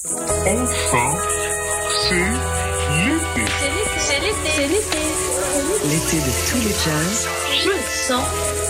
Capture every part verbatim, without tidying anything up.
Enfin, c'est l'été. C'est l'été. C'est l'été. L'été de tous les jazz. Je sens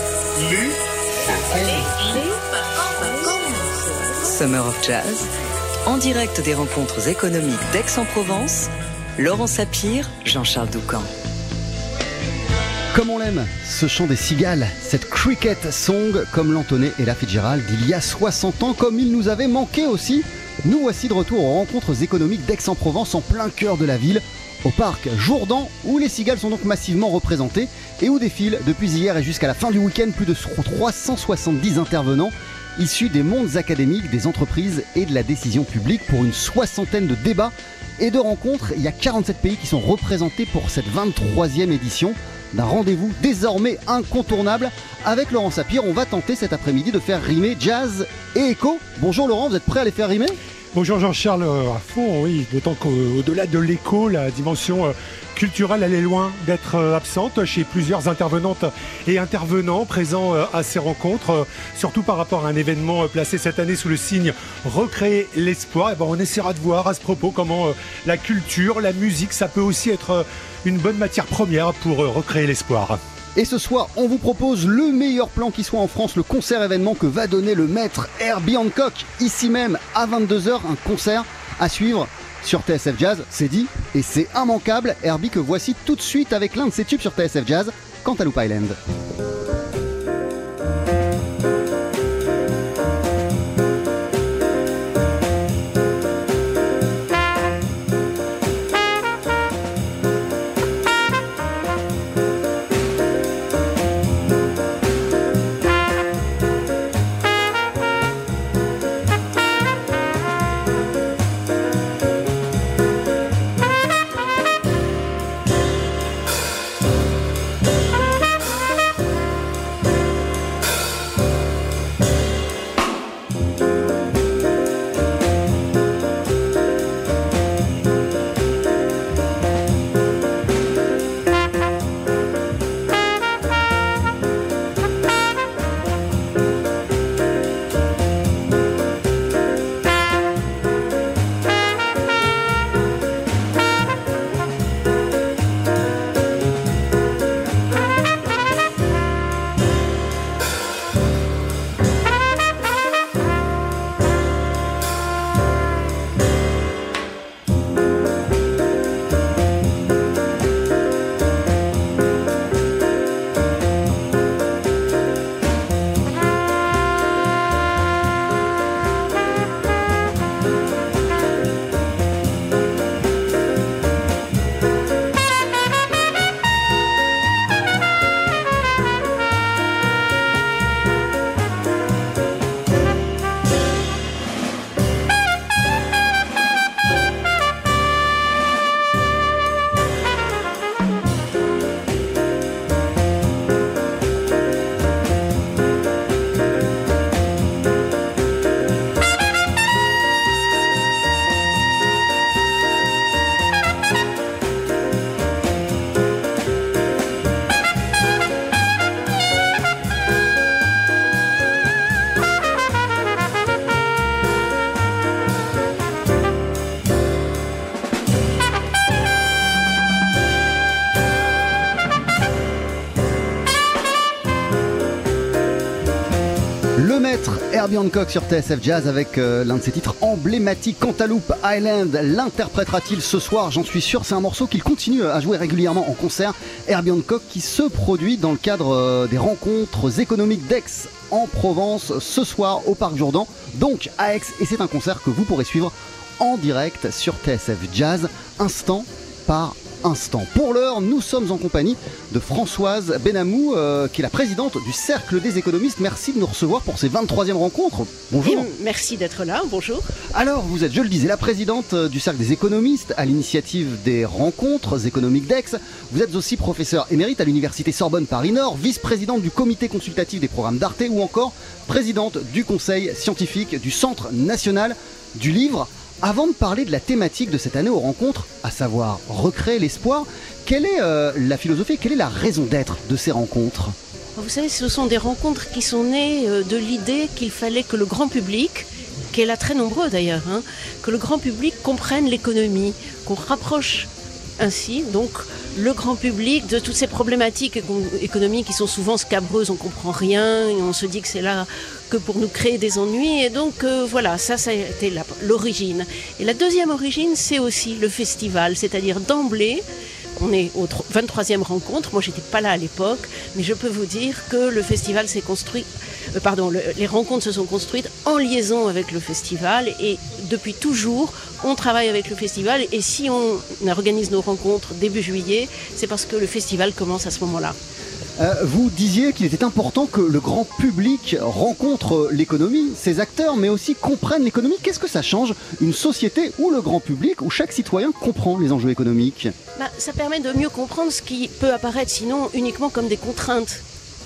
Les les vacances. Summer of Jazz. En direct des rencontres économiques d'Aix-en-Provence. Laurent Sapir, Jean-Charles Doucan. Comme on l'aime, ce chant des cigales, cette cricket song comme l'entonnait Ella Fitzgerald il y a soixante ans, comme il nous avait manqué aussi. Nous voici de retour aux rencontres économiques d'Aix-en-Provence, en plein cœur de la ville, au parc Jourdan, où les cigales sont donc massivement représentées et où défilent depuis hier et jusqu'à la fin du week-end plus de trois cent soixante-dix intervenants issus des mondes académiques, des entreprises et de la décision publique pour une soixantaine de débats et de rencontres. Il y a quarante-sept pays qui sont représentés pour cette vingt-troisième édition d'un rendez-vous désormais incontournable. Avec Laurent Sapir, on va tenter cet après-midi de faire rimer jazz et écho. Bonjour Laurent, vous êtes prêt à les faire rimer ? Bonjour Jean-Charles, à fond, oui, d'autant qu'au-delà de l'écho, la dimension culturelle, elle est loin d'être absente chez plusieurs intervenantes et intervenants présents à ces rencontres, surtout par rapport à un événement placé cette année sous le signe Recréer l'espoir. Et ben on essaiera de voir à ce propos comment la culture, la musique, ça peut aussi être une bonne matière première pour recréer l'espoir. Et ce soir, on vous propose le meilleur plan qui soit en France, le concert événement que va donner le maître Herbie Hancock, ici même à vingt-deux heures, un concert à suivre sur T S F Jazz, c'est dit et c'est immanquable. Herbie que voici tout de suite avec l'un de ses tubes sur T S F Jazz, Cantaloupe Island. Le maître Herbie Hancock sur T S F Jazz avec euh, l'un de ses titres emblématiques, Cantaloupe Island. L'interprétera-t-il ce soir? J'en suis sûr, c'est un morceau qu'il continue à jouer régulièrement en concert. Herbie Hancock qui se produit dans le cadre euh, des rencontres économiques d'Aix en Provence ce soir au Parc Jourdan, donc à Aix, et c'est un concert que vous pourrez suivre en direct sur T S F Jazz, instant par instant. Pour l'heure, nous sommes en compagnie de Françoise Benamou, euh, qui est la présidente du Cercle des économistes. Merci de nous recevoir pour ces vingt-troisième rencontres. Bonjour. Et merci d'être là, bonjour. Alors, vous êtes, je le disais, la présidente du Cercle des économistes à l'initiative des rencontres économiques d'Aix. Vous êtes aussi professeur émérite à l'université Sorbonne Paris-Nord, vice-présidente du comité consultatif des programmes d'Arte ou encore présidente du conseil scientifique du Centre national du livre. Avant de parler de la thématique de cette année aux rencontres, à savoir recréer l'espoir, quelle est euh, la philosophie, quelle est la raison d'être de ces rencontres ? Vous savez, ce sont des rencontres qui sont nées de l'idée qu'il fallait que le grand public qui est là très nombreux d'ailleurs, hein, que le grand public comprenne l'économie, qu'on rapproche ainsi donc le grand public de toutes ces problématiques éco- économiques qui sont souvent scabreuses, on comprend rien et on se dit que c'est là que pour nous créer des ennuis, et donc euh, voilà, ça ça a été la, l'origine. Et la deuxième origine, c'est aussi le festival, c'est-à-dire d'emblée, on est au vingt-troisième rencontre, moi j'étais pas là à l'époque, mais je peux vous dire que le festival s'est construit, euh, pardon, le, les rencontres se sont construites en liaison avec le festival, et depuis toujours, on travaille avec le festival, et si on organise nos rencontres début juillet, c'est parce que le festival commence à ce moment-là. Euh, vous disiez qu'il était important que le grand public rencontre l'économie, ses acteurs, mais aussi comprenne l'économie. Qu'est-ce que ça change, une société où le grand public, où chaque citoyen comprend les enjeux économiques ? Bah, ça permet de mieux comprendre ce qui peut apparaître sinon uniquement comme des contraintes.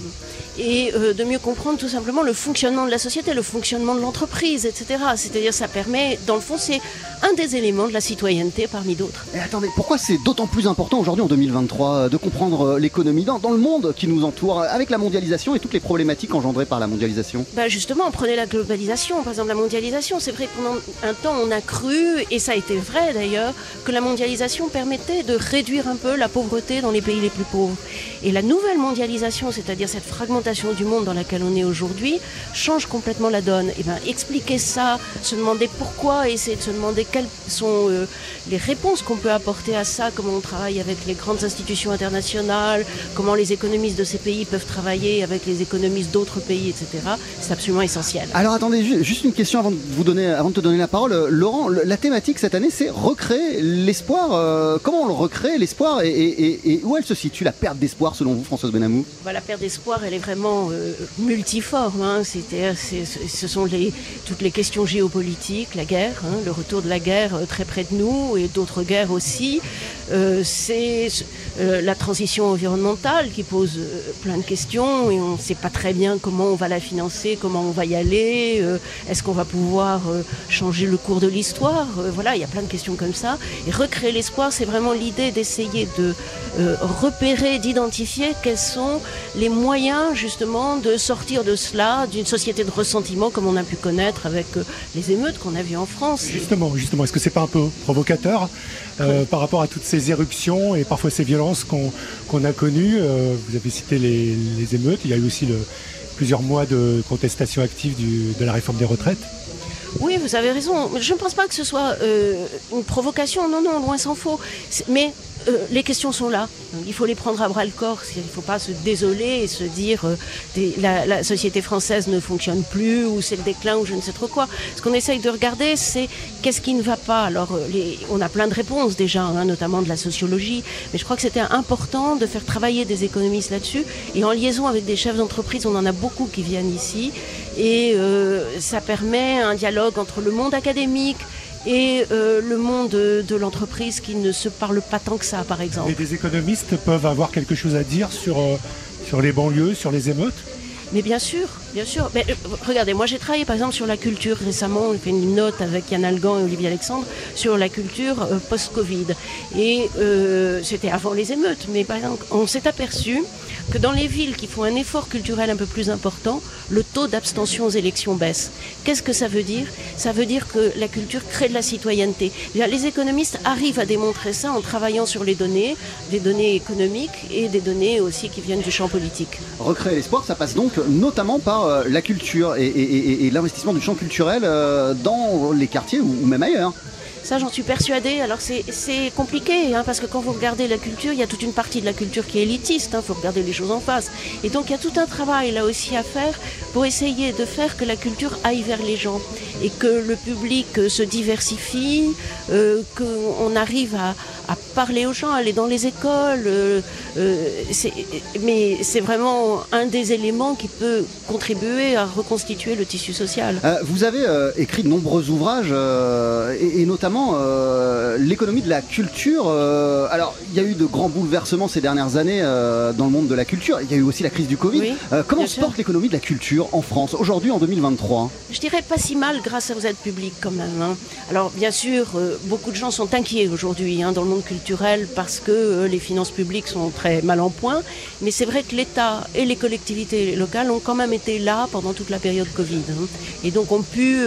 Et euh, de mieux comprendre tout simplement le fonctionnement de la société, le fonctionnement de l'entreprise, et cetera. C'est-à-dire ça permet, dans le fond, c'est un des éléments de la citoyenneté parmi d'autres. Et attendez, pourquoi c'est d'autant plus important aujourd'hui en deux mille vingt-trois de comprendre l'économie dans, dans le monde qui nous entoure, avec la mondialisation et toutes les problématiques engendrées par la mondialisation ? Bah justement, prenez la globalisation, par exemple la mondialisation. C'est vrai que pendant un temps, on a cru, et ça a été vrai d'ailleurs, que la mondialisation permettait de réduire un peu la pauvreté dans les pays les plus pauvres. Et la nouvelle mondialisation, c'est-à-dire cette fragmentation du monde dans laquelle on est aujourd'hui, change complètement la donne. Et ben, expliquer ça, se demander pourquoi, essayer de se demander quelles sont euh, les réponses qu'on peut apporter à ça, comment on travaille avec les grandes institutions internationales, comment les économistes de ces pays peuvent travailler avec les économistes d'autres pays, et cetera. C'est absolument essentiel. Alors attendez, juste une question avant de, vous donner, avant de te donner la parole. Laurent, la thématique cette année, c'est recréer l'espoir. Euh, comment on le recrée, l'espoir, et, et, et, et où elle se situe, la perte d'espoir, selon vous, Françoise Benamou ? Bah, la perte d'espoir, elle est vraiment Euh, multiforme, hein. C'est-à-dire, c'est, ce sont les, toutes les questions géopolitiques, la guerre, hein, le retour de la guerre euh, très près de nous et d'autres guerres aussi. Euh, c'est euh, la transition environnementale qui pose euh, plein de questions et on ne sait pas très bien comment on va la financer, comment on va y aller, euh, est-ce qu'on va pouvoir euh, changer le cours de l'histoire, euh, voilà, il y a plein de questions comme ça. Et recréer l'espoir, c'est vraiment l'idée d'essayer de euh, repérer, d'identifier quels sont les moyens justement de sortir de cela, d'une société de ressentiment comme on a pu connaître avec euh, les émeutes qu'on a vues en France. Justement, justement, est-ce que c'est pas un peu provocateur euh, par rapport à toutes ces éruptions et parfois ces violences qu'on, qu'on a connues euh, Vous avez cité les, les émeutes, il y a eu aussi le, plusieurs mois de contestation active du, de la réforme des retraites. Oui, vous avez raison. Je ne pense pas que ce soit euh, une provocation, non, non, loin s'en faut. C'est, mais euh, les questions sont là. Il faut les prendre à bras-le-corps. Il ne faut pas se désoler et se dire euh, des, la, la société française ne fonctionne plus ou c'est le déclin ou je ne sais trop quoi. Ce qu'on essaye de regarder, c'est qu'est-ce qui ne va pas. Alors, les, on a plein de réponses déjà, hein, notamment de la sociologie. Mais je crois que c'était important de faire travailler des économistes là-dessus. Et en liaison avec des chefs d'entreprise, on en a beaucoup qui viennent ici. Et euh, ça permet un dialogue entre le monde académique et euh, le monde de, de l'entreprise qui ne se parle pas tant que ça, par exemple. Et des économistes peuvent avoir quelque chose à dire sur, euh, sur les banlieues, sur les émeutes ? Mais bien sûr, bien sûr. Mais, euh, regardez, moi j'ai travaillé par exemple sur la culture récemment, on a fait une note avec Yann Algan et Olivier Alexandre sur la culture euh, post-Covid. Et euh, c'était avant les émeutes, mais par exemple, on s'est aperçu que dans les villes qui font un effort culturel un peu plus important, le taux d'abstention aux élections baisse. Qu'est-ce que ça veut dire ? Ça veut dire que la culture crée de la citoyenneté. Les économistes arrivent à démontrer ça en travaillant sur les données, des données économiques et des données aussi qui viennent du champ politique. Recréer l'espoir, ça passe donc notamment par euh, la culture et, et, et, et l'investissement du champ culturel euh, dans les quartiers ou, ou même ailleurs. Ça, j'en suis persuadée. Alors, c'est, c'est compliqué, hein, parce que quand vous regardez la culture, il y a toute une partie de la culture qui est élitiste. Il hein, faut regarder les choses en face. Et donc, il y a tout un travail, là aussi, à faire pour essayer de faire que la culture aille vers les gens et que le public euh, se diversifie, euh, qu'on arrive à, à parler aux gens, à aller dans les écoles. Euh, euh, c'est, mais c'est vraiment un des éléments qui peut contribuer à reconstituer le tissu social. Euh, vous avez euh, écrit de nombreux ouvrages, euh, et, et notamment Euh, l'économie de la culture. Euh, alors, il y a eu de grands bouleversements ces dernières années euh, dans le monde de la culture. Il y a eu aussi la crise du Covid. Oui, euh, comment se sûr. porte l'économie de la culture en France, aujourd'hui, en deux mille vingt-trois ? Je dirais pas si mal grâce aux aides publiques quand même. Hein. Alors, bien sûr, euh, beaucoup de gens sont inquiets aujourd'hui hein, dans le monde culturel parce que euh, les finances publiques sont très mal en point. Mais c'est vrai que l'État et les collectivités locales ont quand même été là pendant toute la période Covid. Hein, et donc ont pu... Euh,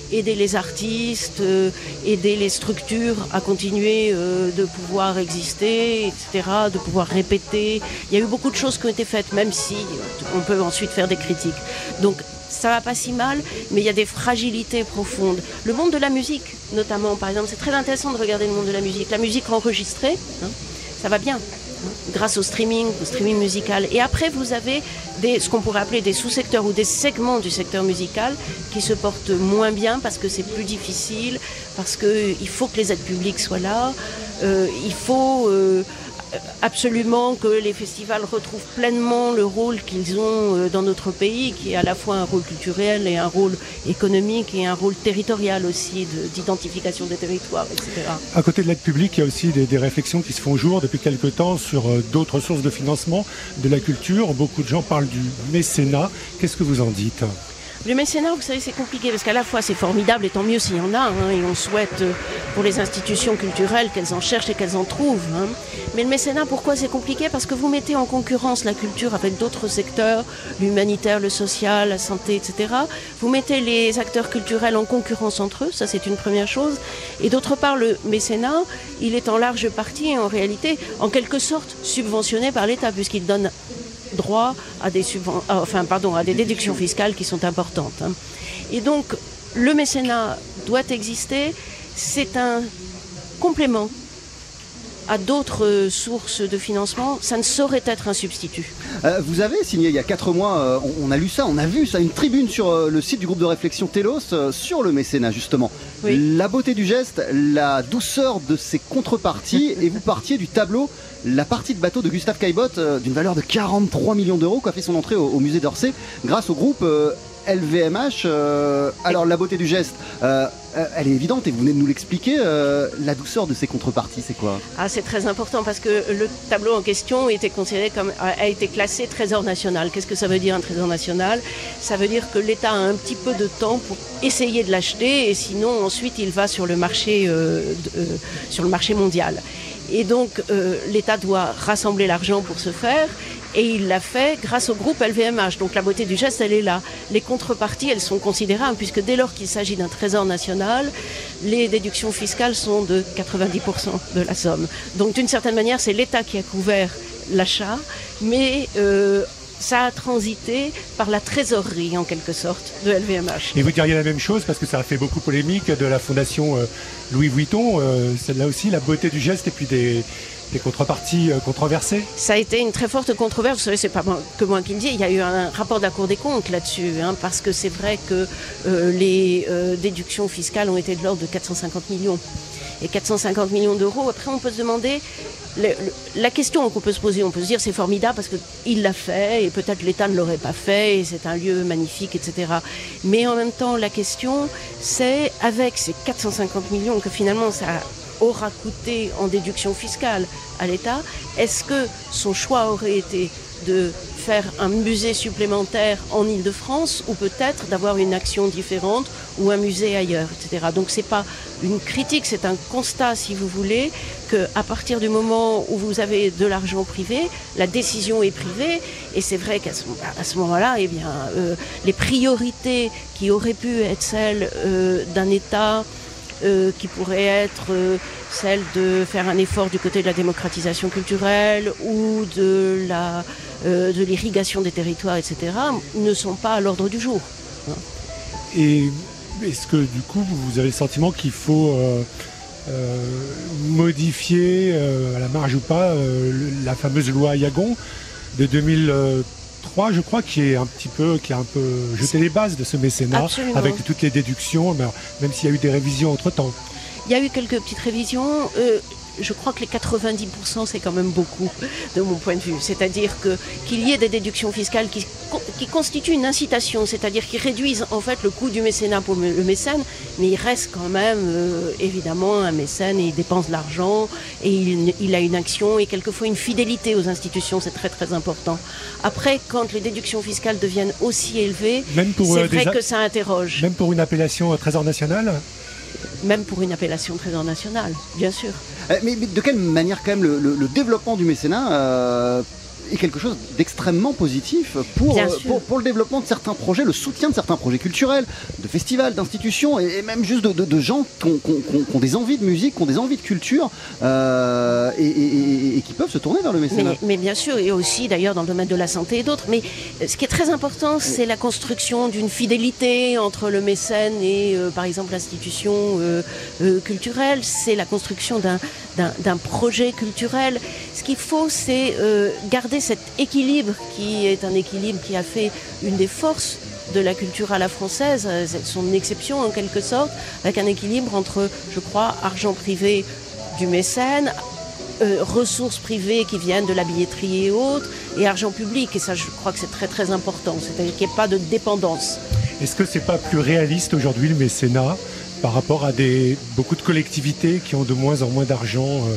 aider les artistes, euh, aider les structures à continuer euh, de pouvoir exister, et cetera, de pouvoir répéter. Il y a eu beaucoup de choses qui ont été faites, même si on peut ensuite faire des critiques. Donc ça va pas si mal, mais il y a des fragilités profondes. Le monde de la musique, notamment, par exemple, c'est très intéressant de regarder le monde de la musique. La musique enregistrée, hein, ça va bien, hein, grâce au streaming, au streaming musical. Et après, vous avez des, ce qu'on pourrait appeler des sous-secteurs ou des segments du secteur musical qui se portent moins bien parce que c'est plus difficile, parce qu'il faut que les aides publiques soient là, euh, il faut... Euh, absolument que les festivals retrouvent pleinement le rôle qu'ils ont dans notre pays, qui est à la fois un rôle culturel et un rôle économique et un rôle territorial aussi, de, d'identification des territoires, et cetera. À côté de l'aide publique, il y a aussi des, des réflexions qui se font jour depuis quelque temps sur euh, d'autres sources de financement de la culture. Beaucoup de gens parlent du mécénat. Qu'est-ce que vous en dites ? Le mécénat, vous savez, c'est compliqué parce qu'à la fois c'est formidable et tant mieux s'il y en a, hein, et on souhaite euh, pour les institutions culturelles qu'elles en cherchent et qu'elles en trouvent. Hein. Mais le mécénat, pourquoi c'est compliqué ? Parce que vous mettez en concurrence la culture avec d'autres secteurs, l'humanitaire, le social, la santé, et cetera. Vous mettez les acteurs culturels en concurrence entre eux, ça c'est une première chose. Et d'autre part, le mécénat, il est en large partie, en réalité, en quelque sorte subventionné par l'État, puisqu'il donne droit à des, subven... enfin, pardon, à des déductions fiscales qui sont importantes. Hein. Et donc, le mécénat doit exister. C'est un complément à d'autres sources de financement. Ça ne saurait être un substitut. Euh, vous avez signé il y a quatre mois, euh, on, on a lu ça, on a vu ça, une tribune sur euh, le site du groupe de réflexion Télos euh, sur le mécénat justement. Oui. La beauté du geste, la douceur de ses contreparties, et vous partiez du tableau La partie de bateau de Gustave Caillebotte, euh, d'une valeur de quarante-trois millions d'euros, qui a fait son entrée au, au musée d'Orsay grâce au groupe euh, L V M H. Euh, alors la beauté du geste, euh, euh, elle est évidente et vous venez de nous l'expliquer. Euh, la douceur de ces contreparties, c'est quoi ? Ah, c'est très important parce que le tableau en question était considéré comme, a été classé trésor national. Qu'est-ce que ça veut dire un trésor national ? Ça veut dire que l'État a un petit peu de temps pour essayer de l'acheter et sinon ensuite il va sur le marché, euh, de, euh, sur le marché mondial. Et donc euh, l'État doit rassembler l'argent pour ce faire. Et il l'a fait grâce au groupe L V M H. Donc la beauté du geste, elle est là. Les contreparties, elles sont considérables, puisque dès lors qu'il s'agit d'un trésor national, les déductions fiscales sont de quatre-vingt-dix pour cent de la somme. Donc d'une certaine manière, c'est l'État qui a couvert l'achat, mais euh, ça a transité par la trésorerie, en quelque sorte, de L V M H. Et vous diriez la même chose, parce que ça a fait beaucoup polémique, de la fondation euh, Louis Vuitton, euh, celle-là aussi, la beauté du geste, et puis des... des contreparties euh, controversées. Ça a été une très forte controverse. Vous savez, c'est pas moi, que moi qui le dis. Il y a eu un rapport de la Cour des comptes là-dessus, hein, parce que c'est vrai que euh, les euh, déductions fiscales ont été de l'ordre de quatre cent cinquante millions. Et quatre cent cinquante millions d'euros, après on peut se demander, le, le, la question qu'on peut se poser, on peut se dire c'est formidable parce qu'il l'a fait et peut-être l'État ne l'aurait pas fait et c'est un lieu magnifique, et cetera. Mais en même temps, la question, c'est avec ces quatre cent cinquante millions que finalement ça aura coûté en déduction fiscale à l'État, est-ce que son choix aurait été de faire un musée supplémentaire en Île-de-France ou peut-être d'avoir une action différente ou un musée ailleurs, et cetera. Donc c'est pas une critique, c'est un constat, si vous voulez, qu'à partir du moment où vous avez de l'argent privé, la décision est privée et c'est vrai qu'à ce, à ce moment-là, eh bien, euh, les priorités qui auraient pu être celles euh, d'un État Euh, qui pourrait être euh, celle de faire un effort du côté de la démocratisation culturelle ou de la, euh, de l'irrigation des territoires, et cetera, ne sont pas à l'ordre du jour. Hein. Et est-ce que du coup vous avez le sentiment qu'il faut euh, euh, modifier euh, à la marge ou pas euh, la fameuse loi Yagon de deux mille trois, je crois, qui est un petit peu, qui a un peu jeté les bases de ce mécénat. Absolument. Avec toutes les déductions, même s'il y a eu des révisions entre-temps. Il y a eu quelques petites révisions. Euh, je crois que les quatre-vingt-dix pour cent, c'est quand même beaucoup, de mon point de vue. C'est-à-dire que, qu'il y ait des déductions fiscales qui, qui constituent une incitation, c'est-à-dire qui réduisent en fait le coût du mécénat pour le mécène, mais il reste quand même euh, évidemment un mécène et il dépense de l'argent et il, il a une action et quelquefois une fidélité aux institutions, c'est très très important. Après, quand les déductions fiscales deviennent aussi élevées, pour, c'est euh, vrai que ça interroge. Même pour une appellation euh, Trésor national ? Même pour une appellation Trésor national, bien sûr. Euh, mais, mais de quelle manière quand même le, le, le développement du mécénat euh, est quelque chose d'extrêmement positif pour, Bien euh, sûr. pour, pour le développement de certains projets, le soutien de certains projets culturels, de festivals, d'institutions et, et même juste de, de, de gens qui ont, qui, ont, qui ont- qui ont des envies de musique, qui ont des envies de culture euh, et, et- et- et qui peuvent se tourner vers le mécénat. Mais, mais bien sûr, et aussi d'ailleurs dans le domaine de la santé et d'autres. Mais euh, ce qui est très important, c'est la construction d'une fidélité entre le mécène et, euh, par exemple, l'institution euh, euh, culturelle. C'est la construction d'un, d'un, d'un projet culturel. Ce qu'il faut, c'est euh, garder cet équilibre qui est un équilibre qui a fait une des forces de la culture à la française, euh, c'est son exception en quelque sorte, avec un équilibre entre, je crois, argent privé du mécène, euh, ressources privées qui viennent de la billetterie et autres, et argent public. Et ça, je crois que c'est très très important. C'est-à-dire qu'il n'y ait pas de dépendance. Est-ce que c'est pas plus réaliste aujourd'hui le mécénat par rapport à des, beaucoup de collectivités qui ont de moins en moins d'argent euh,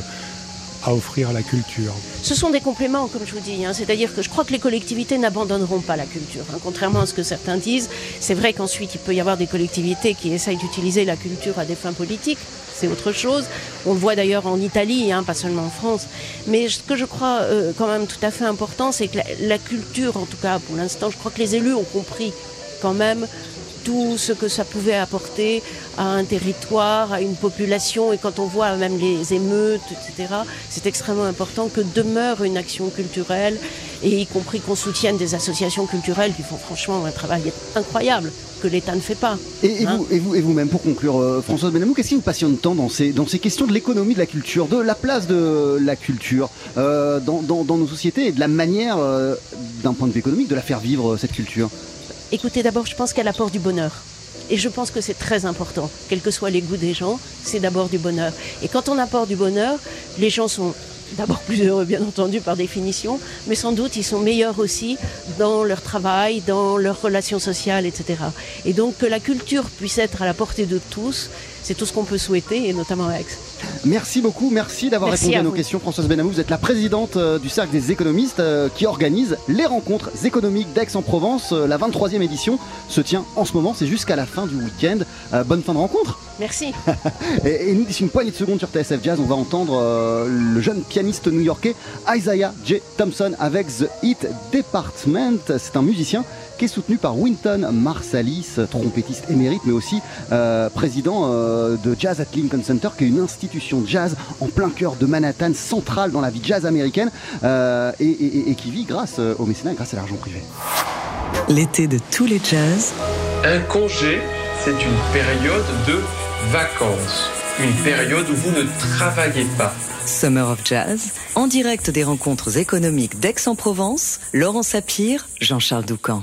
à offrir à la culture? Ce sont des compléments, comme je vous dis. Hein. C'est-à-dire que je crois que les collectivités n'abandonneront pas la culture. Hein. Contrairement à ce que certains disent, c'est vrai qu'ensuite il peut y avoir des collectivités qui essayent d'utiliser la culture à des fins politiques. C'est autre chose. On le voit d'ailleurs en Italie, hein, pas seulement en France. Mais ce que je crois euh, quand même tout à fait important, c'est que la, la culture, en tout cas pour l'instant, je crois que les élus ont compris quand même tout ce que ça pouvait apporter à un territoire, à une population. Et quand on voit même les émeutes, et cetera, c'est extrêmement important que demeure une action culturelle, et y compris qu'on soutienne des associations culturelles qui font franchement un travail incroyable que l'État ne fait pas. Et, et Hein vous, et vous, et vous-même, pour conclure, euh, Françoise Benamou, qu'est-ce qui vous passionne tant dans ces, dans ces questions de l'économie de la culture, de la place de la culture euh, dans, dans, dans nos sociétés et de la manière, euh, d'un point de vue économique, de la faire vivre, euh, cette culture? Écoutez, d'abord, je pense qu'elle apporte du bonheur. Et je pense que c'est très important. Quels que soient les goûts des gens, c'est d'abord du bonheur. Et quand on apporte du bonheur, les gens sont d'abord plus heureux, bien entendu, par définition, mais sans doute ils sont meilleurs aussi dans leur travail, dans leurs relations sociales, et cetera. Et donc que la culture puisse être à la portée de tous, c'est tout ce qu'on peut souhaiter, et notamment à Aix. Merci beaucoup, merci d'avoir Merci répondu à, à nos vous. questions, Françoise Benamou. Vous êtes la présidente euh, du Cercle des économistes euh, qui organise les rencontres économiques d'Aix-en-Provence. Euh, la vingt-troisième édition se tient en ce moment, c'est jusqu'à la fin du week-end. Euh, bonne fin de rencontre. Merci. Et, et nous, d'ici une poignée de secondes sur T S F Jazz, on va entendre euh, le jeune pianiste new-yorkais Isaiah J. Thompson avec The Hit Department. C'est un musicien qui est soutenu par Wynton Marsalis, trompettiste émérite, mais aussi euh, président euh, de Jazz at Lincoln Center, qui est une institution de jazz en plein cœur de Manhattan, centrale dans la vie jazz américaine, euh, et, et- et qui vit grâce au mécénat et grâce à l'argent privé. L'été de tous les jazz, Un congé, c'est une période de vacances, une période où vous ne travaillez pas. Summer of Jazz, en direct des rencontres économiques d'Aix-en-Provence, Laurent Sapir, Jean-Charles Doucan.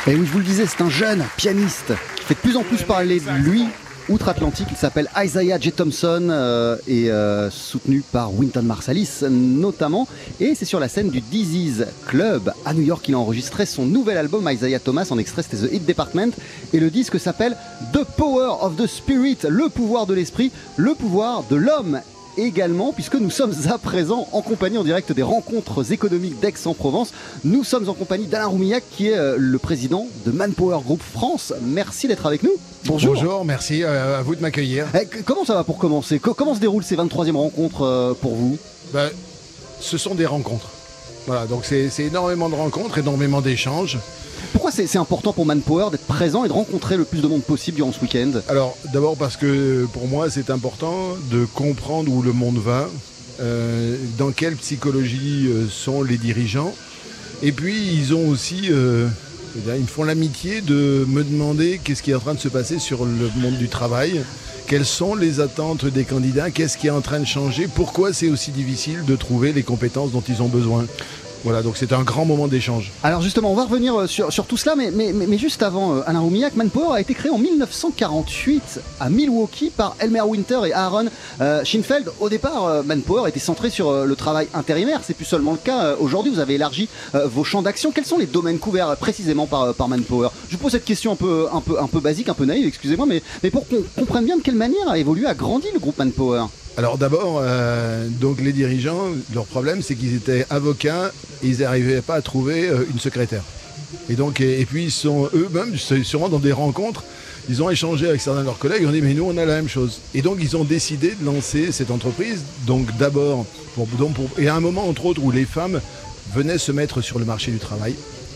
Et oui, je vous le disais, c'est un jeune pianiste qui fait de plus en plus parler de lui outre-Atlantique. Il s'appelle Isaiah J. Thompson euh, et euh, soutenu par Wynton Marsalis notamment. Et c'est sur la scène du Dizzy's Club à New York qu'il a enregistré son nouvel album Isaiah Thomas. En extrait, c'était The Hit Department. Et le disque s'appelle The Power of the Spirit, le pouvoir de l'esprit, le pouvoir de l'homme également, puisque nous sommes à présent en compagnie en direct des rencontres économiques d'Aix-en-Provence. Nous sommes en compagnie d'Alain Roumillac, qui est euh, le président de Manpower Group France. Merci d'être avec nous. Bonjour. Bonjour, merci euh, à vous de m'accueillir. Eh, comment ça va pour commencer? Comment se déroulent ces vingt-troisième rencontres euh, pour vous? Ben, ce sont des rencontres. Voilà, donc c'est, c'est énormément de rencontres, énormément d'échanges. Pourquoi c'est, c'est important pour Manpower d'être présent et de rencontrer le plus de monde possible durant ce week-end? Alors, d'abord parce que pour moi, c'est important de comprendre où le monde va, euh, dans quelle psychologie euh, sont les dirigeants. Et puis, ils ont aussi, euh, ils me font l'amitié de me demander qu'est-ce qui est en train de se passer sur le monde du travail, quelles sont les attentes des candidats, qu'est-ce qui est en train de changer, pourquoi c'est aussi difficile de trouver les compétences dont ils ont besoin. Voilà, donc c'est un grand moment d'échange. Alors justement, on va revenir sur, sur tout cela, mais, mais, mais juste avant, euh, Alain Roumillac, Manpower a été créé en mille neuf cent quarante-huit à Milwaukee par Elmer Winter et Aaron euh, Schinfeld. Au départ, euh, Manpower était centré sur euh, le travail intérimaire. C'est plus seulement le cas. Euh, aujourd'hui, vous avez élargi euh, vos champs d'action. Quels sont les domaines couverts euh, précisément par, euh, par Manpower? Je vous pose cette question un peu, un peu, un peu basique, un peu naïve, excusez-moi, mais, mais pour qu'on comprenne bien de quelle manière a évolué, a grandi le groupe Manpower. Alors d'abord, euh, donc les dirigeants, leur problème c'est qu'ils étaient avocats et ils n'arrivaient pas à trouver euh, une secrétaire. Et donc, et, et puis ils sont eux-mêmes, sûrement dans des rencontres, ils ont échangé avec certains de leurs collègues, ils ont dit mais nous on a la même chose. Et donc ils ont décidé de lancer cette entreprise, donc d'abord, pour, donc pour, et à un moment entre autres où les femmes venaient se mettre sur le marché du travail.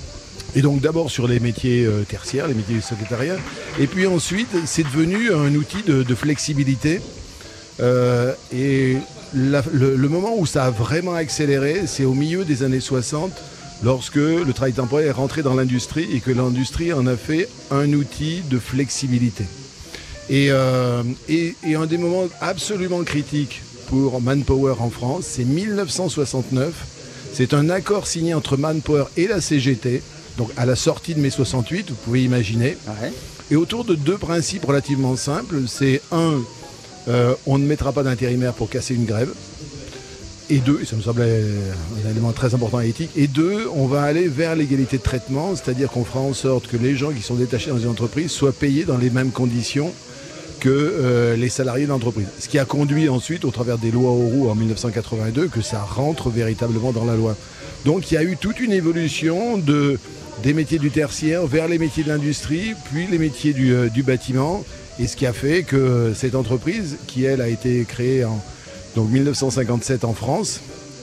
Et donc d'abord sur les métiers euh, tertiaires, les métiers du secrétariat, et puis ensuite c'est devenu un outil de, de flexibilité. Euh, et la, le, le moment où ça a vraiment accéléré, c'est au milieu des années soixante, lorsque le travail temporaire est rentré dans l'industrie et que l'industrie en a fait un outil de flexibilité. Et, euh, et, et un des moments absolument critiques pour Manpower en France, c'est mille neuf cent soixante-neuf. C'est un accord signé entre Manpower et la C G T, donc à la sortie de mai soixante-huit, vous pouvez imaginer. Ouais. Et autour de deux principes relativement simples, c'est un... Euh, on ne mettra pas d'intérimaire pour casser une grève. Et deux, et ça me semblait un élément très important et éthique, et deux, on va aller vers l'égalité de traitement, c'est-à-dire qu'on fera en sorte que les gens qui sont détachés dans une entreprise soient payés dans les mêmes conditions que euh, les salariés de l'entreprise. Ce qui a conduit ensuite, au travers des lois Auroux en mille neuf cent quatre-vingt-deux, que ça rentre véritablement dans la loi. Donc il y a eu toute une évolution de, des métiers du tertiaire vers les métiers de l'industrie, puis les métiers du, euh, du bâtiment. Et ce qui a fait que cette entreprise, qui elle a été créée en donc, mille neuf cent cinquante-sept en France,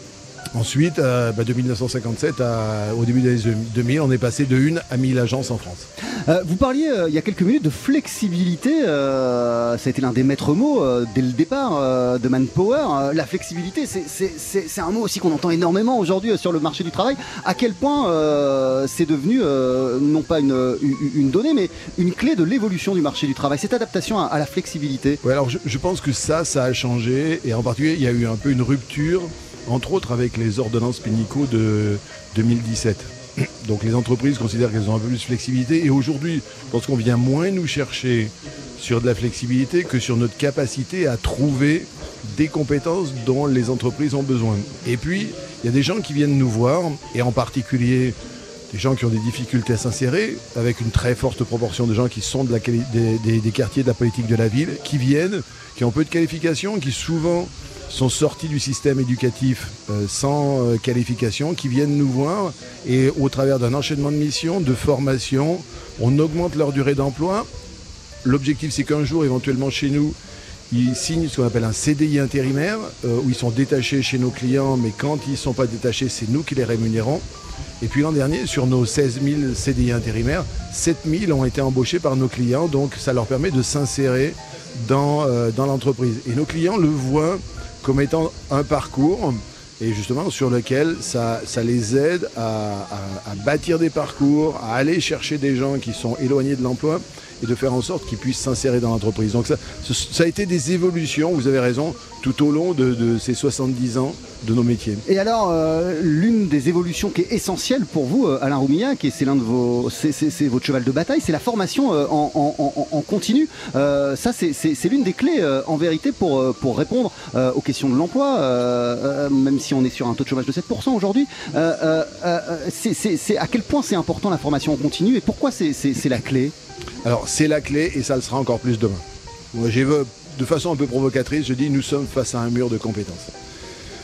ensuite euh, bah, de mille neuf cent cinquante-sept à, au début des années deux mille, on est passé de une à mille agences en France. Euh, vous parliez euh, il y a quelques minutes de flexibilité, euh, ça a été l'un des maîtres mots euh, dès le départ euh, de Manpower. Euh, la flexibilité, c'est, c'est, c'est, c'est un mot aussi qu'on entend énormément aujourd'hui euh, sur le marché du travail. À quel point euh, c'est devenu, euh, non pas une, une, une donnée, mais une clé de l'évolution du marché du travail, cette adaptation à, à la flexibilité? Ouais, alors je, je pense que ça, ça a changé, et en particulier, il y a eu un peu une rupture, entre autres avec les ordonnances Pénicaud de deux mille dix-sept. Donc les entreprises considèrent qu'elles ont un peu plus de flexibilité, et aujourd'hui, je pense qu'on vient moins nous chercher sur de la flexibilité que sur notre capacité à trouver des compétences dont les entreprises ont besoin. Et puis, il y a des gens qui viennent nous voir, et en particulier des gens qui ont des difficultés à s'insérer, avec une très forte proportion de gens qui sont de la quali- des, des, des quartiers de la politique de la ville, qui viennent, qui ont peu de qualifications, qui souvent sont sortis du système éducatif euh, sans euh, qualification, qui viennent nous voir, et au travers d'un enchaînement de missions, de formation, on augmente leur durée d'emploi. L'objectif, c'est qu'un jour, éventuellement chez nous, ils signent ce qu'on appelle un C D I intérimaire, euh, où ils sont détachés chez nos clients, mais quand ils ne sont pas détachés, c'est nous qui les rémunérons. Et puis l'an dernier, sur nos seize mille C D I intérimaires, sept mille ont été embauchés par nos clients, donc ça leur permet de s'insérer dans, euh, dans l'entreprise. Et nos clients le voient comme étant un parcours, et justement sur lequel ça, ça les aide à, à, à bâtir des parcours, à aller chercher des gens qui sont éloignés de l'emploi. et de faire en sorte qu'ils puissent s'insérer dans l'entreprise. Donc ça, ça a été des évolutions, vous avez raison, tout au long de, de ces soixante-dix ans de nos métiers. Et alors, euh, l'une des évolutions qui est essentielle pour vous, euh, Alain Roumillac, et c'est l'un de vos, c'est, c'est, c'est votre cheval de bataille, c'est la formation euh, en, en, en, en continu. Euh, ça, c'est, c'est, c'est l'une des clés euh, en vérité pour, euh, pour répondre euh, aux questions de l'emploi, euh, euh, même si on est sur un taux de chômage de sept pour cent aujourd'hui. Euh, euh, euh, c'est, c'est, c'est, à quel point c'est important la formation en continu et pourquoi c'est, c'est, c'est la clé? Alors, c'est la clé et ça le sera encore plus demain. Moi, j'évoque de façon un peu provocatrice, je dis nous sommes face à un mur de compétences. Pourquoi ?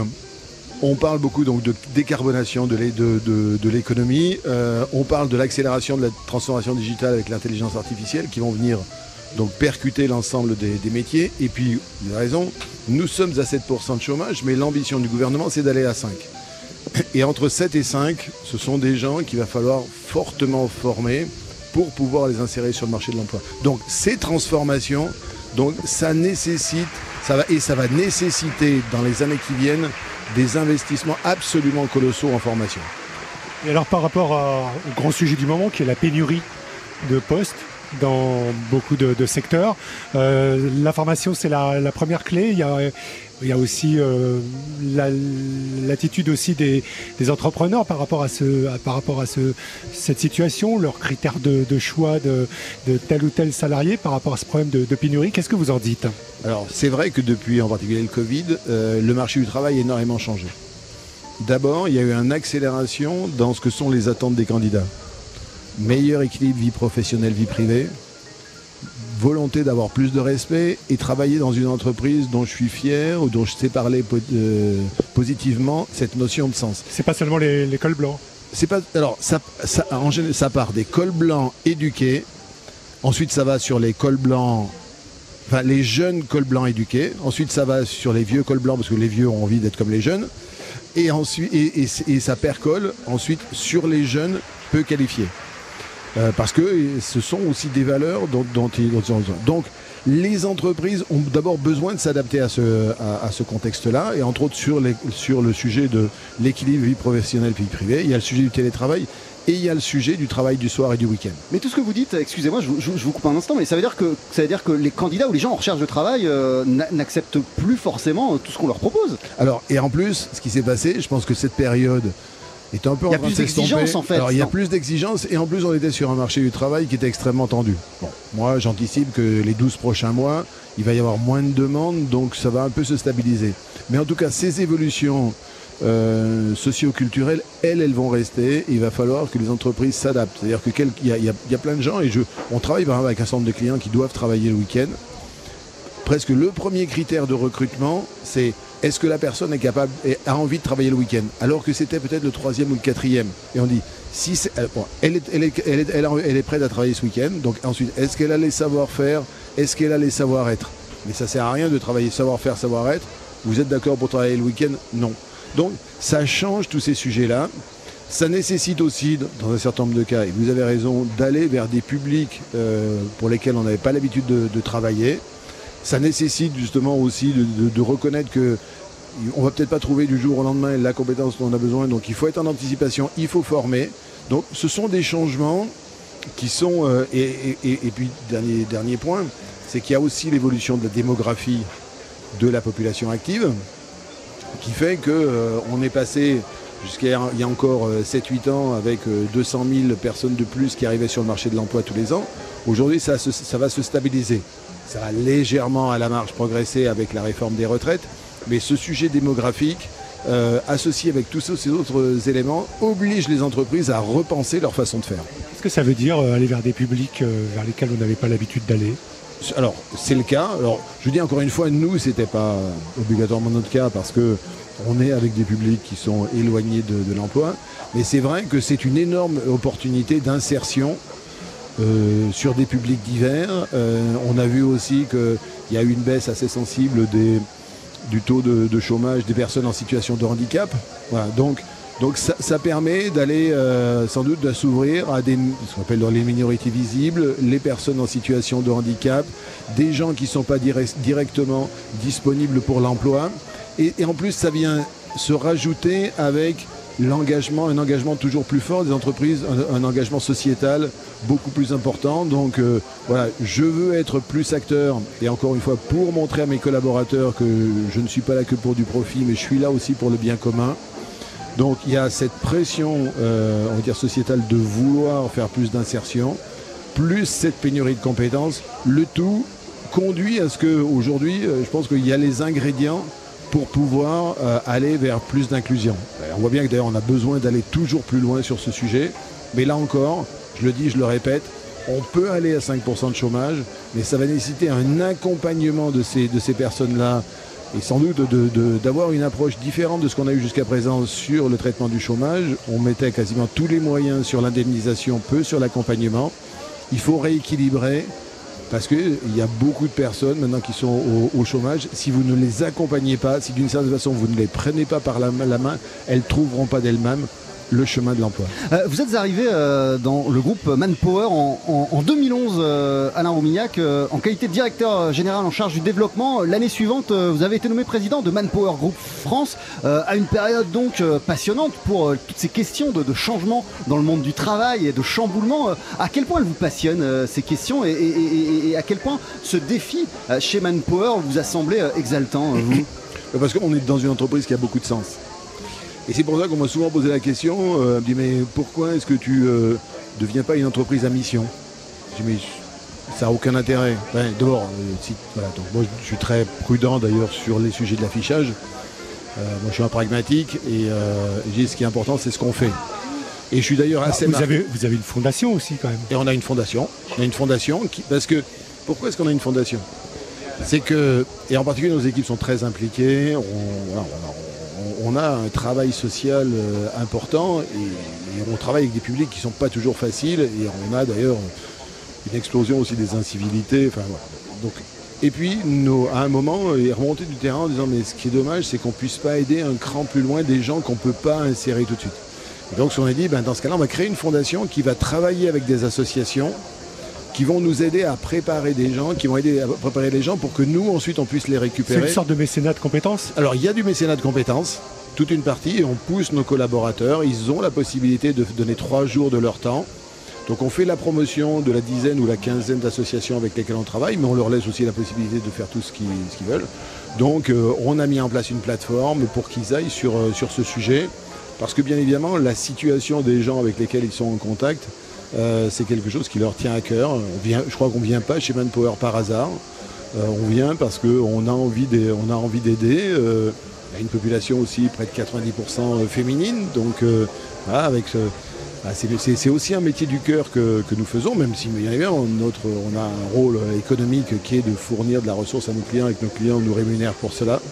On parle beaucoup donc de décarbonation de, de, de, de l'économie, euh, on parle de l'accélération de la transformation digitale avec l'intelligence artificielle qui vont venir donc percuter l'ensemble des, des métiers. Et puis, vous avez raison, nous sommes à sept pour cent de chômage, mais l'ambition du gouvernement c'est d'aller à cinq. Et entre sept et cinq, ce sont des gens qu'il va falloir fortement former pour pouvoir les insérer sur le marché de l'emploi. Donc ces transformations, donc ça nécessite, ça va, et ça va nécessiter dans les années qui viennent des investissements absolument colossaux en formation. Et alors par rapport à, au grand sujet du moment qui est la pénurie de postes dans beaucoup de, de secteurs, euh, la formation c'est la, la première clé. Il y a, il y a aussi euh, la, l'attitude aussi des, des entrepreneurs par rapport à, ce, à, par rapport à ce, cette situation, leurs critères de, de choix de, de tel ou tel salarié par rapport à ce problème de, de pénurie. Qu'est-ce que vous en dites ? Alors c'est vrai que depuis en particulier le Covid, euh, le marché du travail a énormément changé. D'abord, il y a eu une accélération dans ce que sont les attentes des candidats. Meilleur équilibre vie professionnelle, vie privée, volonté d'avoir plus de respect et travailler dans une entreprise dont je suis fier ou dont je sais parler po- euh, positivement, cette notion de sens. C'est pas seulement les, les cols blancs. C'est pas, alors, ça, ça, en général, ça part des cols blancs éduqués, ensuite ça va sur les cols blancs, enfin les jeunes cols blancs éduqués, ensuite ça va sur les vieux cols blancs parce que les vieux ont envie d'être comme les jeunes, et, ensuite, et, et, et ça percole ensuite sur les jeunes peu qualifiés. Euh, parce que ce sont aussi des valeurs dont, dont, dont ils ont besoin. Donc, les entreprises ont d'abord besoin de s'adapter à ce, à, à ce contexte-là, et entre autres sur, les, sur le sujet de l'équilibre vie professionnelle vie privée. Il y a le sujet du télétravail et il y a le sujet du travail du soir et du week-end. Mais tout ce que vous dites, excusez-moi, je, je, je vous coupe un instant, mais ça veut dire que ça veut dire que les candidats ou les gens en recherche de travail euh, n'acceptent plus forcément tout ce qu'on leur propose. Alors, et en plus, ce qui s'est passé, je pense que cette période est un peu en train de s'estomper. Il y a plus d'exigences en fait. Alors il y a non. plus d'exigences et en plus on était sur un marché du travail qui était extrêmement tendu. Bon, moi j'anticipe que les douze prochains mois, il va y avoir moins de demandes, donc ça va un peu se stabiliser. Mais en tout cas, ces évolutions euh, socio-culturelles, elles, elles vont rester. Et il va falloir que les entreprises s'adaptent. C'est-à-dire que quel, y, a, y, a, y a plein de gens, et je, on travaille par exemple avec un certain nombre de clients qui doivent travailler le week-end. Presque le premier critère de recrutement, c'est est-ce que la personne est capable et a envie de travailler le week-end, alors que c'était peut-être le troisième ou le quatrième. Et on dit, si c'est, bon, elle, est, elle, est, elle, est, elle, est, elle est prête à travailler ce week-end, donc ensuite, est-ce qu'elle a les savoir-faire, est-ce qu'elle a les savoir-être? Mais ça sert à rien de travailler savoir-faire, savoir-être. Vous êtes d'accord pour travailler le week-end? Non. Donc, ça change tous ces sujets-là. Ça nécessite aussi, dans un certain nombre de cas, et vous avez raison, d'aller vers des publics euh, pour lesquels on n'avait pas l'habitude de, de travailler. Ça nécessite justement aussi de, de, de reconnaître que on va peut-être pas trouver du jour au lendemain la compétence dont on a besoin, donc il faut être en anticipation, il faut former. Donc ce sont des changements qui sont... Euh, et, et, et puis, dernier, dernier point, c'est qu'il y a aussi l'évolution de la démographie de la population active, qui fait qu'on euh, est passé jusqu'à il y a encore euh, sept huit ans avec euh, deux cent mille personnes de plus qui arrivaient sur le marché de l'emploi tous les ans. Aujourd'hui, ça, ça va se stabiliser. Ça va légèrement à la marge progresser avec la réforme des retraites, mais ce sujet démographique, euh, associé avec tous ces autres éléments, oblige les entreprises à repenser leur façon de faire. Qu'est-ce que ça veut dire euh, aller vers des publics euh, vers lesquels on n'avait pas l'habitude d'aller ? Alors, c'est le cas. Alors, je dis encore une fois, nous, c'était pas obligatoirement notre cas parce que on est avec des publics qui sont éloignés de, de l'emploi, mais c'est vrai que c'est une énorme opportunité d'insertion Euh, sur des publics divers. Euh, on a vu aussi qu'il y a eu une baisse assez sensible des, du taux de, de chômage des personnes en situation de handicap. Voilà, donc donc ça, ça permet d'aller euh, sans doute de s'ouvrir à des, ce qu'on appelle les minorités visibles, les personnes en situation de handicap, des gens qui ne sont pas direct, directement disponibles pour l'emploi. Et, et en plus, ça vient se rajouter avec l'engagement, un engagement toujours plus fort des entreprises, un, un engagement sociétal beaucoup plus important. Donc euh, voilà, je veux être plus acteur, et encore une fois, pour montrer à mes collaborateurs que je ne suis pas là que pour du profit, mais je suis là aussi pour le bien commun. Donc il y a cette pression, euh, on va dire sociétale, de vouloir faire plus d'insertion, plus cette pénurie de compétences. Le tout conduit à ce qu'aujourd'hui, euh, je pense qu'il y a les ingrédients pour pouvoir euh, aller vers plus d'inclusion. On voit bien que d'ailleurs on a besoin d'aller toujours plus loin sur ce sujet, mais là encore, je le dis, je le répète, on peut aller à cinq pour cent de chômage, mais ça va nécessiter un accompagnement de ces, de ces personnes-là, et sans doute de, de, d'avoir une approche différente de ce qu'on a eu jusqu'à présent sur le traitement du chômage. On mettait quasiment tous les moyens sur l'indemnisation, peu sur l'accompagnement. Il faut rééquilibrer, parce qu'il y a beaucoup de personnes maintenant qui sont au, au chômage. Si vous ne les accompagnez pas, si d'une certaine façon vous ne les prenez pas par la, la main, elles ne trouveront pas d'elles-mêmes le chemin de l'emploi. Euh, vous êtes arrivé euh, dans le groupe Manpower en, en, en deux mille onze, euh, Alain Roumignac, euh, en qualité de directeur général en charge du développement. L'année suivante, euh, vous avez été nommé président de Manpower Group France, euh, à une période donc euh, passionnante pour euh, toutes ces questions de, de changement dans le monde du travail et de chamboulement. Euh, à quel point elles vous passionnent euh, ces questions, et, et, et, et à quel point ce défi euh, chez Manpower vous a semblé euh, exaltant, euh, vous? Parce qu'on est dans une entreprise qui a beaucoup de sens. Et c'est pour ça qu'on m'a souvent posé la question, euh, me dit mais pourquoi est-ce que tu ne euh, deviens pas une entreprise à mission? Je dis mais ça n'a aucun intérêt. Ben, d'abord, euh, si, voilà, donc, moi je suis très prudent d'ailleurs sur les sujets de l'affichage. Euh, moi je suis un pragmatique, et euh, je dis ce qui est important c'est ce qu'on fait. Et je suis d'ailleurs assez vous marqué. avez, vous avez une fondation aussi quand même. Et on a une fondation. On a une fondation qui, parce que pourquoi est-ce qu'on a une fondation? C'est que, et en particulier nos équipes sont très impliquées, on, voilà, on, a, on a un travail social euh, important, et, et on travaille avec des publics qui ne sont pas toujours faciles, et on a d'ailleurs une explosion aussi des incivilités. Enfin, voilà. Donc, et puis nos, à un moment, il est remonté du terrain en disant mais ce qui est dommage c'est qu'on ne puisse pas aider un cran plus loin des gens qu'on ne peut pas insérer tout de suite. Et donc on a dit ben, dans ce cas-là on va créer une fondation qui va travailler avec des associations qui vont nous aider à préparer des gens, qui vont aider à préparer les gens pour que nous, ensuite, on puisse les récupérer. C'est une sorte de mécénat de compétences? Alors, il y a du mécénat de compétences, toute une partie, et on pousse nos collaborateurs. Ils ont la possibilité de donner trois jours de leur temps. Donc, on fait la promotion de la dizaine ou la quinzaine d'associations avec lesquelles on travaille, mais on leur laisse aussi la possibilité de faire tout ce qu'ils, ce qu'ils veulent. Donc, euh, on a mis en place une plateforme pour qu'ils aillent sur, euh, sur ce sujet, parce que, bien évidemment, la situation des gens avec lesquels ils sont en contact, Euh, c'est quelque chose qui leur tient à cœur. On vient, je crois qu'on ne vient pas chez Manpower par hasard. Euh, on vient parce qu'on a envie d'aider. On a envie d'aider. Euh, il y a une population aussi près de quatre-vingt-dix pour cent féminine. Donc euh, voilà, avec ce, ah, c'est, c'est, c'est aussi un métier du cœur que, que nous faisons, même si bien évidemment, notre, on a un rôle économique qui est de fournir de la ressource à nos clients et que nos clients nous rémunèrent pour cela.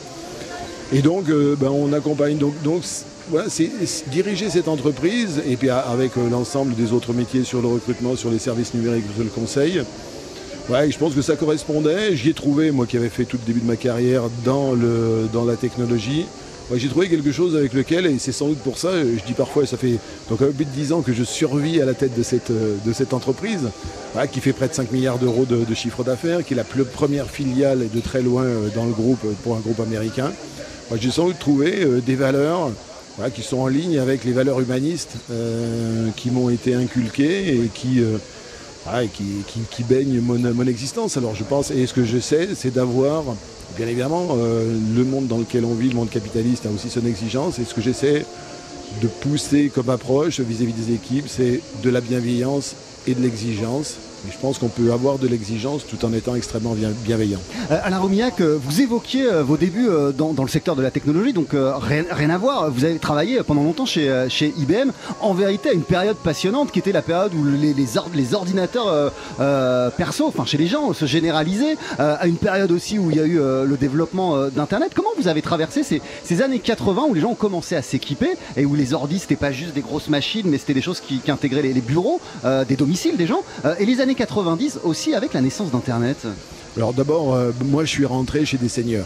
Et donc, euh, ben, on accompagne. Donc, donc voilà, c'est diriger cette entreprise, et puis avec l'ensemble des autres métiers sur le recrutement, sur les services numériques, sur le conseil. Ouais, je pense que ça correspondait. J'y ai trouvé, moi qui avais fait tout le début de ma carrière dans, le, dans la technologie, ouais, j'ai trouvé quelque chose avec lequel, et c'est sans doute pour ça, je dis parfois, ça fait donc un peu plus de dix ans que je survis à la tête de cette, de cette entreprise, ouais, qui fait près de cinq milliards d'euros de, de chiffre d'affaires, qui est la plus, première filiale de très loin dans le groupe, pour un groupe américain. Ouais, j'ai sans doute trouvé euh, des valeurs, voilà, qui sont en ligne avec les valeurs humanistes euh, qui m'ont été inculquées et qui, euh, voilà, qui, qui, qui baignent mon, mon existence. Alors je pense, et ce que je sais, c'est d'avoir, bien évidemment, euh, le monde dans lequel on vit, le monde capitaliste, a aussi son exigence, et ce que j'essaie de pousser comme approche vis-à-vis des équipes, c'est de la bienveillance et de l'exigence. Et je pense qu'on peut avoir de l'exigence tout en étant extrêmement bienveillant. Euh, Alain Roumignac, vous évoquiez euh, vos débuts euh, dans, dans le secteur de la technologie, donc euh, rien, rien à voir. Vous avez travaillé pendant longtemps chez, euh, chez I B M, en vérité à une période passionnante qui était la période où les, les, or, les ordinateurs euh, euh, perso, enfin chez les gens, se généralisaient, euh, à une période aussi où il y a eu euh, le développement euh, d'Internet. Comment vous avez traversé ces, ces années quatre-vingts où les gens ont commencé à s'équiper et où les ordis, c'était pas juste des grosses machines, mais c'était des choses qui, qui intégraient les, les bureaux, euh, des domiciles des gens, euh, et les années quatre-vingt-dix aussi avec la naissance d'Internet? Alors d'abord, euh, moi je suis rentré chez des seniors.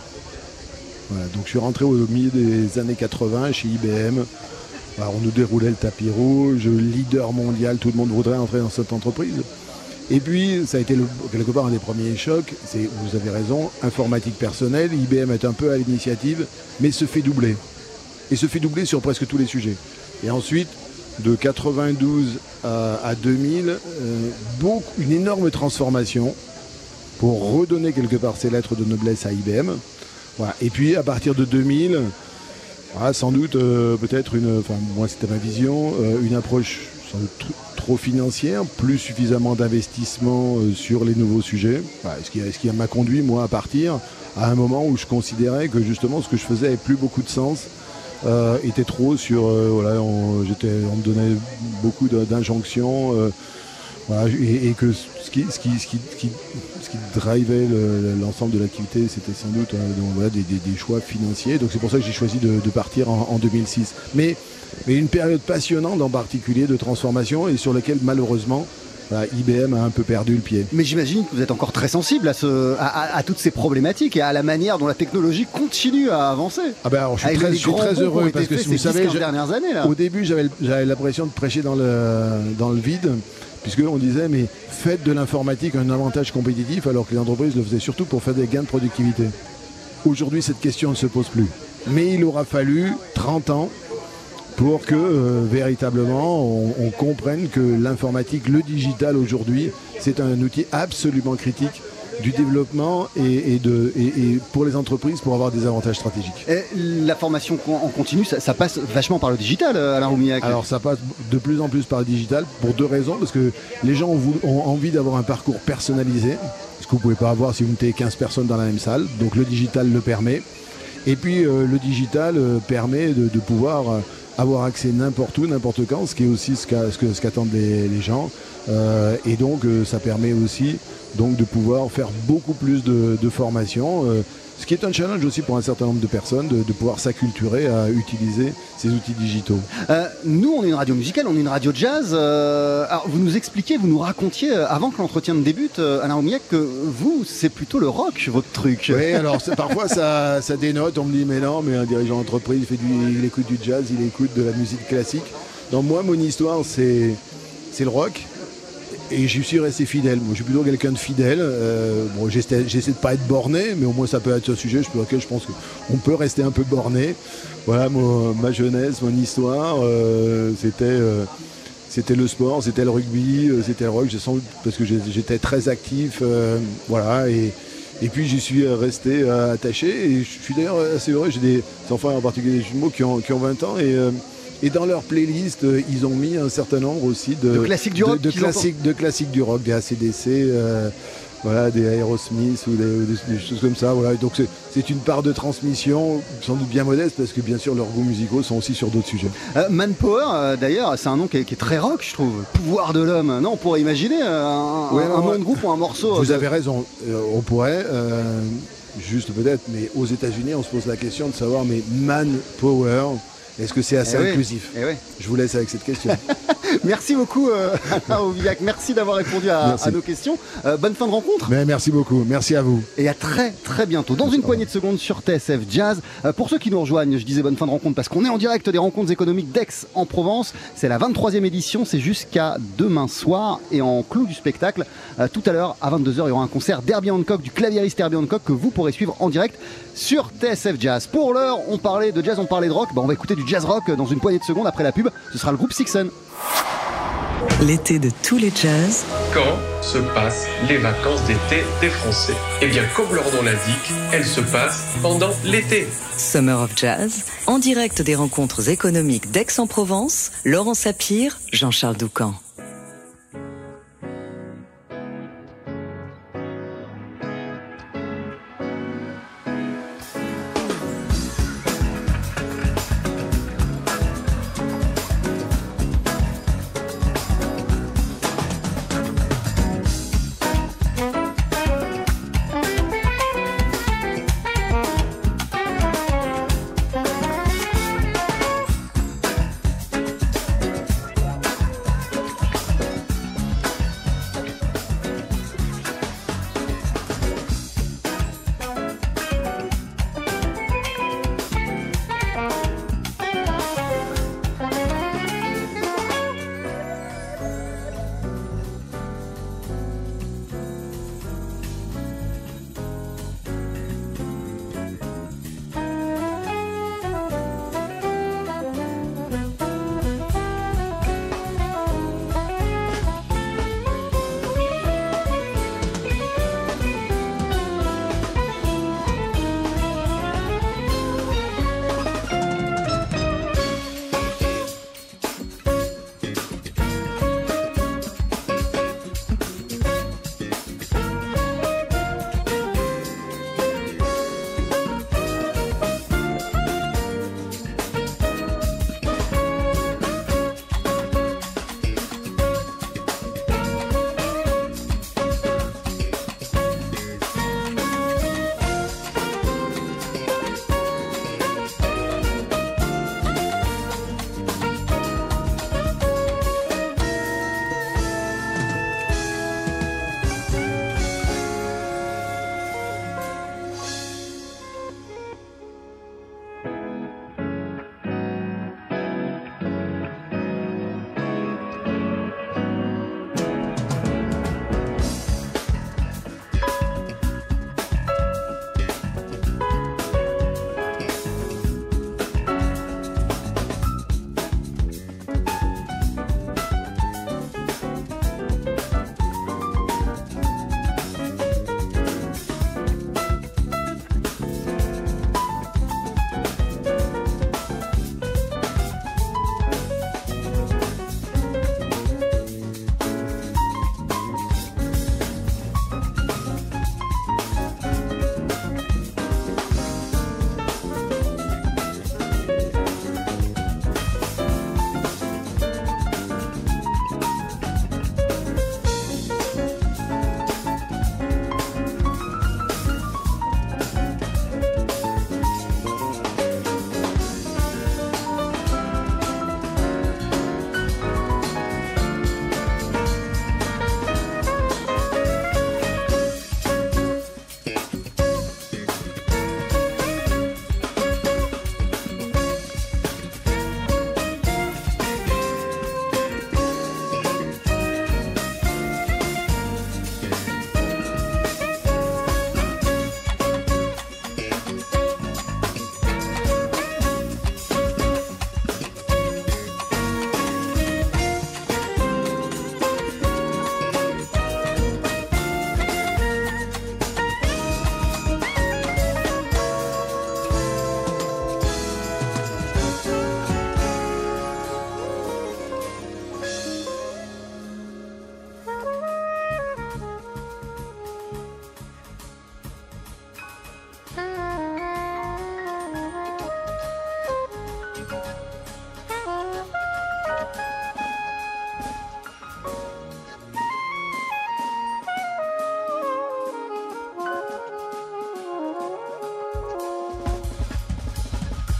Voilà, donc je suis rentré au milieu des années quatre-vingts chez I B M. Alors, on nous déroulait le tapis rouge, leader mondial, tout le monde voudrait entrer dans cette entreprise. Et puis ça a été le, quelque part un des premiers chocs, c'est, vous avez raison, informatique personnelle, I B M est un peu à l'initiative, mais se fait doubler. Et se fait doubler sur presque tous les sujets. Et ensuite, de quatre-vingt-douze à, à deux mille, euh, beaucoup, une énorme transformation pour redonner quelque part ces lettres de noblesse à I B M. Voilà. Et puis à partir de deux mille, voilà, sans doute euh, peut-être une, enfin moi c'était ma vision, euh, une approche sans doute tr- trop financière, plus suffisamment d'investissement euh, sur les nouveaux sujets. Voilà, ce qui, ce qui m'a conduit moi à partir à un moment où je considérais que justement ce que je faisais avait plus beaucoup de sens. Euh, était trop sur euh, voilà on, j'étais, on me donnait beaucoup de, d'injonctions euh, voilà, et, et que ce qui, ce qui, ce qui, ce qui, ce qui drivait le, l'ensemble de l'activité c'était sans doute euh, donc, voilà, des, des, des choix financiers, donc c'est pour ça que j'ai choisi de, de partir en, en deux mille six, mais, mais une période passionnante en particulier de transformation et sur laquelle malheureusement voilà, I B M a un peu perdu le pied. Mais j'imagine que vous êtes encore très sensible à, ce, à, à, à toutes ces problématiques et à la manière dont la technologie continue à avancer. Ah ben alors, je suis Avec très, les je suis très heureux parce que si vous savez, dix, dernières années, là. Au début j'avais, j'avais l'impression de prêcher dans le, dans le vide, puisqu'on disait mais faites de l'informatique un avantage compétitif alors que les entreprises le faisaient surtout pour faire des gains de productivité. Aujourd'hui cette question ne se pose plus. Mais il aura fallu trente ans pour que euh, véritablement on, on comprenne que l'informatique, le digital aujourd'hui, c'est un outil absolument critique du développement et, et, de, et, et pour les entreprises pour avoir des avantages stratégiques. Et la formation en continu, ça, ça passe vachement par le digital, Alain Roumillac. Alors ça passe de plus en plus par le digital pour deux raisons, parce que les gens ont, voulu, ont envie d'avoir un parcours personnalisé, ce que vous ne pouvez pas avoir si vous mettez quinze personnes dans la même salle, donc le digital le permet. Et puis euh, le digital euh, permet de, de pouvoir euh, avoir accès n'importe où, n'importe quand, ce qui est aussi ce, qu'a, ce, que, ce qu'attendent les, les gens. Euh, et donc euh, ça permet aussi donc, de pouvoir faire beaucoup plus de, de formations, euh, ce qui est un challenge aussi pour un certain nombre de personnes, de, de pouvoir s'acculturer à utiliser ces outils digitaux. Euh, nous, on est une radio musicale, on est une radio jazz. Euh, alors, vous nous expliquiez, vous nous racontiez, euh, avant que l'entretien ne débute, euh, Alain Roumillac, que vous, c'est plutôt le rock, votre truc. Oui, alors c'est, parfois ça, ça dénote, on me dit mais non, mais un dirigeant d'entreprise, il, fait du, il écoute du jazz, il écoute de la musique classique. Donc moi, mon histoire, c'est, c'est le rock. Et j'y suis resté fidèle. Moi, je suis plutôt quelqu'un de fidèle. Euh, bon, j'essaie, j'essaie de pas être borné, mais au moins ça peut être un sujet sur lequel je pense qu'on peut rester un peu borné. Voilà, moi, ma jeunesse, mon histoire, euh, c'était, euh, c'était le sport, c'était le rugby, euh, c'était le rock. J'ai sans doute parce que j'étais très actif, euh, voilà. Et, et puis j'y suis resté euh, attaché. Et je suis d'ailleurs assez heureux. J'ai des enfants en particulier des jumeaux qui ont, qui ont vingt ans et euh, Et dans leur playlist, euh, ils ont mis un certain nombre aussi de, de classiques du rock, de, de, classiques, de classiques du rock, des A C D C, euh, voilà, des Aerosmith ou des, des, des choses comme ça. Voilà. Donc c'est, c'est une part de transmission sans doute bien modeste parce que bien sûr leurs goûts musicaux sont aussi sur d'autres sujets. Euh, Manpower, euh, d'ailleurs, c'est un nom qui est, qui est très rock, je trouve. Pouvoir de l'homme. Non, on pourrait imaginer euh, un, ouais, un, non, un nom ouais. de groupe ou un morceau. Vous de... avez raison. Euh, on pourrait. Euh, juste peut-être, mais aux États-Unis, on se pose la question de savoir, mais Manpower, est-ce que c'est assez eh inclusif oui, eh oui. Je vous laisse avec cette question. Merci beaucoup, euh, Alain Roumillac. Merci d'avoir répondu à, à nos questions. Euh, bonne fin de rencontre. Mais merci beaucoup. Merci à vous. Et à très très bientôt. Dans une poignée de secondes sur T S F Jazz. Euh, pour ceux qui nous rejoignent, je disais bonne fin de rencontre parce qu'on est en direct des rencontres économiques d'Aix-en-Provence. C'est la vingt-troisième édition. C'est jusqu'à demain soir. Et en clou du spectacle, euh, tout à l'heure à vingt-deux heures, il y aura un concert d'Herbie Hancock, du claviériste Herbie Hancock, que vous pourrez suivre en direct sur T S F Jazz. Pour l'heure, on parlait de jazz, on parlait de rock. Bah, on va écouter du jazz rock dans une poignée de secondes après la pub. Ce sera le groupe Sixon. L'été de tous les jazz. Quand se passent les vacances d'été des Français? Eh bien, comme leur nom l'indique, elles se passent pendant l'été. Summer of Jazz, en direct des rencontres économiques d'Aix-en-Provence, Laurent Sapir, Jean-Charles Doucan.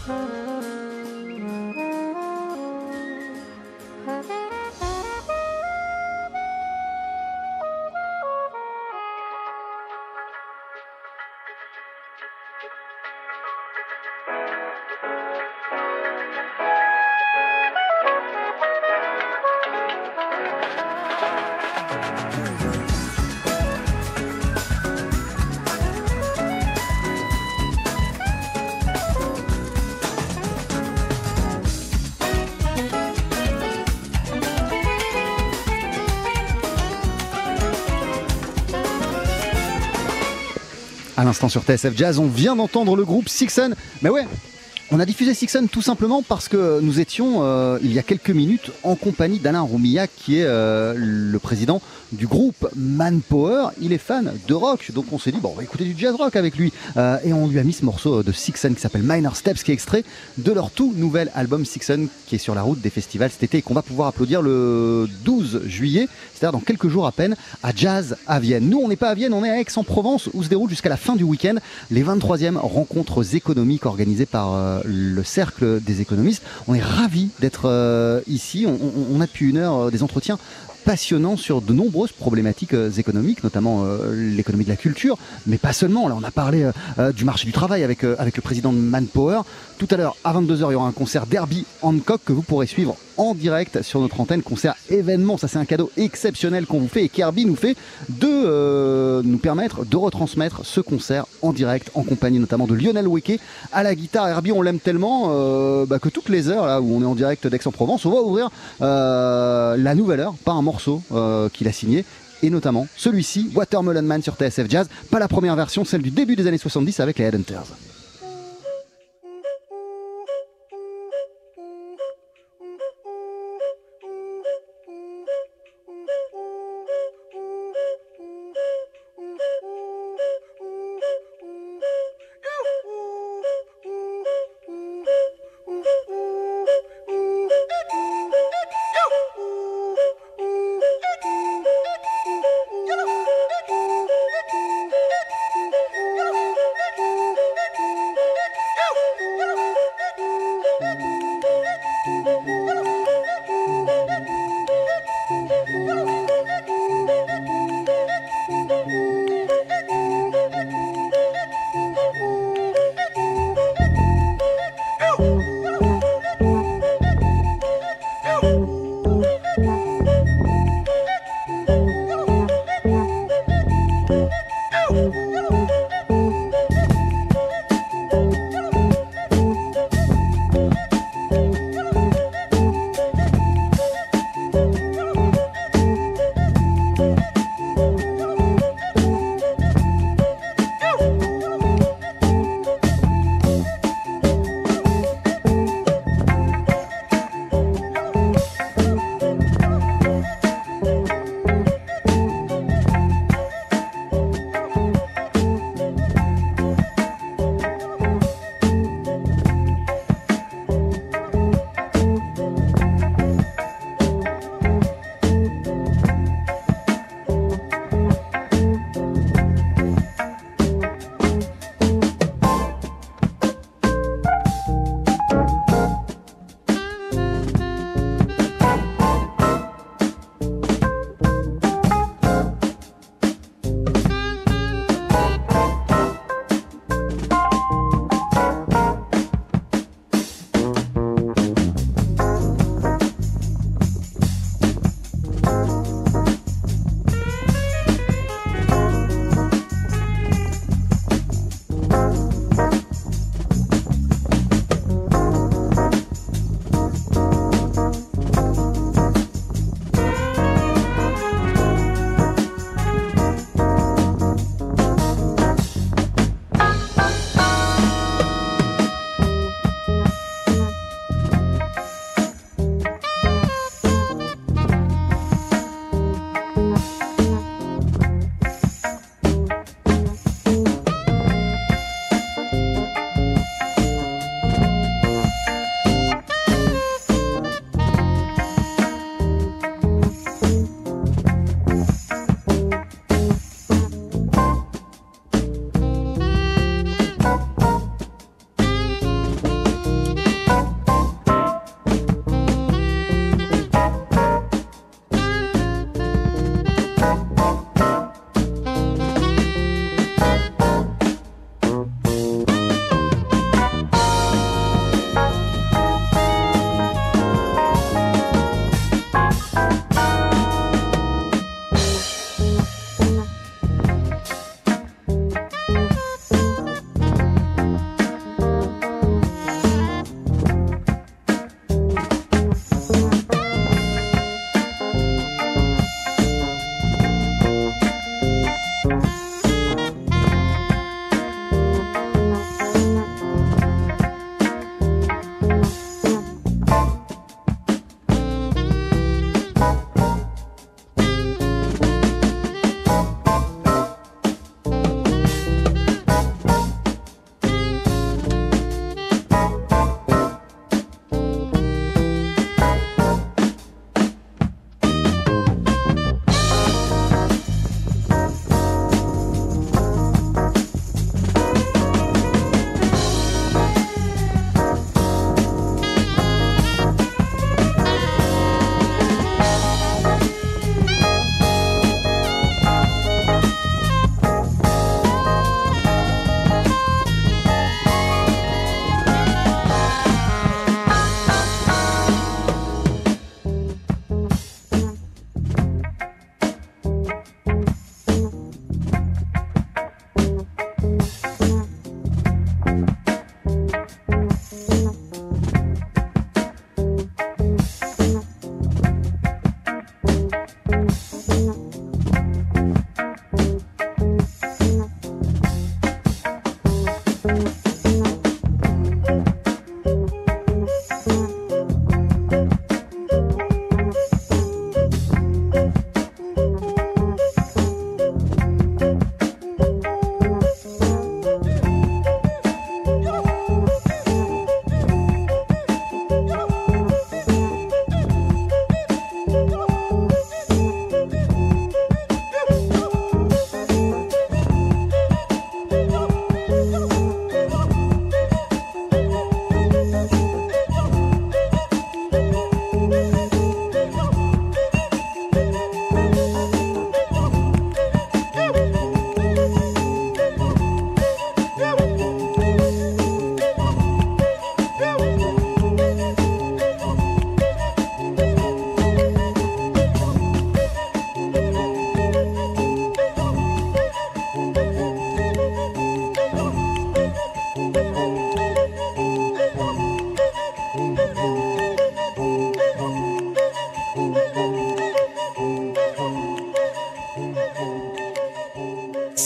À l'instant sur T S F Jazz, on vient d'entendre le groupe Sixon. Mais ouais, on a diffusé Sixon tout simplement parce que nous étions, euh, il y a quelques minutes, en compagnie d'Alain Roumillac, qui est euh, le président du groupe Manpower. Il est fan de rock, donc on s'est dit, bon, on va écouter du jazz rock avec lui. Euh, et on lui a mis ce morceau de Sixon qui s'appelle Minor Steps, qui est extrait de leur tout nouvel album Sixon, qui est sur la route des festivals cet été et qu'on va pouvoir applaudir le douze juillet, c'est-à-dire dans quelques jours à peine, à Jazz à Vienne. Nous, on n'est pas à Vienne, on est à Aix-en-Provence, où se déroule jusqu'à la fin du week-end les vingt-troisièmes rencontres économiques organisées par euh, le Cercle des économistes. On est ravis d'être euh, ici. On, on, on a depuis une heure euh, des entretiens passionnant sur de nombreuses problématiques euh, économiques, notamment euh, l'économie de la culture, mais pas seulement. Là, on a parlé euh, euh, du marché du travail avec, euh, avec le président de Manpower. Tout à l'heure, à vingt-deux heures, il y aura un concert d'Herbie Hancock que vous pourrez suivre en direct sur notre antenne. Concert événement, ça c'est un cadeau exceptionnel qu'on vous fait et qu'Herbie nous fait de euh, nous permettre de retransmettre ce concert en direct en compagnie notamment de Lionel Weke à la guitare. Herbie, on l'aime tellement euh, bah, que toutes les heures là où on est en direct d'Aix-en-Provence, on va ouvrir euh, la nouvelle heure par un morceau euh, qu'il a signé. Et notamment celui-ci, Watermelon Man sur T S F Jazz. Pas la première version, celle du début des années soixante-dix avec les Headhunters. Thank you.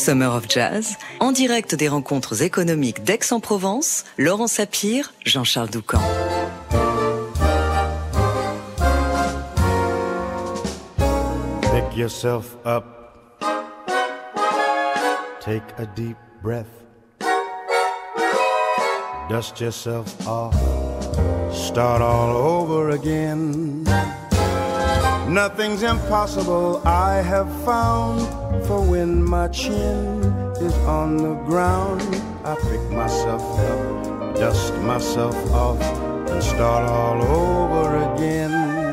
Summer of Jazz, en direct des rencontres économiques d'Aix-en-Provence, Laurent Sapir, Jean-Charles Doucan. Pick yourself up, take a deep breath, dust yourself off, start all over again. Nothing's impossible, I have found, for when my chin is on the ground, I pick myself up, dust myself off, and start all over again.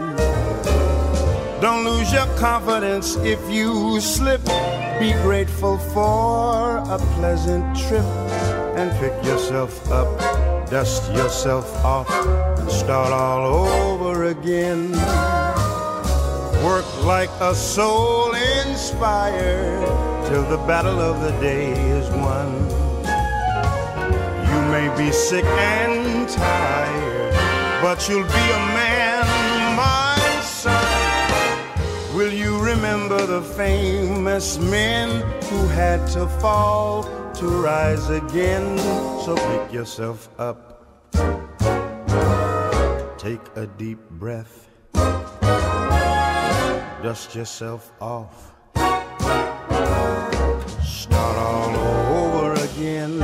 Don't lose your confidence if you slip, be grateful for a pleasant trip, and pick yourself up, dust yourself off, and start all over again. Work like a soul inspired till the battle of the day is won. You may be sick and tired, but you'll be a man, my son. Will you remember the famous men who had to fall to rise again? So pick yourself up, take a deep breath, dust yourself off, start all over again.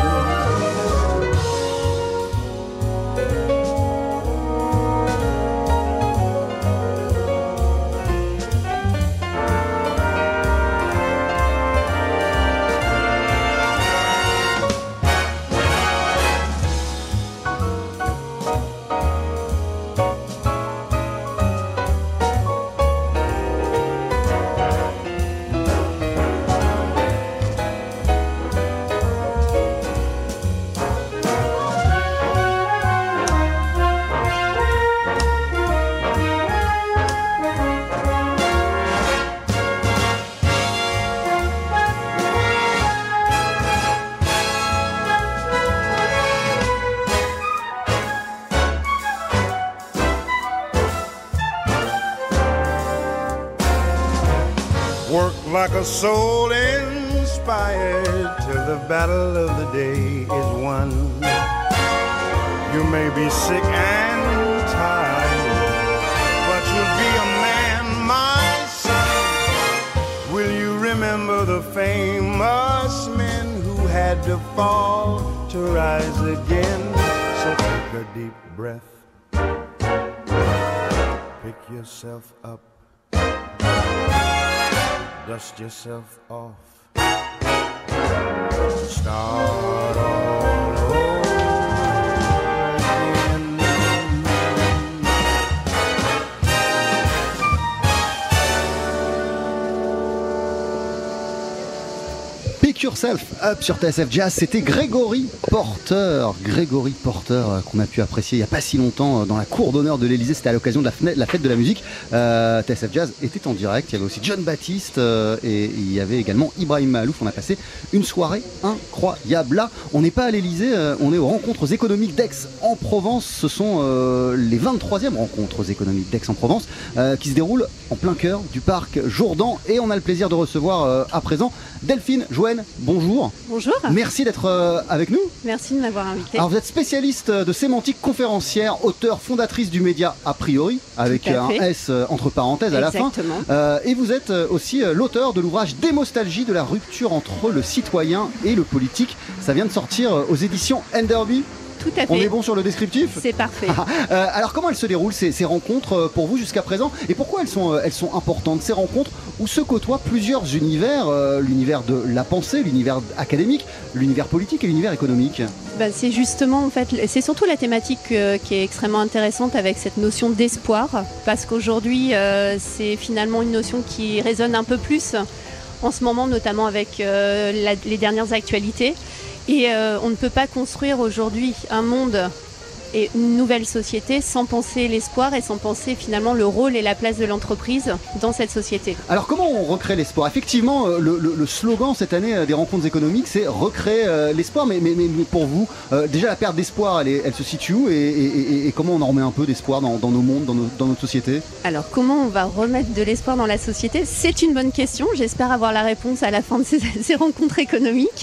Like a soul inspired till the battle of the day is won. You may be sick and tired, but you'll be a man, my son. Will you remember the famous men who had to fall to rise again? So take a deep breath, pick yourself up, dust yourself off, start all over again. Pick Yourself Up sur T S F Jazz, c'était Grégory Porter. Grégory Porter euh, qu'on a pu apprécier il n'y a pas si longtemps euh, dans la cour d'honneur de l'Elysée, c'était à l'occasion de la, fenêtre, la fête de la musique. Euh, T S F Jazz était en direct, il y avait aussi John Baptiste euh, et il y avait également Ibrahim Mahalouf. On a passé une soirée incroyable. Là, on n'est pas à l'Elysée, euh, on est aux rencontres économiques d'Aix-en-Provence. Ce sont euh, les vingt-troisièmes rencontres économiques d'Aix-en-Provence euh, qui se déroulent en plein cœur du parc Jourdan et on a le plaisir de recevoir euh, à présent Delphine Jouenne. Bonjour. Bonjour. Merci d'être euh, avec nous. Merci de m'avoir invité. Alors vous êtes spécialiste de sémantique, conférencière, auteure, fondatrice du média A Priori, avec un S euh, entre parenthèses à Exactement. la fin. Euh, et vous êtes aussi euh, l'auteur de l'ouvrage Démostalgie de la rupture entre le citoyen et le politique. Ça vient de sortir euh, aux éditions Enderby. Tout à fait. On est bon sur le descriptif ? C'est parfait. euh, alors comment elles se déroulent ces, ces rencontres euh, pour vous jusqu'à présent et pourquoi elles sont, euh, elles sont importantes, ces rencontres où se côtoient plusieurs univers, euh, l'univers de la pensée, l'univers académique, l'univers politique et l'univers économique ? Ben, c'est justement, en fait, c'est surtout la thématique euh, qui est extrêmement intéressante avec cette notion d'espoir, parce qu'aujourd'hui, euh, c'est finalement une notion qui résonne un peu plus en ce moment, notamment avec euh, la, les dernières actualités. Et euh, on ne peut pas construire aujourd'hui un monde et une nouvelle société sans penser l'espoir et sans penser finalement le rôle et la place de l'entreprise dans cette société. Alors comment on recrée l'espoir ? Effectivement, le, le, le slogan cette année des rencontres économiques, c'est recréer euh, l'espoir. Mais, mais, mais pour vous, euh, déjà la perte d'espoir, elle, est, elle se situe où et, et, et, et comment on en remet un peu d'espoir dans, dans nos mondes, dans, nos, dans notre société ? Alors comment on va remettre de l'espoir dans la société ? C'est une bonne question. J'espère avoir la réponse à la fin de ces, ces rencontres économiques.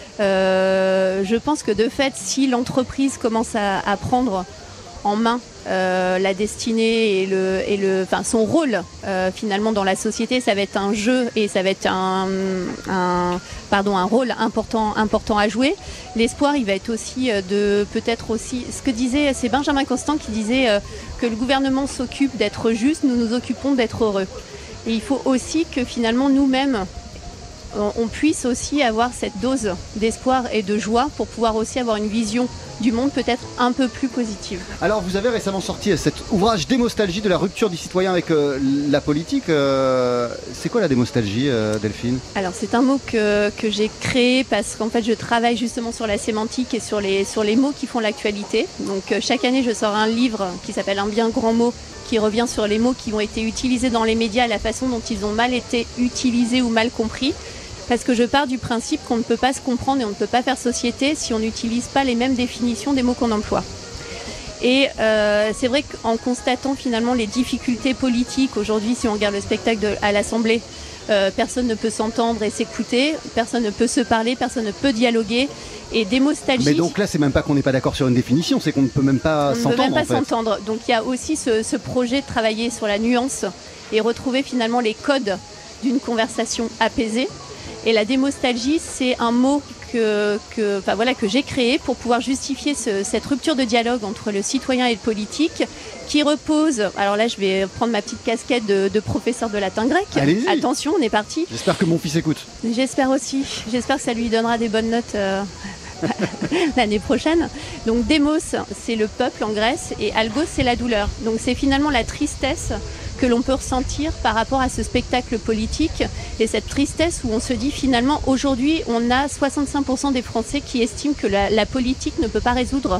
Euh, je pense que de fait, si l'entreprise commence à, à prendre en main euh, la destinée et, le, et le, enfin, son rôle euh, finalement dans la société, ça va être un jeu et ça va être un, un, pardon, un rôle important, important à jouer. L'espoir, il va être aussi de peut-être aussi, ce que disait, c'est Benjamin Constant qui disait euh, que le gouvernement s'occupe d'être juste, nous nous occupons d'être heureux. Et il faut aussi que finalement nous-mêmes, on puisse aussi avoir cette dose d'espoir et de joie pour pouvoir aussi avoir une vision du monde peut-être un peu plus positive. Alors vous avez récemment sorti cet ouvrage Démostalgie de la rupture du citoyen avec euh, la politique. Euh, c'est quoi la démostalgie, euh, Delphine ? Alors c'est un mot que, que j'ai créé parce qu'en fait je travaille justement sur la sémantique et sur les, sur les mots qui font l'actualité. Donc euh, chaque année je sors un livre qui s'appelle Un bien grand mot, qui revient sur les mots qui ont été utilisés dans les médias, la façon dont ils ont mal été utilisés ou mal compris. Parce que je pars du principe qu'on ne peut pas se comprendre et on ne peut pas faire société si on n'utilise pas les mêmes définitions des mots qu'on emploie. Et euh, c'est vrai qu'en constatant finalement les difficultés politiques, aujourd'hui si on regarde le spectacle de, à l'Assemblée, euh, personne ne peut s'entendre et s'écouter, personne ne peut se parler, personne ne peut dialoguer. Et démostalgie... Mais donc là, c'est même pas qu'on n'est pas d'accord sur une définition, c'est qu'on ne peut même pas on s'entendre. On ne peut même pas en fait. s'entendre. Donc il y a aussi ce, ce projet de travailler sur la nuance et retrouver finalement les codes d'une conversation apaisée. Et la démostalgie, c'est un mot que, que, enfin, voilà, que j'ai créé pour pouvoir justifier ce, cette rupture de dialogue entre le citoyen et le politique qui repose... Alors là, je vais prendre ma petite casquette de, de professeur de latin grec. Allez-y. Attention, on est parti. J'espère que mon fils écoute. J'espère aussi. J'espère que ça lui donnera des bonnes notes euh, l'année prochaine. Donc démos, c'est le peuple en Grèce et algos, c'est la douleur. Donc c'est finalement la tristesse que l'on peut ressentir par rapport à ce spectacle politique et cette tristesse où on se dit finalement aujourd'hui on a soixante-cinq pour cent des Français qui estiment que la, la politique ne peut pas résoudre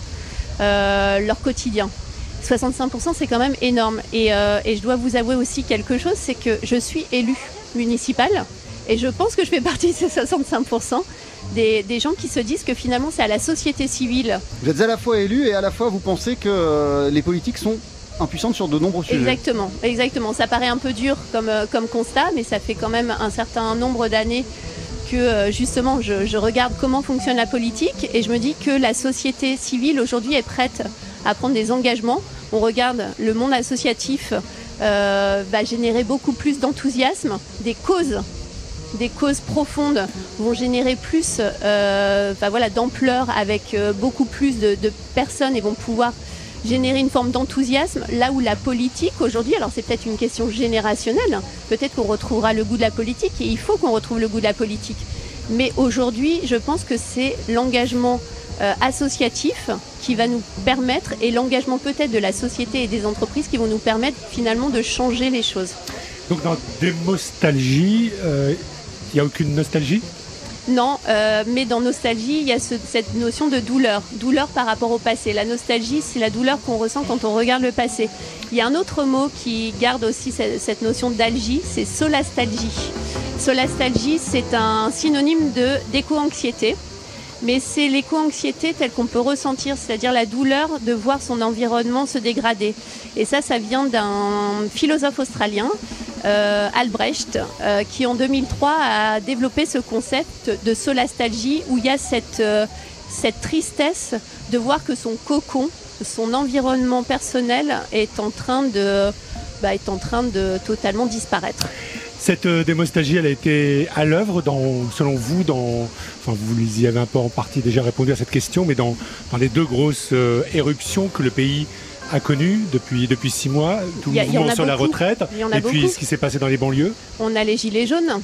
euh, leur quotidien. soixante-cinq pour cent c'est quand même énorme et, euh, et je dois vous avouer aussi quelque chose, c'est que je suis élue municipale et je pense que je fais partie de ces soixante-cinq pour cent des, des gens qui se disent que finalement c'est à la société civile. Vous êtes à la fois élu et à la fois vous pensez que euh, les politiques sont impuissante sur de nombreux sujets. Exactement, exactement. Ça paraît un peu dur comme, euh, comme constat, mais ça fait quand même un certain nombre d'années que euh, justement je, je regarde comment fonctionne la politique et je me dis que la société civile aujourd'hui est prête à prendre des engagements. On regarde le monde associatif euh, va générer beaucoup plus d'enthousiasme, des causes, des causes profondes vont générer plus euh, bah voilà, d'ampleur avec euh, beaucoup plus de, de personnes et vont pouvoir générer une forme d'enthousiasme, là où la politique aujourd'hui, alors c'est peut-être une question générationnelle, peut-être qu'on retrouvera le goût de la politique et il faut qu'on retrouve le goût de la politique. Mais aujourd'hui, je pense que c'est l'engagement euh, associatif qui va nous permettre et l'engagement peut-être de la société et des entreprises qui vont nous permettre finalement de changer les choses. Donc dans Démostalgie, il euh, n'y a aucune nostalgie ? Non, euh, mais dans nostalgie, il y a ce, cette notion de douleur, douleur par rapport au passé. La nostalgie, c'est la douleur qu'on ressent quand on regarde le passé. Il y a un autre mot qui garde aussi cette, cette notion d'algie, c'est solastalgie. Solastalgie, c'est un synonyme de, d'éco-anxiété, mais c'est l'éco-anxiété telle qu'on peut ressentir, c'est-à-dire la douleur de voir son environnement se dégrader. Et ça, ça vient d'un philosophe australien, Euh, Albrecht, euh, qui en deux mille trois a développé ce concept de solastalgie où il y a cette, euh, cette tristesse de voir que son cocon, son environnement personnel est en train de, bah, est en train de totalement disparaître. Cette euh, démostalgie, elle a été à l'œuvre, dans, selon vous, dans, enfin vous y avez un peu en partie déjà répondu à cette question, mais dans, dans les deux grosses euh, éruptions que le pays a connu depuis, depuis six mois, tout le mouvement sur beaucoup. La retraite, et puis beaucoup. Ce qui s'est passé dans les banlieues. On a les gilets jaunes,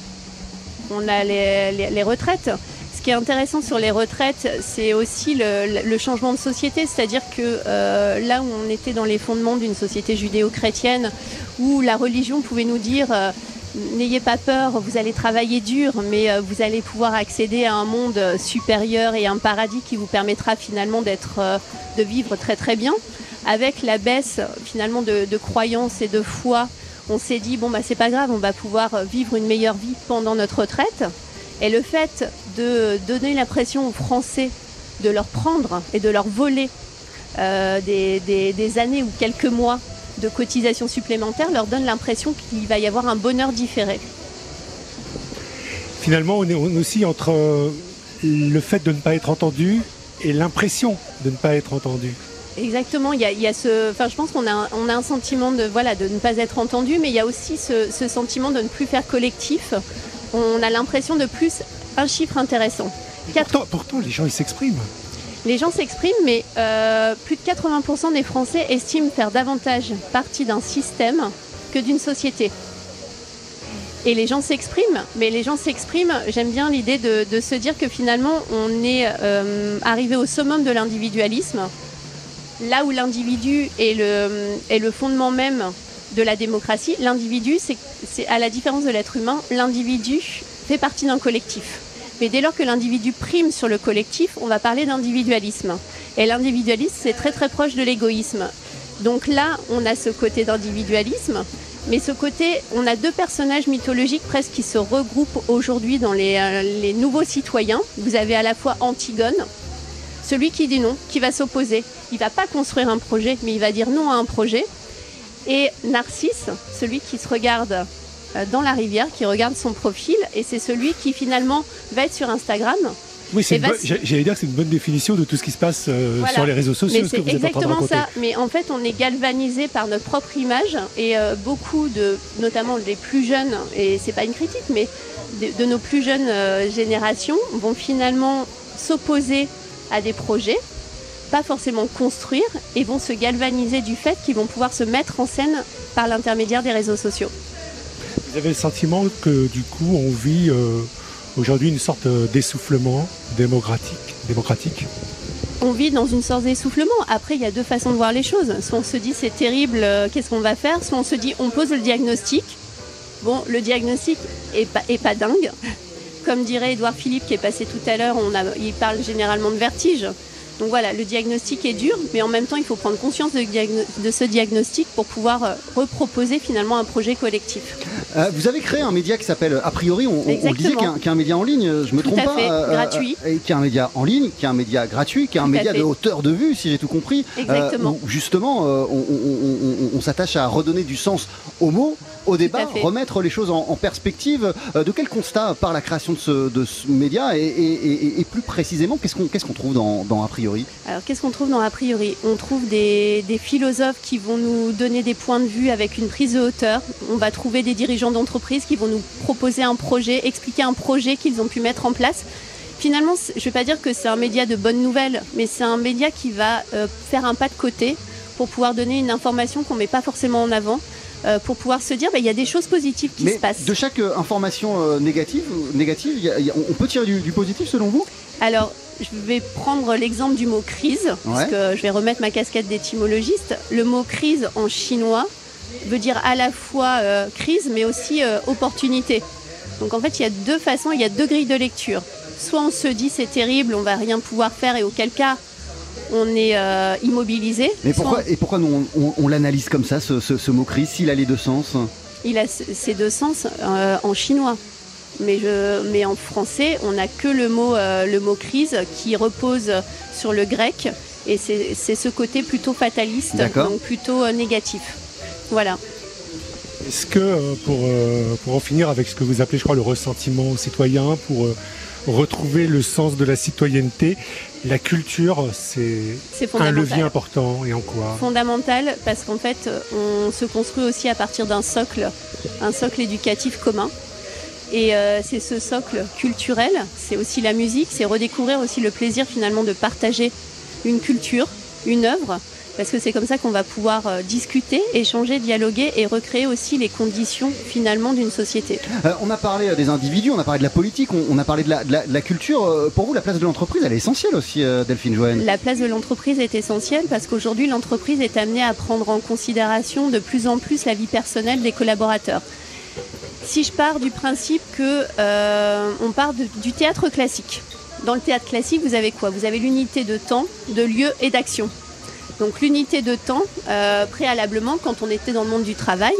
on a les, les, les retraites. Ce qui est intéressant sur les retraites, c'est aussi le, le changement de société, c'est-à-dire que euh, là où on était dans les fondements d'une société judéo-chrétienne, où la religion pouvait nous dire euh, n'ayez pas peur, vous allez travailler dur, mais euh, vous allez pouvoir accéder à un monde euh, supérieur et un paradis qui vous permettra finalement d'être, euh, de vivre très très bien. Avec la baisse finalement de, de croyances et de foi, on s'est dit bon bah c'est pas grave, on va pouvoir vivre une meilleure vie pendant notre retraite. Et le fait de donner l'impression aux Français de leur prendre et de leur voler euh, des, des, des années ou quelques mois de cotisation supplémentaire leur donne l'impression qu'il va y avoir un bonheur différé. Finalement, on est aussi entre le fait de ne pas être entendu et l'impression de ne pas être entendu. Exactement, il y a, il y a ce, enfin, je pense qu'on a un, on a un sentiment de, voilà, de ne pas être entendu, mais il y a aussi ce, ce sentiment de ne plus faire collectif. On a l'impression de plus un chiffre intéressant. Quatre... Pourtant, pourtant, les gens ils s'expriment. Les gens s'expriment, mais euh, plus de quatre-vingts pour cent des Français estiment faire davantage partie d'un système que d'une société. Et les gens s'expriment, mais les gens s'expriment, j'aime bien l'idée de, de se dire que finalement on est euh, arrivé au summum de l'individualisme, là où l'individu est le, est le fondement même de la démocratie. L'individu, c'est, c'est à la différence de l'être humain, l'individu fait partie d'un collectif. Mais dès lors que l'individu prime sur le collectif, on va parler d'individualisme. Et l'individualisme, c'est très très proche de l'égoïsme. Donc là, on a ce côté d'individualisme, mais ce côté, on a deux personnages mythologiques presque qui se regroupent aujourd'hui dans les, euh, les nouveaux citoyens. Vous avez à la fois Antigone, celui qui dit non, qui va s'opposer. Il ne va pas construire un projet, mais il va dire non à un projet. Et Narcisse, celui qui se regarde dans la rivière, qui regarde son profil, et c'est celui qui finalement va être sur Instagram. Oui, c'est va... bo- j'allais dire que c'est une bonne définition de tout ce qui se passe euh, voilà. sur les réseaux sociaux. Mais ce que c'est vous êtes en train de exactement raconter. ça. Mais en fait, on est galvanisé par notre propre image, et euh, beaucoup de, notamment les plus jeunes, et c'est pas une critique, mais de, de nos plus jeunes euh, générations vont finalement s'opposer à des projets, pas forcément construire, et vont se galvaniser du fait qu'ils vont pouvoir se mettre en scène par l'intermédiaire des réseaux sociaux. Vous avez le sentiment que du coup on vit euh, aujourd'hui une sorte d'essoufflement démocratique, démocratique On vit dans une sorte d'essoufflement. Après, il y a deux façons de voir les choses. Soit on se dit c'est terrible, euh, qu'est-ce qu'on va faire ? Soit on se dit on pose le diagnostic. Bon, le diagnostic est pas, est pas dingue. Comme dirait Édouard Philippe qui est passé tout à l'heure, on a, il parle généralement de vertige. Donc voilà, le diagnostic est dur, mais en même temps, il faut prendre conscience de, diagno- de ce diagnostic pour pouvoir euh, reproposer finalement un projet collectif. Euh, vous avez créé un média qui s'appelle A priori, on, on, on disait qu'il y, a un, qu'il y a un média en ligne, je me tout trompe à pas, fait, euh, gratuit. Euh, qui est un média en ligne, qui est un média gratuit, qui est un Tout à média fait. de hauteur de vue, si j'ai tout compris. Exactement. Euh, où justement, euh, on, on, on, on s'attache à redonner du sens aux mots, au débat, remettre les choses en, en perspective. Euh, de quel constat part la création de ce, de ce média et, et, et, et plus précisément, qu'est-ce qu'on, qu'est-ce qu'on trouve dans, dans A priori ? Alors, qu'est-ce qu'on trouve dans A priori ? On trouve des, des philosophes qui vont nous donner des points de vue avec une prise de hauteur. On va trouver des dirigeants d'entreprise qui vont nous proposer un projet, expliquer un projet qu'ils ont pu mettre en place. Finalement, je ne vais pas dire que c'est un média de bonnes nouvelles, mais c'est un média qui va euh, faire un pas de côté pour pouvoir donner une information qu'on ne met pas forcément en avant. Euh, pour pouvoir se dire qu'il bah, y a des choses positives qui Mais se passent. De chaque euh, information euh, négative, négative y a, y a, on peut tirer du, du positif selon vous ? Alors, je vais prendre l'exemple du mot crise, ouais. Parce que je vais remettre ma casquette d'étymologiste. Le mot crise en chinois veut dire à la fois euh, crise, mais aussi euh, opportunité. Donc en fait, il y a deux façons, il y a deux grilles de lecture. Soit on se dit c'est terrible, on va rien pouvoir faire, et auquel cas on est euh, immobilisé. Mais pourquoi, Soit... et pourquoi nous, on, on, on l'analyse comme ça, ce, ce, ce mot crise, s'il a les deux sens ? Il a ces deux sens euh, en chinois. Mais, je, mais en français, on n'a que le mot, euh, le mot crise qui repose sur le grec. Et c'est, c'est ce côté plutôt fataliste, D'accord. donc plutôt euh, négatif. Voilà. Est-ce que, euh, pour, euh, pour en finir avec ce que vous appelez, je crois, le ressentiment citoyen, pour euh, retrouver le sens de la citoyenneté, la culture, c'est, c'est un levier important, et en quoi ? Fondamental, parce qu'en fait, on se construit aussi à partir d'un socle, un socle éducatif commun. Et euh, c'est ce socle culturel, c'est aussi la musique, c'est redécouvrir aussi le plaisir finalement de partager une culture, une œuvre, parce que c'est comme ça qu'on va pouvoir euh, discuter, échanger, dialoguer et recréer aussi les conditions finalement d'une société. Euh, on a parlé des individus, on a parlé de la politique, on, on a parlé de la, de, la, de la culture. Euh, pour vous, la place de l'entreprise, elle est essentielle aussi, euh, Delphine Joen. La place de l'entreprise est essentielle parce qu'aujourd'hui, l'entreprise est amenée à prendre en considération de plus en plus la vie personnelle des collaborateurs. Si je pars du principe que euh, on part de, du théâtre classique. Dans le théâtre classique, vous avez quoi? Vous avez l'unité de temps, de lieu et d'action. Donc l'unité de temps, euh, préalablement, quand on était dans le monde du travail,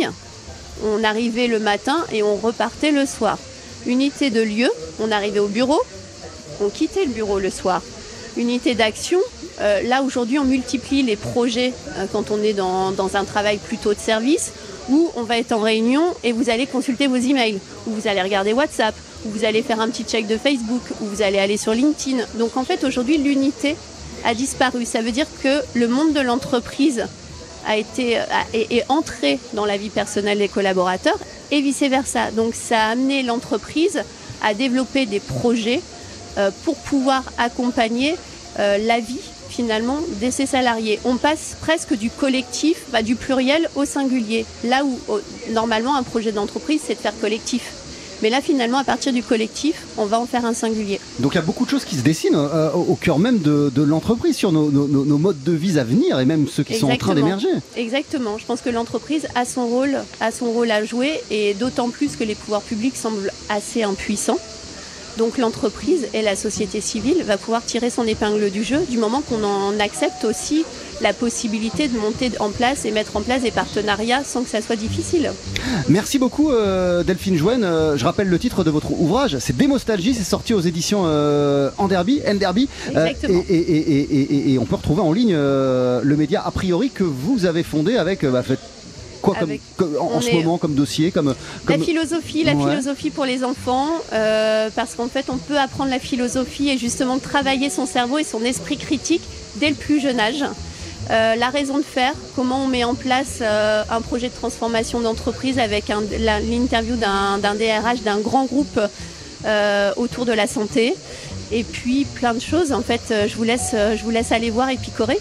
on arrivait le matin et on repartait le soir. Unité de lieu, on arrivait au bureau, on quittait le bureau le soir. Unité d'action, euh, là aujourd'hui on multiplie les projets euh, quand on est dans, dans un travail plutôt de service, où on va être en réunion et vous allez consulter vos emails, où vous allez regarder WhatsApp, où vous allez faire un petit check de Facebook, où vous allez aller sur LinkedIn. Donc en fait aujourd'hui l'unité a disparu. Ça veut dire que le monde de l'entreprise a été, a, est, est entré dans la vie personnelle des collaborateurs et vice-versa. Donc ça a amené l'entreprise à développer des projets euh, pour pouvoir accompagner euh, la vie finalement de ses salariés. On passe presque du collectif, bah, du pluriel au singulier. Là où oh, normalement un projet d'entreprise c'est de faire collectif. Mais là, finalement, à partir du collectif, on va en faire un singulier. Donc il y a beaucoup de choses qui se dessinent euh, au cœur même de, de l'entreprise, sur nos, nos, nos modes de vie à venir et même ceux qui Exactement. sont en train d'émerger. Exactement. Je pense que l'entreprise a son rôle, a son rôle à jouer, et d'autant plus que les pouvoirs publics semblent assez impuissants. Donc l'entreprise et la société civile va pouvoir tirer son épingle du jeu du moment qu'on en accepte aussi la possibilité de monter en place et mettre en place des partenariats sans que ça soit difficile. Merci beaucoup euh, Delphine Jouenne. Euh, je rappelle le titre de votre ouvrage, c'est Démostalgie, c'est sorti aux éditions euh, Anderby, Anderby. Exactement. Euh, et, et, et, et, et on peut retrouver en ligne euh, le média a priori que vous avez fondé avec... Euh, bah, fait, Quoi comme, Avec, comme, en, en ce moment comme dossier comme, comme... La philosophie, la ouais. philosophie pour les enfants, euh, parce qu'en fait on peut apprendre la philosophie et justement travailler son cerveau et son esprit critique dès le plus jeune âge. Euh, la raison de faire, comment on met en place euh, un projet de transformation d'entreprise avec un, la, l'interview d'un, d'un D R H d'un grand groupe euh, autour de la santé. Et puis plein de choses, en fait, je vous laisse, je vous laisse aller voir et picorer.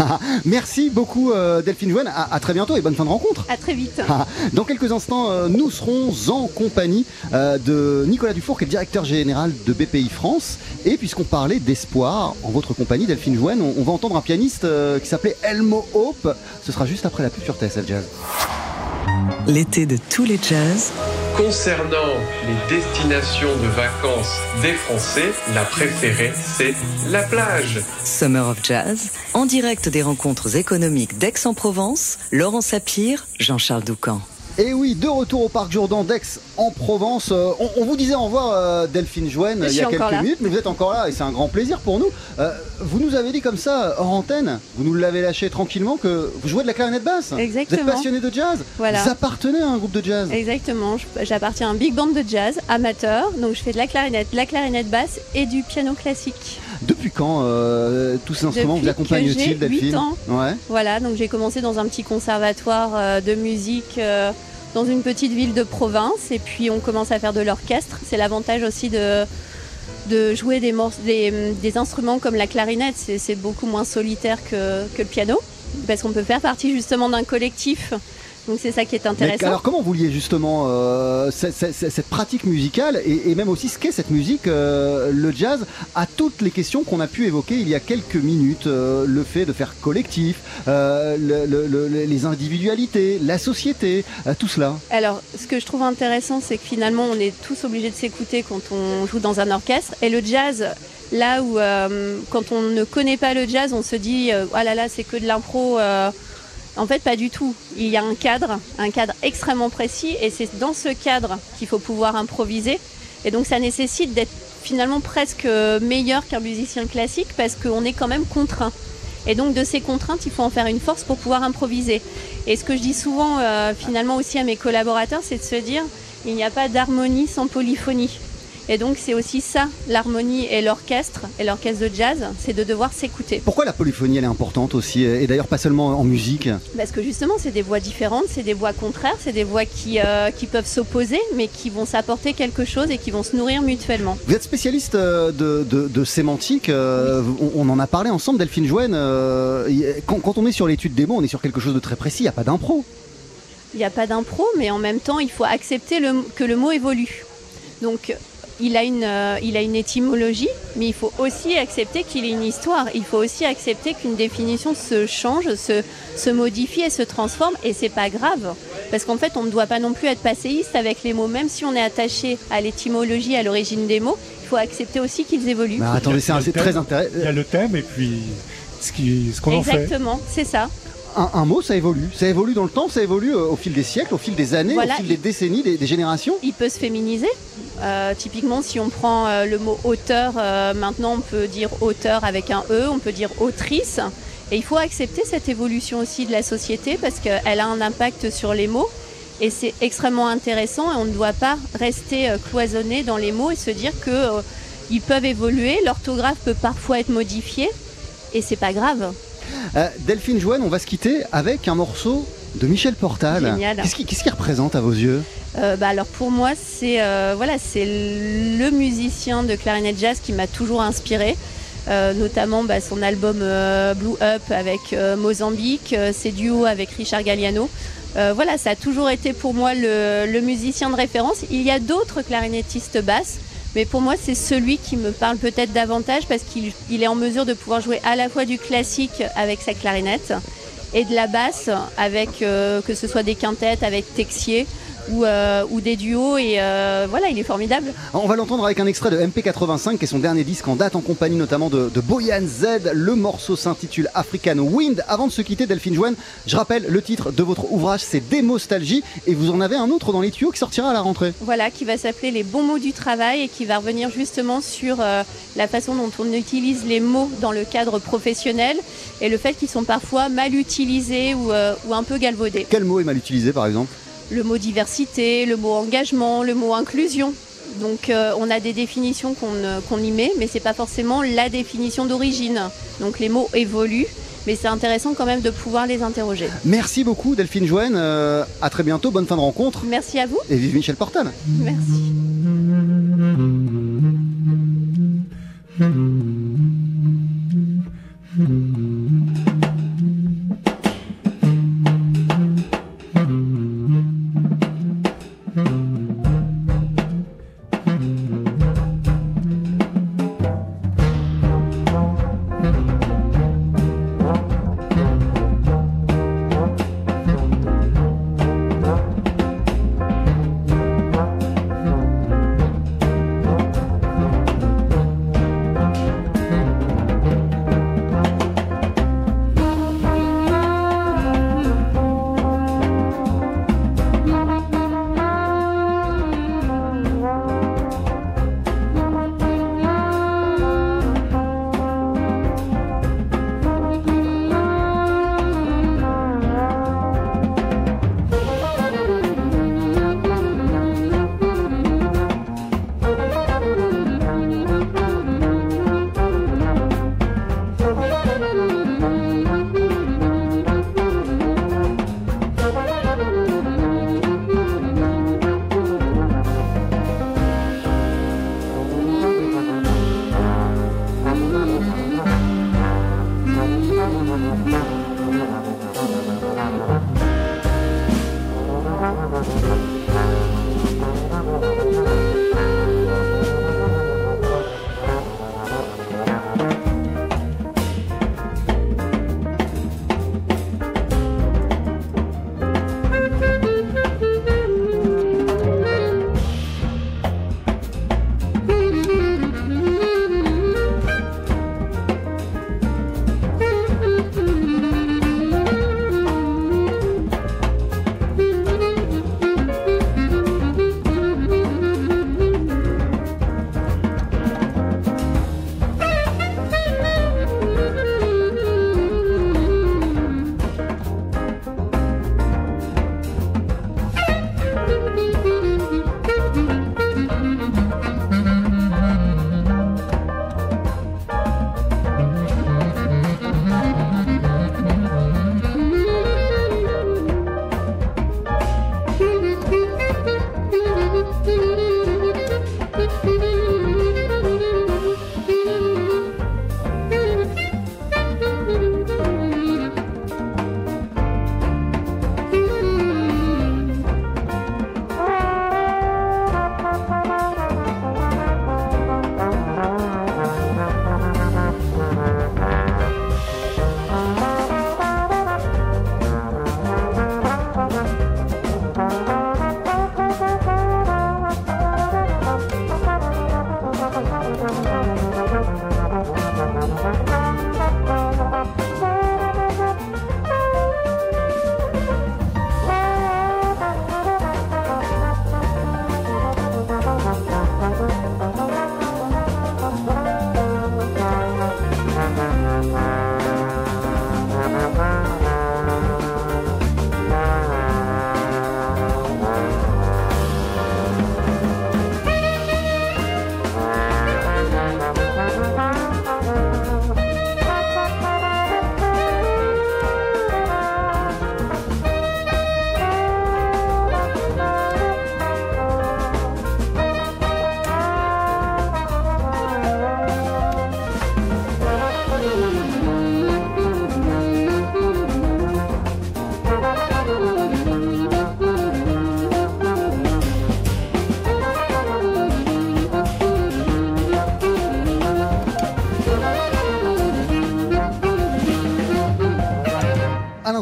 Merci beaucoup euh, Delphine Jouenne, à, à très bientôt et bonne fin de rencontre. À très vite. Dans quelques instants, euh, nous serons en compagnie euh, de Nicolas Dufour, qui est le directeur général de B P I France. Et puisqu'on parlait d'espoir, en votre compagnie, Delphine Jouenne, on, on va entendre un pianiste euh, qui s'appelait Elmo Hope. Ce sera juste après la pub sur T S F Jazz. L'été de tous les jazz. Concernant les destinations de vacances des Français, la préférée, c'est la plage. Summer of Jazz, en direct des rencontres économiques d'Aix-en-Provence, Laurent Sapir, Jean-Charles Doucan. Et oui, de retour au Parc Jourdan d'Aix-en-Provence. Euh, on, on vous disait au revoir euh, Delphine Jouenne il y a quelques là. minutes, mais vous êtes encore là et c'est un grand plaisir pour nous. Euh, vous nous avez dit comme ça, hors antenne, vous nous l'avez lâché tranquillement, que vous jouez de la clarinette basse. Exactement. Vous êtes passionné de jazz. Voilà. Vous appartenez à un groupe de jazz. Exactement. J'appartiens à un big band de jazz amateur, donc je fais de la clarinette, de la clarinette basse et du piano classique. Depuis quand euh, tous ces instruments Depuis vous accompagnent-ils, que j'ai Delphine? huit ans. Ouais. Voilà, donc j'ai commencé dans un petit conservatoire euh, de musique euh, dans une petite ville de province, et puis on commence à faire de l'orchestre. C'est l'avantage aussi de, de jouer des, morce- des, des instruments comme la clarinette, c'est, c'est beaucoup moins solitaire que, que le piano, parce qu'on peut faire partie justement d'un collectif. Donc c'est ça qui est intéressant. Mais alors comment vous liez justement euh, cette, cette, cette pratique musicale et, et même aussi ce qu'est cette musique, euh, le jazz, à toutes les questions qu'on a pu évoquer il y a quelques minutes, euh, le fait de faire collectif, euh, le, le, le, les individualités, la société, euh, tout cela. Alors ce que je trouve intéressant, c'est que finalement on est tous obligés de s'écouter quand on joue dans un orchestre, et le jazz, là où euh, quand on ne connaît pas le jazz, on se dit euh, ah là là c'est que de l'impro. Euh, En fait, pas du tout. Il y a un cadre, un cadre extrêmement précis, et c'est dans ce cadre qu'il faut pouvoir improviser. Et donc, ça nécessite d'être finalement presque meilleur qu'un musicien classique, parce qu'on est quand même contraint. Et donc, de ces contraintes, il faut en faire une force pour pouvoir improviser. Et ce que je dis souvent, euh, finalement, aussi à mes collaborateurs, c'est de se dire, il n'y a pas d'harmonie sans polyphonie. Et donc c'est aussi ça, l'harmonie et l'orchestre, et l'orchestre de jazz, c'est de devoir s'écouter. Pourquoi la polyphonie elle est importante aussi, et d'ailleurs pas seulement en musique? Parce que justement c'est des voix différentes, c'est des voix contraires, c'est des voix qui, euh, qui peuvent s'opposer, mais qui vont s'apporter quelque chose et qui vont se nourrir mutuellement. Vous êtes spécialiste de, de, de sémantique, euh, oui. on, on en a parlé ensemble, Delphine Jouenne, euh, quand, quand on est sur l'étude des mots, on est sur quelque chose de très précis, il n'y a pas d'impro. Il n'y a pas d'impro, mais en même temps il faut accepter le, que le mot évolue. Donc il a, une, euh, il a une étymologie, mais il faut aussi accepter qu'il ait une histoire. Il faut aussi accepter qu'une définition se change, se, se modifie et se transforme, et c'est pas grave. Parce qu'en fait, on ne doit pas non plus être passéiste avec les mots. Même si on est attaché à l'étymologie, à l'origine des mots, il faut accepter aussi qu'ils évoluent. Bah, attendez, c'est, c'est très intéressant. Il y a le thème et puis ce, qui, ce qu'on en fait. Exactement, c'est ça. Un, un mot, ça évolue. Ça évolue dans le temps, ça évolue au fil des siècles, au fil des années, Voilà, au fil il- des décennies, des, des générations. Il peut se féminiser. Euh, typiquement, si on prend euh, le mot auteur, euh, maintenant on peut dire auteur avec un E, on peut dire autrice. Et il faut accepter cette évolution aussi de la société parce qu'elle a un impact sur les mots. Et c'est extrêmement intéressant et on ne doit pas rester euh, cloisonné dans les mots et se dire qu'ils euh, peuvent évoluer. L'orthographe peut parfois être modifiée et c'est pas grave. Euh, Delphine Jouenne, on va se quitter avec un morceau de Michel Portal. Génial. Qu'est-ce qui, qu'est-ce qui représente à vos yeux ? Euh, bah alors pour moi, c'est euh, voilà, c'est le musicien de clarinette jazz qui m'a toujours inspiré. Euh, notamment bah, son album euh, Blue Up avec euh, Mozambique, euh, ses duos avec Richard Galliano. Euh, voilà, ça a toujours été pour moi le, le musicien de référence. Il y a d'autres clarinettistes basses, mais pour moi c'est celui qui me parle peut-être davantage parce qu'il il est en mesure de pouvoir jouer à la fois du classique avec sa clarinette et de la basse avec euh, que ce soit des quintettes avec Texier ou, euh, ou des duos et euh, voilà, il est formidable. On va l'entendre avec un extrait de M P quatre-vingt-cinq qui est son dernier disque en date en compagnie notamment de, de Boyan Z. Le morceau s'intitule African Wind. Avant de se quitter, Delphine Jouenne, je rappelle le titre de votre ouvrage, c'est Démostalgie et vous en avez un autre dans les tuyaux qui sortira à la rentrée. Voilà, qui va s'appeler Les bons mots du travail et qui va revenir justement sur euh, la façon dont on utilise les mots dans le cadre professionnel et le fait qu'ils sont parfois mal utilisés ou, euh, ou un peu galvaudés. Quel mot est mal utilisé par exemple ? Le mot diversité, le mot engagement, le mot inclusion. Donc euh, on a des définitions qu'on, euh, qu'on y met, mais c'est pas forcément la définition d'origine. Donc les mots évoluent, mais c'est intéressant quand même de pouvoir les interroger. Merci beaucoup Delphine Jouenne, euh, à très bientôt, bonne fin de rencontre. Merci à vous. Et vive Michel Portal. Merci.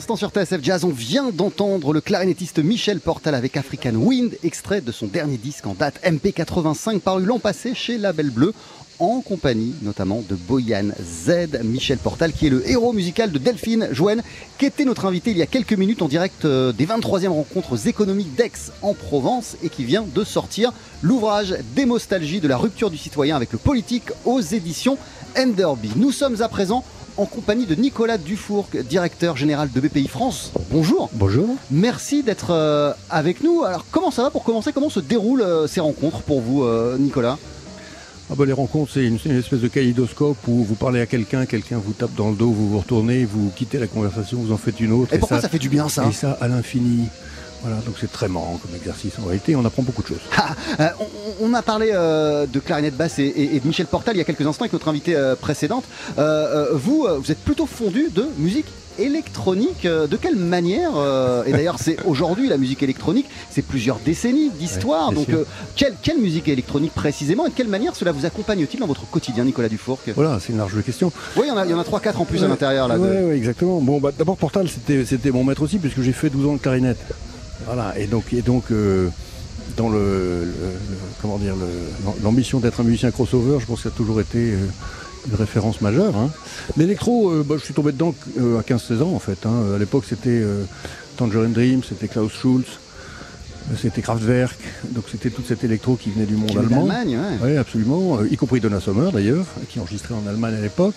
l'instant sur T S F Jazz, on vient d'entendre le clarinettiste Michel Portal avec African Wind, extrait de son dernier disque en date M P quatre-vingt-cinq paru l'an passé chez Label Bleu, en compagnie notamment de Boyan Z. Michel Portal qui est le héros musical de Delphine Jouen, qui était notre invité il y a quelques minutes en direct des vingt-troisième rencontres économiques d'Aix-en-Provence et qui vient de sortir l'ouvrage Démostalgie de la rupture du citoyen avec le politique aux éditions Enderby. Nous sommes à présent en compagnie de Nicolas Dufourc, directeur général de B P I France. Bonjour. Bonjour. Merci d'être euh, avec nous. Alors comment ça va pour commencer? Comment se déroulent euh, ces rencontres pour vous, euh, Nicolas? Ah bah, les rencontres, c'est une, une espèce de kaléidoscope où vous parlez à quelqu'un, quelqu'un vous tape dans le dos, vous vous retournez, vous quittez la conversation, vous en faites une autre. Et, et pourquoi ça, ça fait du bien ça? Et ça à l'infini. Voilà, donc c'est très marrant comme exercice. En réalité, on apprend beaucoup de choses. Ah, euh, on, on a parlé euh, de clarinette basse et, et, et de Michel Portal il y a quelques instants avec notre invité euh, précédente. Euh, euh, vous, euh, vous êtes plutôt fondu de musique électronique. Euh, de quelle manière euh, Et d'ailleurs, c'est aujourd'hui la musique électronique, c'est plusieurs décennies d'histoire. Ouais, donc, euh, quelle, quelle musique électronique précisément et de quelle manière cela vous accompagne-t-il dans votre quotidien, Nicolas Dufourc? Voilà, c'est une large question. Oui, il y en a trois quatre en plus ouais, à l'intérieur. Oui, de... ouais, exactement. Bon, bah, d'abord, Portal, c'était, c'était mon maître aussi, puisque j'ai fait douze ans de clarinette. Voilà, et donc, et donc euh, dans le, le, le comment dire, le, l'ambition d'être un musicien crossover, je pense que ça a toujours été euh, une référence majeure. Hein. L'électro, euh, bah, je suis tombé dedans euh, à quinze seize ans en fait. Hein. À l'époque, c'était euh, Tangerine Dream, c'était Klaus Schulze, c'était Kraftwerk, donc c'était toute cette électro qui venait du monde qui allemand. d'Allemagne, ouais. Oui, absolument, euh, y compris Donna Summer d'ailleurs, qui enregistrait en Allemagne à l'époque.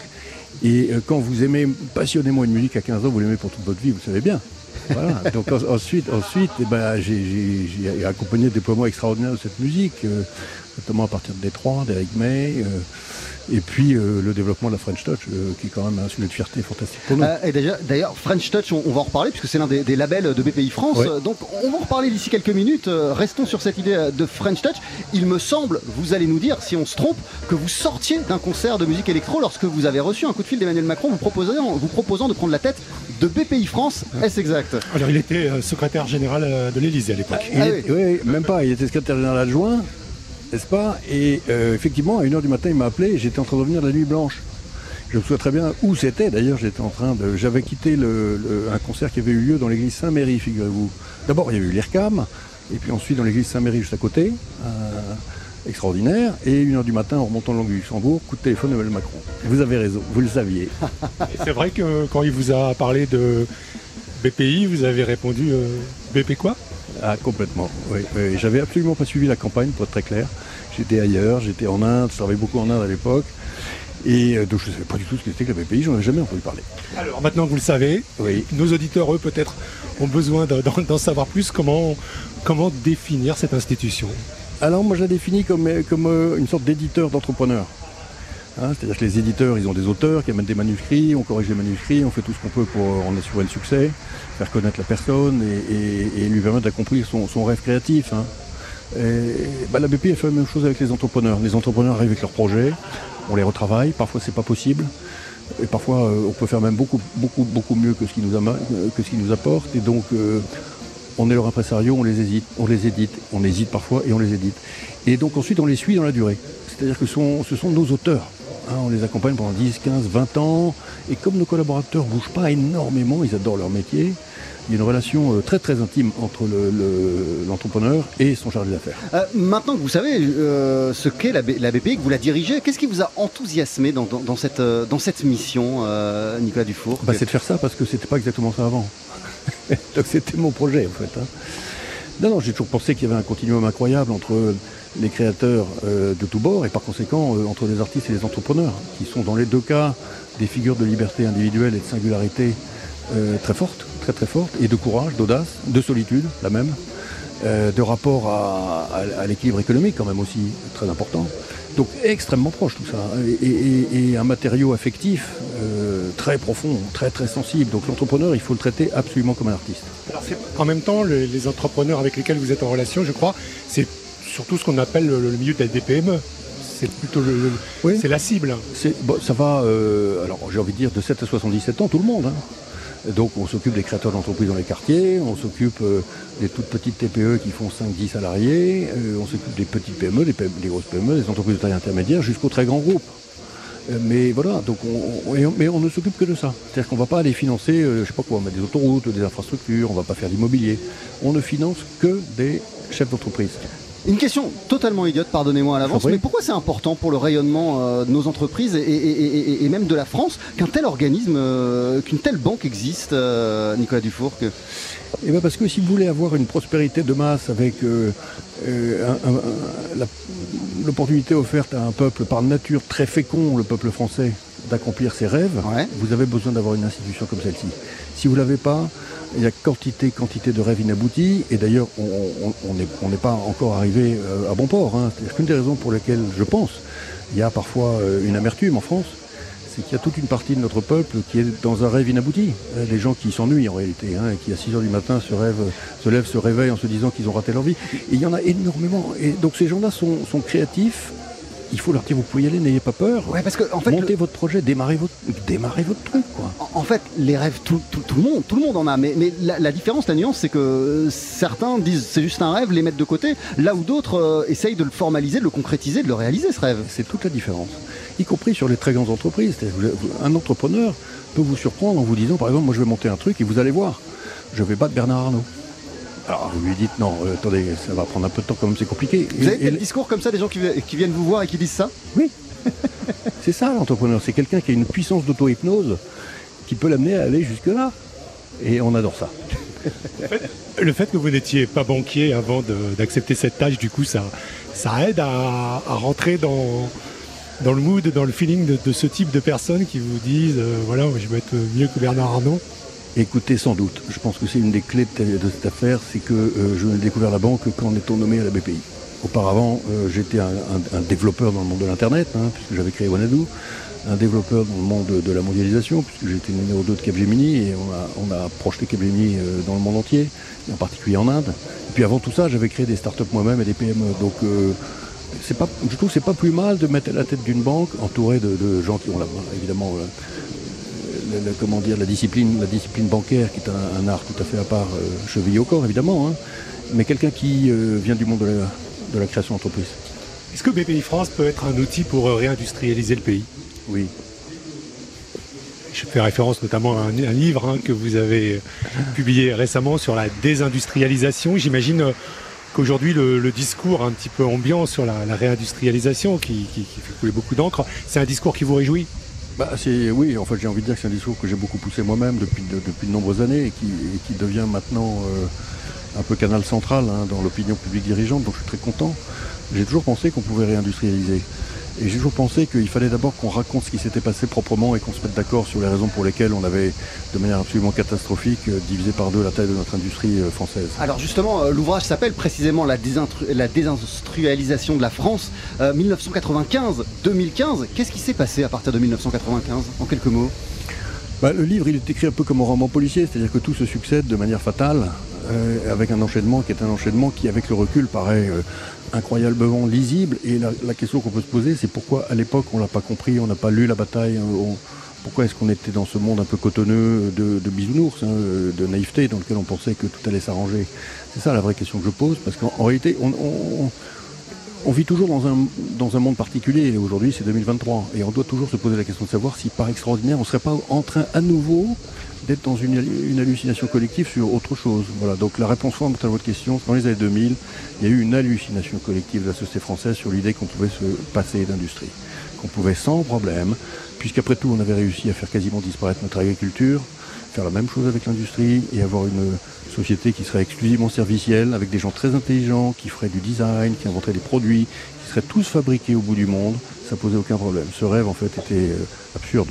Et euh, quand vous aimez passionnément une musique à quinze ans, vous l'aimez pour toute votre vie, vous le savez bien. Voilà. Donc en, ensuite, ensuite eh ben, j'ai, j'ai, j'ai accompagné le déploiement extraordinaire de cette musique, euh, notamment à partir de Détroit, d'Eric May, euh, et puis euh, le développement de la French Touch, euh, qui est quand même un sujet de fierté fantastique pour nous. Euh, et déjà, d'ailleurs, French Touch, on, on va en reparler, puisque c'est l'un des, des labels de B P I France, ouais. Donc on va en reparler d'ici quelques minutes. Euh, restons sur cette idée de French Touch. Il me semble, vous allez nous dire, si on se trompe, que vous sortiez d'un concert de musique électro lorsque vous avez reçu un coup de fil d'Emmanuel Macron vous proposant, vous proposant de prendre la tête de B P I France. Est-ce exact? Alors il était euh, secrétaire général euh, de l'Élysée à l'époque. Ah, ah, oui. oui, même pas, il était secrétaire général adjoint, n'est-ce pas? Et euh, effectivement, à une heure du matin, il m'a appelé, j'étais en train de revenir de la Nuit Blanche. Je me souviens très bien où c'était, d'ailleurs, j'étais en train de... J'avais quitté le, le, un concert qui avait eu lieu dans l'église Saint-Méry, figurez-vous. D'abord, il y a eu l'I R C A M, et puis ensuite dans l'église Saint-Méry juste à côté, euh, extraordinaire, et une heure du matin, en remontant le long du Luxembourg, coup de téléphone d'Emmanuel Macron. Vous avez raison, vous le saviez. Et c'est vrai que quand il vous a parlé de B P I, vous avez répondu euh, B P quoi? Ah, complètement, oui, oui. J'avais absolument pas suivi la campagne, pour être très clair. J'étais ailleurs, j'étais en Inde, je travaillais beaucoup en Inde à l'époque. Et euh, donc je ne savais pas du tout ce que c'était que la B P I, j'en avais jamais entendu parler. Alors maintenant que vous le savez, oui. Nos auditeurs, eux, peut-être, ont besoin d'en, d'en savoir plus. Comment, comment définir cette institution? Alors moi je la définis comme, comme euh, une sorte d'éditeur d'entrepreneurs. Hein, c'est-à-dire que les éditeurs, ils ont des auteurs qui amènent des manuscrits, on corrige les manuscrits, on fait tout ce qu'on peut pour en assurer le succès, faire connaître la personne et, et, et lui permettre d'accomplir son, son rêve créatif. Hein. Et, bah, la B P I a fait la même chose avec les entrepreneurs. Les entrepreneurs arrivent avec leurs projets, on les retravaille, parfois c'est pas possible, et parfois euh, on peut faire même beaucoup, beaucoup, beaucoup mieux que ce qu'ils nous, ama- que ce qu'ils nous apportent. Et donc euh, on est leur impresario, on les hésite, on les édite, on hésite parfois et on les édite. Et donc ensuite on les suit dans la durée. C'est-à-dire que sont, ce sont nos auteurs. Hein, on les accompagne pendant dix, quinze, vingt ans. Et comme nos collaborateurs ne bougent pas énormément, ils adorent leur métier, il y a une relation euh, très très intime entre le, le, l'entrepreneur et son chargé d'affaires. Euh, maintenant que vous savez euh, ce qu'est la, B- la B P I, que vous la dirigez, qu'est-ce qui vous a enthousiasmé dans, dans, dans, cette, euh, dans cette mission, euh, Nicolas Dufourc? Bah, c'est de faire ça parce que c'était pas exactement ça avant. Donc c'était mon projet en fait. Hein. Non, non, j'ai toujours pensé qu'il y avait un continuum incroyable entre les créateurs euh, de tous bords et par conséquent euh, entre les artistes et les entrepreneurs, qui sont dans les deux cas des figures de liberté individuelle et de singularité euh, très fortes, très très fortes, et de courage, d'audace, de solitude, la même, euh, de rapport à, à, à l'équilibre économique quand même aussi, très important. Donc extrêmement proche tout ça, et, et, et un matériau affectif euh, très profond, très très sensible. Donc l'entrepreneur, il faut le traiter absolument comme un artiste. Alors, c'est, en même temps, le, les entrepreneurs avec lesquels vous êtes en relation, je crois, c'est surtout ce qu'on appelle le, le milieu des P M E. C'est plutôt le, le oui. C'est la cible. C'est, bon, ça va, euh, alors j'ai envie de dire de sept à soixante-dix-sept ans, tout le monde. Hein. Donc on s'occupe des créateurs d'entreprises dans les quartiers, on s'occupe euh, des toutes petites T P E qui font cinq dix salariés, euh, on s'occupe des petites P M E, des, P M E, des grosses P M E, des entreprises de taille intermédiaire, jusqu'aux très grands groupes. Mais voilà, donc on, on, mais on ne s'occupe que de ça. C'est-à-dire qu'on ne va pas aller financer, euh, je sais pas quoi, on va mettre des autoroutes, des infrastructures, on ne va pas faire d'immobilier. On ne finance que des chefs d'entreprise. Une question totalement idiote, pardonnez-moi à l'avance, mais pourquoi c'est important pour le rayonnement euh, de nos entreprises et, et, et, et même de la France qu'un tel organisme, euh, qu'une telle banque existe, euh, Nicolas Dufour que... Eh bien parce que si vous voulez avoir une prospérité de masse avec euh, euh, un, un, un, la, l'opportunité offerte à un peuple par nature très fécond, le peuple français, d'accomplir ses rêves, ouais. Vous avez besoin d'avoir une institution comme celle-ci. Si vous ne l'avez pas, il y a quantité, quantité de rêves inaboutis, et d'ailleurs on n'est on, on pas encore arrivé à bon port. Hein. C'est-à-dire qu'une des raisons pour lesquelles je pense, il y a parfois une amertume en France, c'est qu'il y a toute une partie de notre peuple qui est dans un rêve inabouti. Les gens qui s'ennuient en réalité, hein, qui à six heures du matin se, rêvent, se lèvent, se réveillent en se disant qu'ils ont raté leur vie. Et il y en a énormément. Et donc ces gens-là sont, sont créatifs. Il faut leur dire, vous pouvez y aller, n'ayez pas peur. Ouais, parce que, en fait, montez le... votre projet, démarrez votre, démarrez votre truc, quoi. En, en fait, les rêves, tout, tout, tout le monde, tout le monde en a. Mais, mais la, la différence, la nuance, c'est que certains disent c'est juste un rêve, les mettent de côté, là où d'autres euh, essayent de le formaliser, de le concrétiser, de le réaliser, ce rêve. C'est toute la différence, y compris sur les très grandes entreprises. Un entrepreneur peut vous surprendre en vous disant, par exemple, moi je vais monter un truc et vous allez voir, je vais battre Bernard Arnault. Alors vous lui dites non, euh, attendez, ça va prendre un peu de temps quand même, c'est compliqué. Vous avez quel discours comme ça, des gens qui, qui viennent vous voir et qui disent ça? Oui, c'est ça l'entrepreneur, c'est quelqu'un qui a une puissance d'auto-hypnose qui peut l'amener à aller jusque-là. Et on adore ça. Le fait que vous n'étiez pas banquier avant de, d'accepter cette tâche, du coup, ça, ça aide à, à rentrer dans, dans le mood, dans le feeling de, de ce type de personnes qui vous disent euh, voilà, je vais être mieux que Bernard Arnault. Écoutez, sans doute. Je pense que c'est une des clés de, de cette affaire, c'est que euh, je n'ai découvert la banque qu'en étant nommé à la B P I. Auparavant, euh, j'étais un, un, un développeur dans le monde de l'Internet, hein, puisque j'avais créé Wanadoo, un développeur dans le monde de, de la mondialisation, puisque j'étais le numéro deux de Capgemini, et on a, on a projeté Capgemini euh, dans le monde entier, et en particulier en Inde. Et puis avant tout ça, j'avais créé des startups moi-même et des P M E. Donc, euh, c'est pas, je trouve que c'est pas plus mal de mettre à la tête d'une banque, entouré de, de gens qui ont la, évidemment... Euh, Le, le, comment dire, la discipline, la discipline bancaire, qui est un, un art tout à fait à part, euh, chevillé au corps évidemment, hein, mais quelqu'un qui euh, vient du monde de la, de la création d'entreprise. Est-ce que B P I France peut être un outil pour euh, réindustrialiser le pays? Oui. Je fais référence notamment à un, un livre hein, que vous avez publié récemment sur la désindustrialisation. J'imagine euh, qu'aujourd'hui le, le discours un petit peu ambiant sur la, la réindustrialisation, qui, qui, qui fait couler beaucoup d'encre, c'est un discours qui vous réjouit? Bah, c'est, oui, en fait, j'ai envie de dire que c'est un discours que j'ai beaucoup poussé moi-même depuis de, depuis de nombreuses années et qui, et qui devient maintenant euh, un peu canal central hein, dans l'opinion publique dirigeante, donc je suis très content. J'ai toujours pensé qu'on pouvait réindustrialiser. Et j'ai toujours pensé qu'il fallait d'abord qu'on raconte ce qui s'était passé proprement et qu'on se mette d'accord sur les raisons pour lesquelles on avait, de manière absolument catastrophique, divisé par deux la taille de notre industrie française. Alors justement, euh, l'ouvrage s'appelle précisément la, désintru- la désindustrialisation de la France, euh, dix-neuf cent quatre-vingt-quinze deux mille quinze. Qu'est-ce qui s'est passé à partir de dix-neuf cent quatre-vingt-quinze, en quelques mots? Bah, le livre, il est écrit un peu comme un roman policier, c'est-à-dire que tout se succède de manière fatale, euh, avec un enchaînement qui est un enchaînement qui, avec le recul, paraît euh, incroyablement lisible. Et la, la question qu'on peut se poser, c'est pourquoi, à l'époque, on l'a pas compris, on n'a pas lu la bataille, on, pourquoi est-ce qu'on était dans ce monde un peu cotonneux de, de bisounours, hein, de naïveté, dans lequel on pensait que tout allait s'arranger. C'est ça la vraie question que je pose, parce qu'en en réalité, on... on, on On vit toujours dans un, dans un monde particulier, et aujourd'hui c'est deux mille vingt-trois, et on doit toujours se poser la question de savoir si par extraordinaire on ne serait pas en train à nouveau d'être dans une, une hallucination collective sur autre chose. Voilà, donc la réponse forte à votre question, dans les années deux mille, il y a eu une hallucination collective de la société française sur l'idée qu'on pouvait se passer d'industrie, qu'on pouvait sans problème, puisqu'après tout on avait réussi à faire quasiment disparaître notre agriculture, faire la même chose avec l'industrie et avoir une société qui serait exclusivement servicielle, avec des gens très intelligents, qui feraient du design, qui inventeraient des produits, qui seraient tous fabriqués au bout du monde, ça posait aucun problème. Ce rêve, en fait, était euh, absurde.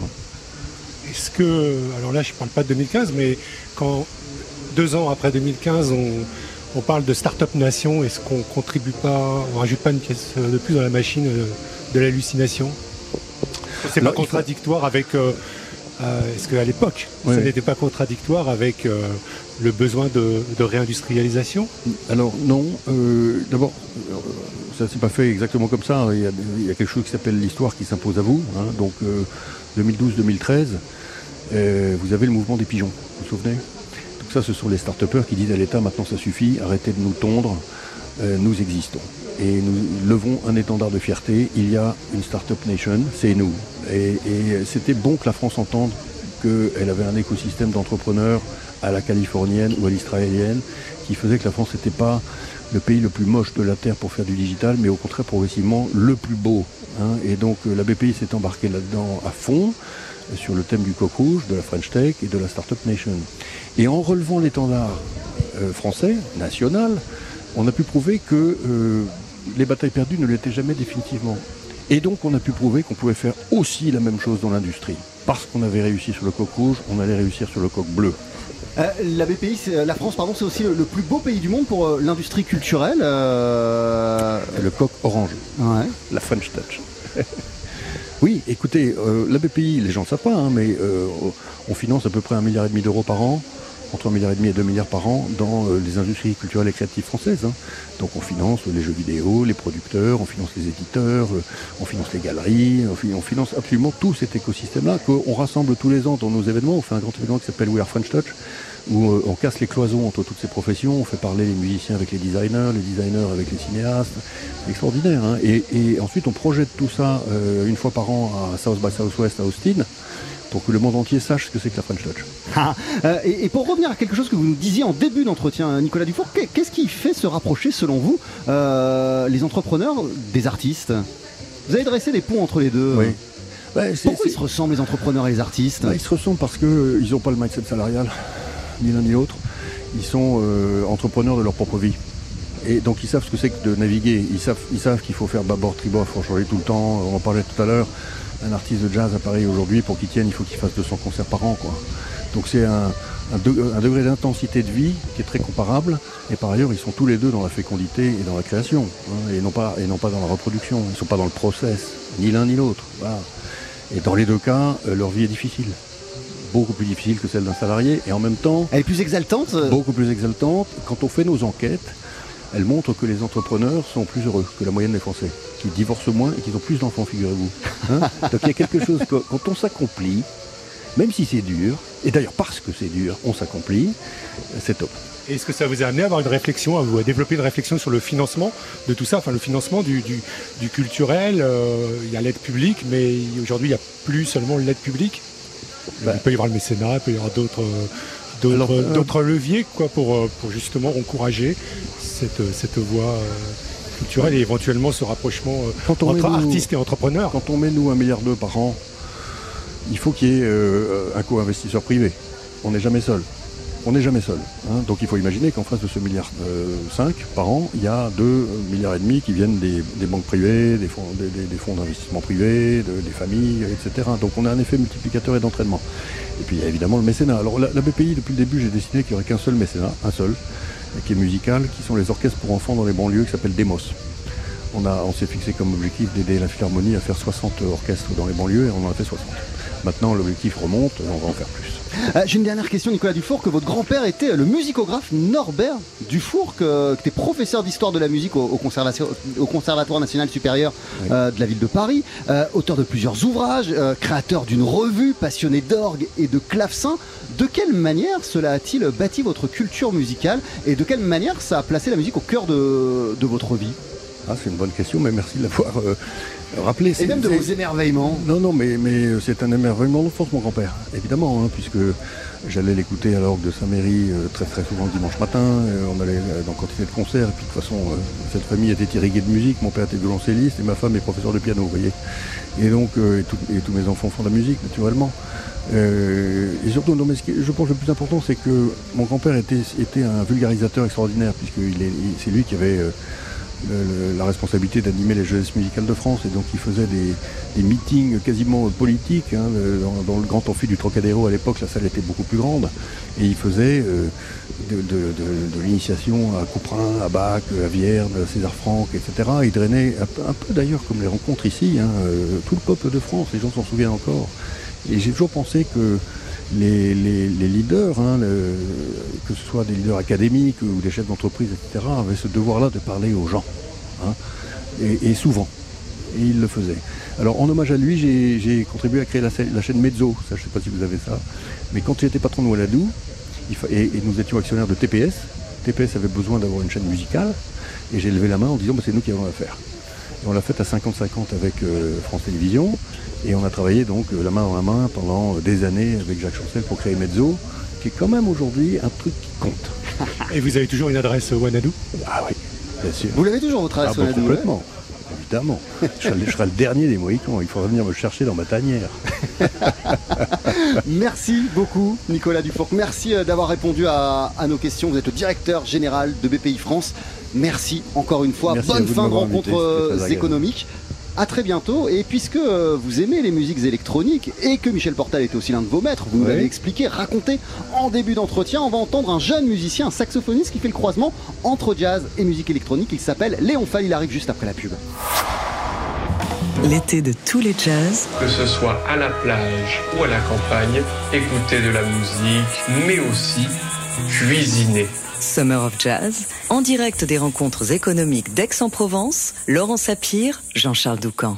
Est-ce que, alors là, je ne parle pas de deux mille quinze, mais quand, deux ans après deux mille quinze, on, on parle de Start-up Nation, est-ce qu'on contribue pas, on rajoute pas une pièce de plus dans la machine de l'hallucination? C'est pas contradictoire avec... Euh, Euh, est-ce qu'à l'époque, oui, ça oui. n'était pas contradictoire avec euh, le besoin de, de réindustrialisation? Alors non, euh, d'abord, euh, ça ne s'est pas fait exactement comme ça. Il y a, il y a quelque chose qui s'appelle l'histoire qui s'impose à vous. Hein. Donc euh, deux mille douze deux mille treize, euh, vous avez le mouvement des pigeons, vous vous souvenez? Donc ça, ce sont les start-upers qui disent à l'État, maintenant ça suffit, arrêtez de nous tondre. euh, nous existons. Et nous levons un étendard de fierté. Il y a une Startup Nation, c'est nous. Et, et c'était bon que la France entende qu'elle avait un écosystème d'entrepreneurs à la californienne ou à l'israélienne qui faisait que la France n'était pas le pays le plus moche de la Terre pour faire du digital, mais au contraire progressivement le plus beau. Hein. Et donc euh, la B P I s'est embarquée là-dedans à fond, euh, sur le thème du coq rouge, de la French Tech et de la Startup Nation. Et en relevant l'étendard euh, français, national, on a pu prouver que euh, les batailles perdues ne l'étaient jamais définitivement. Et donc on a pu prouver qu'on pouvait faire aussi la même chose dans l'industrie. Parce qu'on avait réussi sur le coq rouge, on allait réussir sur le coq bleu. Euh, la B P I, c'est, la France, pardon, c'est aussi le, le plus beau pays du monde pour euh, l'industrie culturelle. Euh... Le coq orange. Ouais. La French Touch. Oui, écoutez, euh, la B P I, les gens ne savent pas, hein, mais euh, on finance à peu près un milliard et demi d'euros par an, entre un milliard et demi et deux milliards par an dans euh, les industries culturelles et créatives françaises. Hein. Donc on finance les jeux vidéo, les producteurs, on finance les éditeurs, euh, on finance les galeries, on, fi- on finance absolument tout cet écosystème-là qu'on rassemble tous les ans dans nos événements. On fait un grand événement qui s'appelle We Are French Touch, où euh, on casse les cloisons entre toutes ces professions, on fait parler les musiciens avec les designers, les designers avec les cinéastes. C'est extraordinaire. Hein. Et, et ensuite on projette tout ça euh, une fois par an à South by Southwest à Austin, pour que le monde entier sache ce que c'est que la French Touch. Ah, euh, et, et pour revenir à quelque chose que vous nous disiez en début d'entretien, Nicolas Dufour, qu'est-ce qui fait se rapprocher, selon vous, euh, les entrepreneurs des artistes ? Vous avez dressé des ponts entre les deux. Oui. Bah, c'est, Pourquoi c'est... ils se ressemblent, les entrepreneurs et les artistes ? Bah, Ils se ressemblent parce qu'ils euh, n'ont pas le mindset salarial, ni l'un ni l'autre. Ils sont euh, entrepreneurs de leur propre vie. Et donc ils savent ce que c'est que de naviguer. Ils savent, ils savent qu'il faut faire bâbord, tribord, il faut changer tout le temps. On en parlait tout à l'heure. Un artiste de jazz à Paris aujourd'hui, pour qu'il tienne, il faut qu'il fasse deux cents concerts par an, quoi. Donc c'est un, un, de, un degré d'intensité de vie qui est très comparable. Et par ailleurs, ils sont tous les deux dans la fécondité et dans la création, hein, et, non pas, et non pas dans la reproduction. Ils ne sont pas dans le process, ni l'un ni l'autre. Voilà. Et dans les deux cas, euh, leur vie est difficile. Beaucoup plus difficile que celle d'un salarié. Et en même temps... Elle est plus exaltante ? Beaucoup plus exaltante. Quand on fait nos enquêtes, elles montrent que les entrepreneurs sont plus heureux que la moyenne des Français, qui divorcent moins et qui ont plus d'enfants, figurez-vous. Hein. Donc il y a quelque chose, que, quand on s'accomplit, même si c'est dur, et d'ailleurs parce que c'est dur, on s'accomplit, c'est top. Est-ce que ça vous a amené à avoir une réflexion, à, vous, à développer une réflexion sur le financement de tout ça, enfin le financement du, du, du culturel, euh, il y a l'aide publique, mais aujourd'hui il n'y a plus seulement l'aide publique. Bah, il peut y avoir le mécénat, il peut y avoir d'autres... D'autres, Alors, euh, d'autres leviers quoi, pour, pour justement encourager cette, cette voie euh, culturelle et éventuellement ce rapprochement euh, entre artistes nous, et entrepreneurs. Quand on met nous un milliard d'euros par an, il faut qu'il y ait euh, un co-investisseur privé. On n'est jamais seul. On n'est jamais seul. Hein. Donc il faut imaginer qu'en face de ce milliard euh, cinq par an, il y a deux milliards et demi qui viennent des, des banques privées, des fonds, des, des, des fonds d'investissement privés, de, des familles, et cetera. Donc on a un effet multiplicateur et d'entraînement. Et puis il y a évidemment le mécénat. Alors la, la B P I, depuis le début, j'ai décidé qu'il n'y aurait qu'un seul mécénat, un seul, qui est musical, qui sont les orchestres pour enfants dans les banlieues, qui s'appellent Demos. On, a, on s'est fixé comme objectif d'aider la Philharmonie à faire soixante orchestres dans les banlieues et on en a fait soixante. Maintenant, l'objectif remonte, on va en faire plus. Euh, j'ai une dernière question, Nicolas Dufour, que votre grand-père était le musicographe Norbert Dufour, que, que tu es professeur d'histoire de la musique au, au, au Conservatoire National Supérieur oui. euh, de la ville de Paris, euh, auteur de plusieurs ouvrages, euh, créateur d'une revue, passionné d'orgue et de clavecin. De quelle manière cela a-t-il bâti votre culture musicale et de quelle manière ça a placé la musique au cœur de, de votre vie ? Ah, c'est une bonne question, mais merci de l'avoir euh, rappelé. Et c'est, même de c'est... vos émerveillements. Non, non, mais, mais c'est un émerveillement de force, mon grand-père, évidemment, hein, puisque j'allais l'écouter à l'orgue de Saint-Méry euh, très très souvent le dimanche matin. Euh, on allait euh, dans quantité de concerts, et puis de toute façon, euh, cette famille était irriguée de musique. Mon père était violoncelliste et ma femme est professeure de piano, vous voyez. Et donc, euh, et, tout, et tous mes enfants font de la musique, naturellement. Euh, et surtout, non, mais ce qui, je pense que le plus important, c'est que mon grand-père était, était un vulgarisateur extraordinaire, puisqu'il est, il, c'est lui qui avait... Euh, Le, la responsabilité d'animer les Jeunesses musicales de France, et donc il faisait des, des meetings quasiment politiques hein, dans, dans le grand amphi du Trocadéro. À l'époque, la salle était beaucoup plus grande et il faisait euh, de, de, de, de l'initiation à Couperin, à Bach, à Vierne, à César Franck, et cetera. Il drainait un peu, un peu d'ailleurs comme les rencontres ici, hein, euh, tout le peuple de France, les gens s'en souviennent encore. Et j'ai toujours pensé que Les, les, les leaders, hein, le, que ce soit des leaders académiques ou des chefs d'entreprise, et cetera, avaient ce devoir-là de parler aux gens, hein, et, et souvent. Et ils le faisaient. Alors, en hommage à lui, j'ai, j'ai contribué à créer la, la chaîne Mezzo. Ça, je ne sais pas si vous avez ça. Mais quand j'étais patron de Waladou, il fa- et, et nous étions actionnaires de T P S, T P S avait besoin d'avoir une chaîne musicale, et j'ai levé la main en disant bah, c'est nous qui allons la faire. Et on l'a faite à cinquante cinquante avec euh, France Télévisions, et on a travaillé donc euh, la main dans la main pendant euh, des années avec Jacques Chancel pour créer Mezzo, qui est quand même aujourd'hui un truc qui compte. Et vous avez toujours une adresse Wanadoo ? Ah oui, bien sûr. Vous l'avez toujours votre adresse ah, bah, Wanadoo ? Complètement. Ouais. Évidemment. Je serai, je serai le dernier des Mohicans. Il faudra venir me chercher dans ma tanière. Merci beaucoup, Nicolas Dufourcq. Merci d'avoir répondu à, à nos questions. Vous êtes le directeur général de B P I France. Merci encore une fois. Merci Bonne fin de rencontres économiques. À très bientôt. Et puisque vous aimez les musiques électroniques et que Michel Portal était aussi l'un de vos maîtres, vous nous l'avez expliqué, raconté en début d'entretien, on va entendre un jeune musicien, un saxophoniste qui fait le croisement entre jazz et musique électronique. Il s'appelle Léon Fall. Il arrive juste après la pub. L'été de tous les jazz. Que ce soit à la plage ou à la campagne, écouter de la musique, mais aussi cuisiner. Summer of Jazz, en direct des rencontres économiques d'Aix-en-Provence, Laurent Sapir, Jean-Charles Doucan.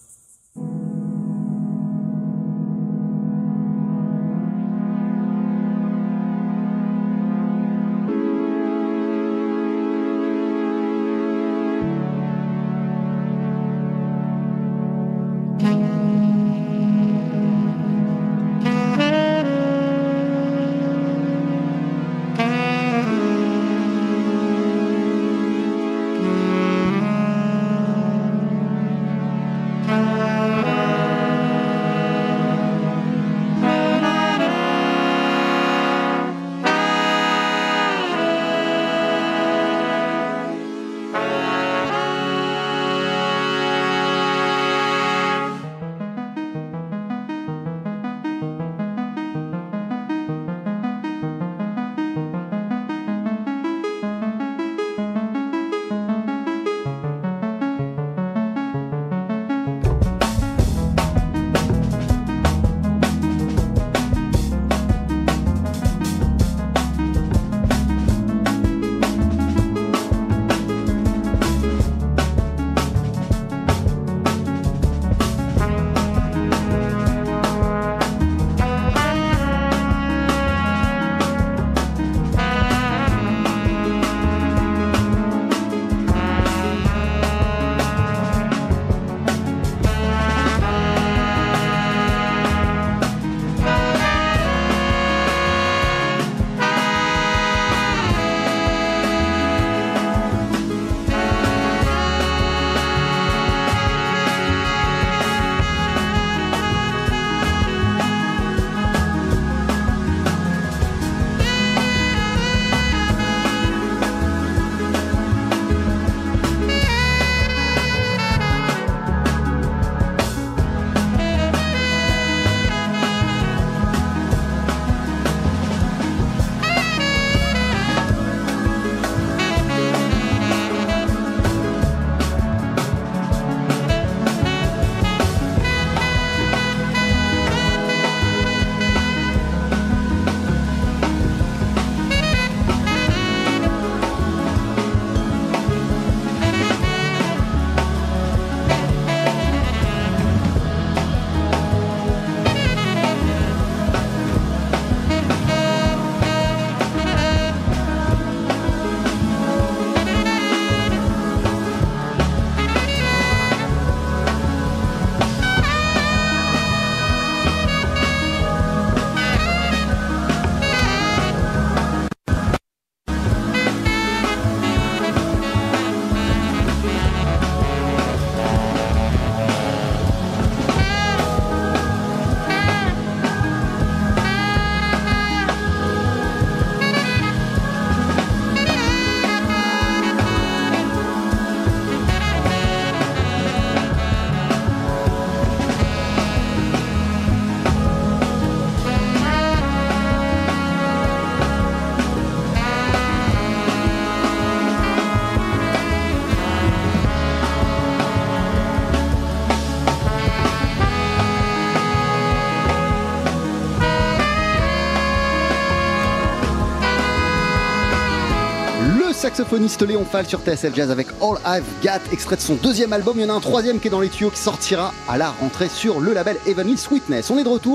saxophoniste Léon Fall sur T S L Jazz avec All I've Got, extrait de son deuxième album. Il y en a un troisième qui est dans les tuyaux qui sortira à la rentrée sur le label Heavenly Sweetness. On est de retour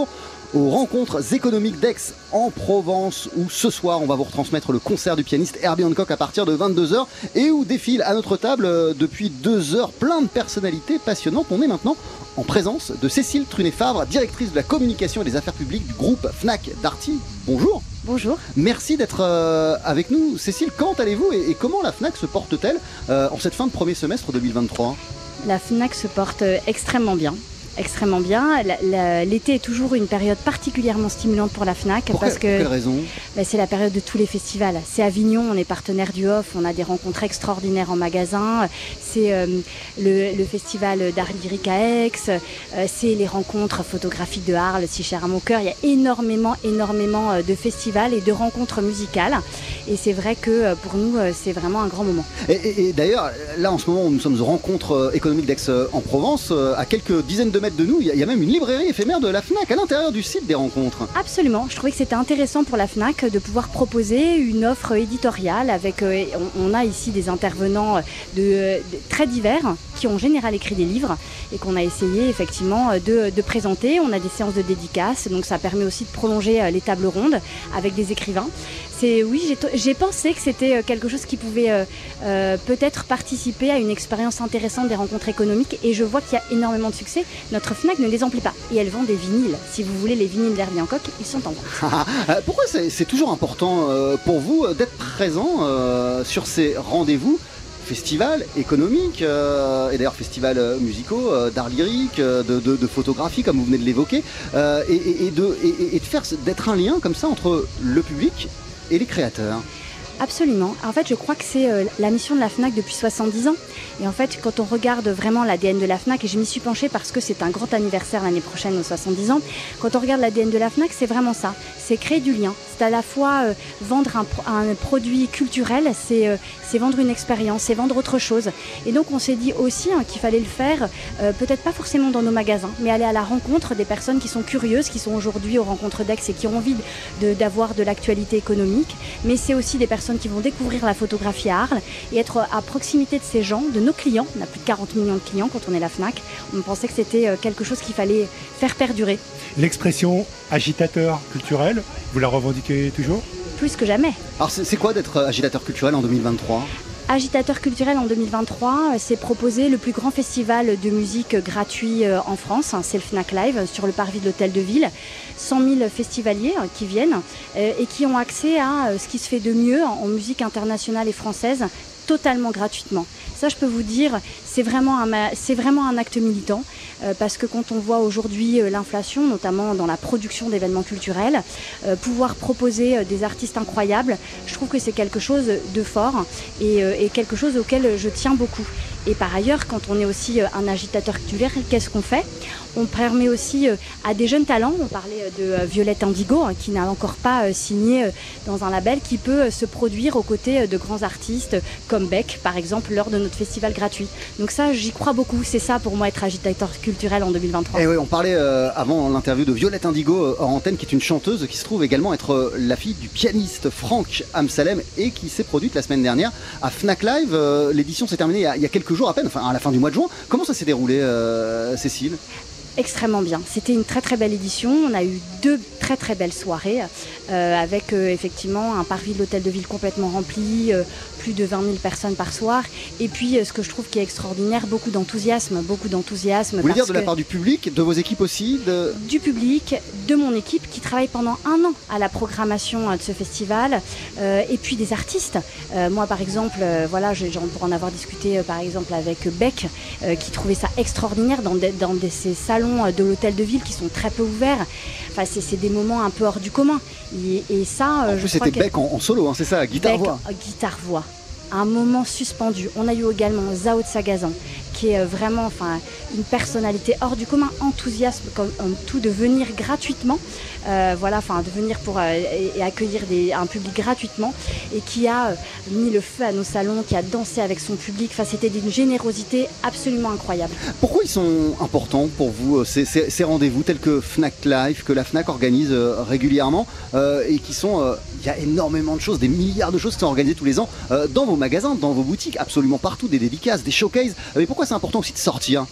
aux rencontres économiques d'Aix-en-Provence, où ce soir on va vous retransmettre le concert du pianiste Herbie Hancock à partir de vingt-deux heures et où défile à notre table euh, depuis deux heures plein de personnalités passionnantes. On est maintenant en présence de Cécile Trunet-Favre, directrice de la communication et des affaires publiques du groupe Fnac Darty. Bonjour. Bonjour. Merci d'être euh, avec nous. Cécile, comment allez-vous et, et comment la Fnac se porte-t-elle euh, en cette fin de premier semestre deux mille vingt-trois ? La Fnac se porte extrêmement bien. Extrêmement bien. La, la, l'été est toujours une période particulièrement stimulante pour la Fnac. Pour parce quelle, que pour quelle raison ? bah, c'est la période de tous les festivals. C'est Avignon, on est partenaire du Off, on a des rencontres extraordinaires en magasin. C'est euh, le, le festival d'art lyrique à Aix, euh, c'est les rencontres photographiques de Arles, si cher à mon cœur. Il y a énormément, énormément de festivals et de rencontres musicales. Et c'est vrai que pour nous, c'est vraiment un grand moment. Et, et, et d'ailleurs, là en ce moment, nous sommes aux rencontres économiques d'Aix-en-Provence. À quelques dizaines de mètres de nous, il y, y a même une librairie éphémère de la Fnac à l'intérieur du site des rencontres. Absolument, je trouvais que c'était intéressant pour la Fnac de pouvoir proposer une offre éditoriale avec, euh, on, on a ici des intervenants de, de très divers qui ont en général écrit des livres et qu'on a essayé effectivement de, de présenter. On a des séances de dédicaces, donc ça permet aussi de prolonger les tables rondes avec des écrivains. C'est, oui, j'ai, j'ai pensé que c'était quelque chose qui pouvait euh, euh, peut-être participer à une expérience intéressante des rencontres économiques et je vois qu'il y a énormément de succès. Notre Fnac ne les emplit pas et elle vend des vinyles. Si vous voulez les vinyles d'Herbie Hancock, ils sont en vente. Pourquoi c'est, c'est toujours important euh, pour vous d'être présent euh, sur ces rendez-vous festivals économiques euh, et d'ailleurs festivals musicaux, euh, d'art lyrique, euh, de, de, de photographie comme vous venez de l'évoquer euh, et, et, et, de, et, et de faire d'être un lien comme ça entre le public et les créateurs. Absolument. En fait, je crois que c'est euh, la mission de la Fnac depuis soixante-dix ans. Et en fait, quand on regarde vraiment l'A D N de la Fnac, et je m'y suis penchée parce que c'est un grand anniversaire l'année prochaine aux soixante-dix ans, quand on regarde l'A D N de la Fnac, c'est vraiment ça. C'est créer du lien. C'est à la fois euh, vendre un, un produit culturel, c'est, euh, c'est vendre une expérience, c'est vendre autre chose. Et donc, on s'est dit aussi hein, qu'il fallait le faire, euh, peut-être pas forcément dans nos magasins, mais aller à la rencontre des personnes qui sont curieuses, qui sont aujourd'hui aux rencontres d'Aix et qui ont envie de, d'avoir de l'actualité économique. Mais c'est aussi des personnes qui vont découvrir la photographie à Arles et être à proximité de ces gens, de nos clients. On a plus de quarante millions de clients quand on est la Fnac. On pensait que c'était quelque chose qu'il fallait faire perdurer. L'expression agitateur culturel, vous la revendiquez toujours ? Plus que jamais. Alors c'est, c'est quoi d'être agitateur culturel en deux mille vingt-trois ? Agitateur culturel en deux mille vingt-trois, c'est proposer le plus grand festival de musique gratuit en France, c'est le Fnac Live sur le parvis de l'Hôtel de Ville. cent mille festivaliers qui viennent et qui ont accès à ce qui se fait de mieux en musique internationale et française totalement gratuitement. Ça, je peux vous dire, c'est vraiment un, c'est vraiment un acte militant euh, parce que quand on voit aujourd'hui euh, l'inflation, notamment dans la production d'événements culturels, euh, pouvoir proposer euh, des artistes incroyables, je trouve que c'est quelque chose de fort et, euh, et quelque chose auquel je tiens beaucoup. Et par ailleurs, quand on est aussi euh, un agitateur culturel, qu'est-ce qu'on fait ? On permet aussi euh, à des jeunes talents, on parlait de euh, Violette Indigo, hein, qui n'a encore pas euh, signé euh, dans un label, qui peut euh, se produire aux côtés euh, de grands artistes euh, comme Beck, par exemple, lors de notre festival gratuit. Donc ça, j'y crois beaucoup. C'est ça pour moi être agitateur culturel en deux mille vingt-trois. Et oui, on parlait euh, avant l'interview de Violette Indigo euh, hors antenne, qui est une chanteuse qui se trouve également être euh, la fille du pianiste Franck Amsalem et qui s'est produite la semaine dernière à Fnac Live. Euh, l'édition s'est terminée il y, a, il y a quelques jours à peine, enfin à la fin du mois de juin. Comment ça s'est déroulé, euh, Cécile ? Extrêmement bien. C'était une très très belle édition. On a eu deux très très belles soirées euh, avec euh, effectivement un parvis de l'Hôtel de Ville complètement rempli, euh, plus de vingt mille personnes par soir. Et puis euh, ce que je trouve qui est extraordinaire, beaucoup d'enthousiasme, beaucoup d'enthousiasme. Vous voulez dire de la part du public, de vos équipes aussi de... Du public, de mon équipe qui travaille pendant un an à la programmation euh, de ce festival, euh, et puis des artistes. Euh, moi par exemple, euh, voilà, je, j'en pour en avoir discuté euh, par exemple avec Beck, euh, qui trouvait ça extraordinaire dans, des, dans des, ces salons de l'Hôtel de Ville qui sont très peu ouverts. Enfin, c'est, c'est des moments un peu hors du commun. Et, et ça, en je plus, crois c'était que... Beck en, en solo, hein, c'est ça, guitare-voix. Guitare-voix. Un moment suspendu. On a eu également Zao de Sagazan, qui est vraiment enfin, une personnalité hors du commun, enthousiasme comme tout de venir gratuitement, euh, voilà, enfin de venir pour euh, et, et accueillir des, un public gratuitement et qui a euh, mis le feu à nos salons, qui a dansé avec son public. Enfin, c'était d'une générosité absolument incroyable. Pourquoi ils sont importants pour vous ces, ces, ces rendez-vous tels que Fnac Live, que la Fnac organise euh, régulièrement euh, et qui sont, il euh, y a énormément de choses, des milliards de choses qui sont organisées tous les ans euh, dans vos magasins, dans vos boutiques, absolument partout, des dédicaces, des showcases. Mais pourquoi c'est important aussi de sortir ?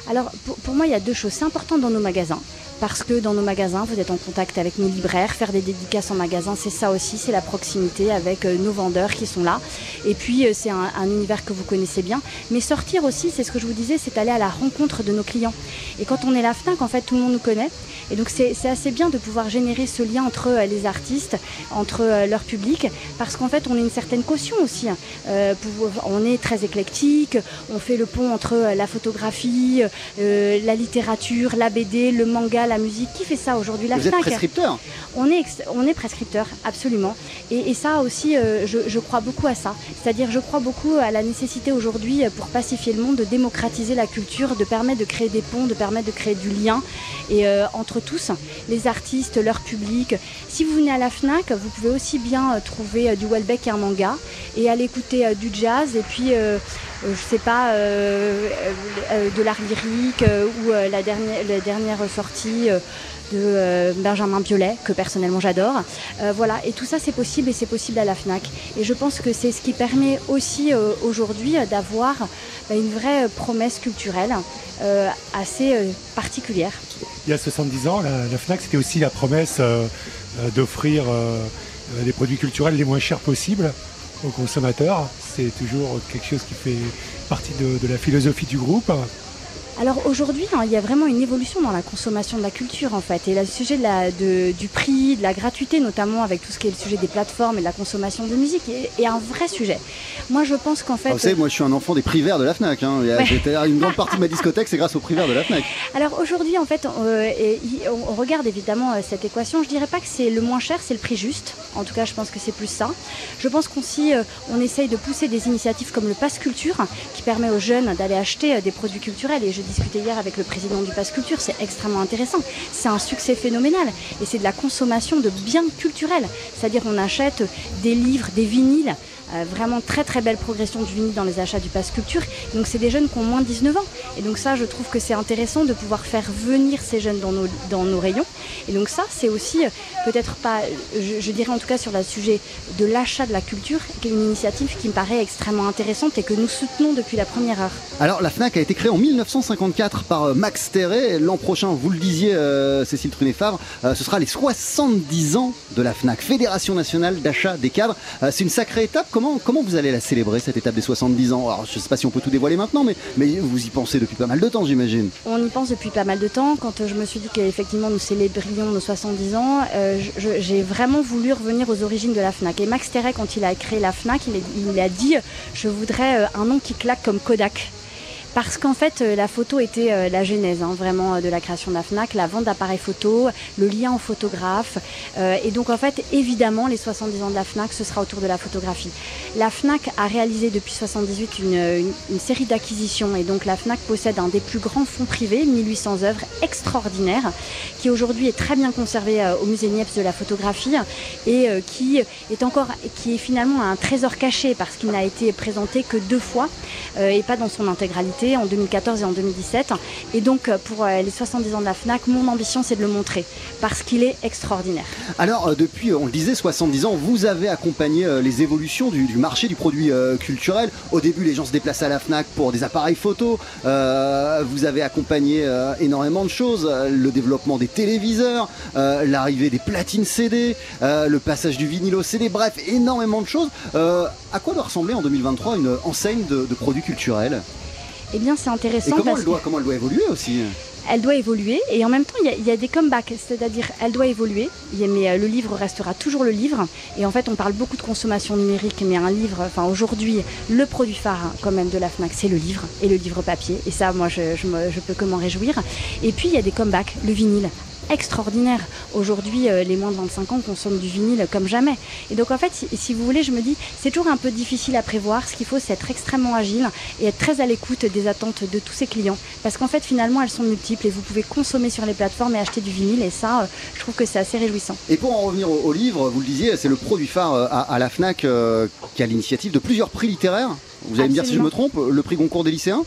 Alors pour, pour moi, il y a deux choses. C'est important dans nos magasins. Parce que dans nos magasins, vous êtes en contact avec nos libraires. Faire des dédicaces en magasin, c'est ça aussi, c'est la proximité avec euh, nos vendeurs qui sont là. Et puis, euh, c'est un, un univers que vous connaissez bien. Mais sortir aussi, c'est ce que je vous disais, c'est aller à la rencontre de nos clients. Et quand on est la Fnac, en fait, tout le monde nous connaît. Et donc, c'est, c'est assez bien de pouvoir générer ce lien entre euh, les artistes, entre euh, leur public, parce qu'en fait, on a une certaine caution aussi. Euh, pour, on est très éclectique, on fait le pont entre euh, la photographie, euh, la littérature, la B D, le manga, la musique. Qui fait ça aujourd'hui? La Vous Fnac. êtes prescripteur? On est, on est prescripteur, absolument. Et, et ça aussi, euh, je, je crois beaucoup à ça. C'est-à-dire, je crois beaucoup à la nécessité aujourd'hui, pour pacifier le monde, de démocratiser la culture, de permettre de créer des ponts, de permettre de créer du lien et, euh, entre tous, les artistes, leur public. Si vous venez à la Fnac, vous pouvez aussi bien euh, trouver euh, du Welbeck et un manga et aller écouter euh, du jazz et puis... Euh, Euh, je sais pas, euh, euh, de l'art lyrique euh, ou euh, la, dernière, la dernière sortie euh, de euh, Benjamin Biolay, que personnellement j'adore. Euh, voilà, et tout ça c'est possible et c'est possible à la Fnac. Et je pense que c'est ce qui permet aussi euh, aujourd'hui euh, d'avoir bah, une vraie euh, promesse culturelle euh, assez euh, particulière. Il y a soixante-dix ans, la, la Fnac, c'était aussi la promesse euh, euh, d'offrir euh, des produits culturels les moins chers possibles aux consommateurs. C'est toujours quelque chose qui fait partie de, de la philosophie du groupe. Alors aujourd'hui, hein, il y a vraiment une évolution dans la consommation de la culture en fait. Et le sujet de la, de, du prix, de la gratuité, notamment avec tout ce qui est le sujet des plateformes et de la consommation de musique, est, est un vrai sujet. Moi je pense qu'en fait... Vous savez, moi je suis un enfant des prix verts de la Fnac. Hein. Ouais. Une grande partie de ma discothèque, c'est grâce aux prix verts de la Fnac. Alors aujourd'hui, en fait, euh, et, on regarde évidemment euh, cette équation. Je dirais pas que c'est le moins cher, c'est le prix juste. En tout cas, je pense que c'est plus ça. Je pense qu'aussi, euh, on essaye de pousser des initiatives comme le Pass Culture, qui permet aux jeunes d'aller acheter euh, des produits culturels. Et je discutais hier avec le président du Pass Culture, c'est extrêmement intéressant. C'est un succès phénoménal et c'est de la consommation de biens culturels. C'est-à-dire on achète des livres, des vinyles, euh, vraiment très très belle progression du vinyle dans les achats du Pass Culture. Donc c'est des jeunes qui ont moins de dix-neuf ans. Et donc ça, je trouve que c'est intéressant de pouvoir faire venir ces jeunes dans nos, dans nos rayons. Et donc ça, c'est aussi euh, peut-être pas, je, je dirais en tout cas sur le sujet de l'achat de la culture, une initiative qui me paraît extrêmement intéressante et que nous soutenons depuis la première heure. Alors la Fnac a été créée en mille neuf cent cinquante-quatre par Max Théré. L'an prochain, vous le disiez, euh, Cécile Trunet-Favre, euh, ce sera les soixante-dix ans de la Fnac, Fédération nationale d'achat des cadres. Euh, c'est une sacrée étape. Comment, comment vous allez la célébrer, cette étape des soixante-dix ans? Alors, je ne sais pas si on peut tout dévoiler maintenant, mais, mais vous y pensez depuis pas mal de temps, j'imagine. On y pense depuis pas mal de temps. Quand je me suis dit qu'effectivement nous célébrions nos soixante-dix ans, euh, je, j'ai vraiment voulu revenir aux origines de la Fnac. Et Max Théré, quand il a créé la Fnac, il, il a dit « Je voudrais un nom qui claque comme Kodak ». Parce qu'en fait, la photo était euh, la genèse, hein, vraiment, euh, de la création de la Fnac, la vente d'appareils photo, le lien au photographe. Euh, et donc, en fait, évidemment, les soixante-dix ans de la Fnac, ce sera autour de la photographie. La Fnac a réalisé depuis soixante-dix-huit une, une, une série d'acquisitions. Et donc, la Fnac possède un des plus grands fonds privés, mille huit cents œuvres extraordinaires, qui aujourd'hui est très bien conservé euh, au musée Niepce de la photographie et euh, qui est encore, qui est finalement un trésor caché parce qu'il n'a été présenté que deux fois euh, et pas dans son intégralité, en deux mille quatorze et en deux mille dix-sept. Et donc pour les soixante-dix ans de la Fnac, mon ambition c'est de le montrer parce qu'il est extraordinaire. Alors depuis, on le disait, soixante-dix ans, vous avez accompagné les évolutions du, du marché du produit euh, culturel. Au début, les gens se déplaçaient à la Fnac pour des appareils photo. Euh, vous avez accompagné euh, énormément de choses, le développement des téléviseurs, euh, l'arrivée des platines C D, euh, le passage du vinyle au C D, bref, énormément de choses. Euh, à quoi doit ressembler en deux mille vingt-trois une enseigne de, de produits culturels ? Eh bien, c'est intéressant. Et comment, parce elle doit, comment elle doit évoluer aussi? Elle doit évoluer et en même temps, il y a, il y a des comebacks, c'est-à-dire elle doit évoluer, mais le livre restera toujours le livre. Et en fait, on parle beaucoup de consommation numérique, mais un livre, enfin aujourd'hui, le produit phare quand même de la Fnac, c'est le livre et le livre papier. Et ça, moi, je, je, me, je peux que m'en réjouir. Et puis, il y a des comebacks, le vinyle. Extraordinaire. Aujourd'hui, euh, les moins de vingt-cinq ans consomment du vinyle comme jamais. Et donc en fait, si, si vous voulez, je me dis, c'est toujours un peu difficile à prévoir. Ce qu'il faut, c'est être extrêmement agile et être très à l'écoute des attentes de tous ses clients. Parce qu'en fait, finalement, elles sont multiples et vous pouvez consommer sur les plateformes et acheter du vinyle. Et ça, euh, je trouve que c'est assez réjouissant. Et pour en revenir au, au livre, vous le disiez, c'est le produit phare à, à la Fnac euh, qui a l'initiative de plusieurs prix littéraires. Vous allez Absolument. me dire si je me trompe, le prix Goncourt des lycéens ?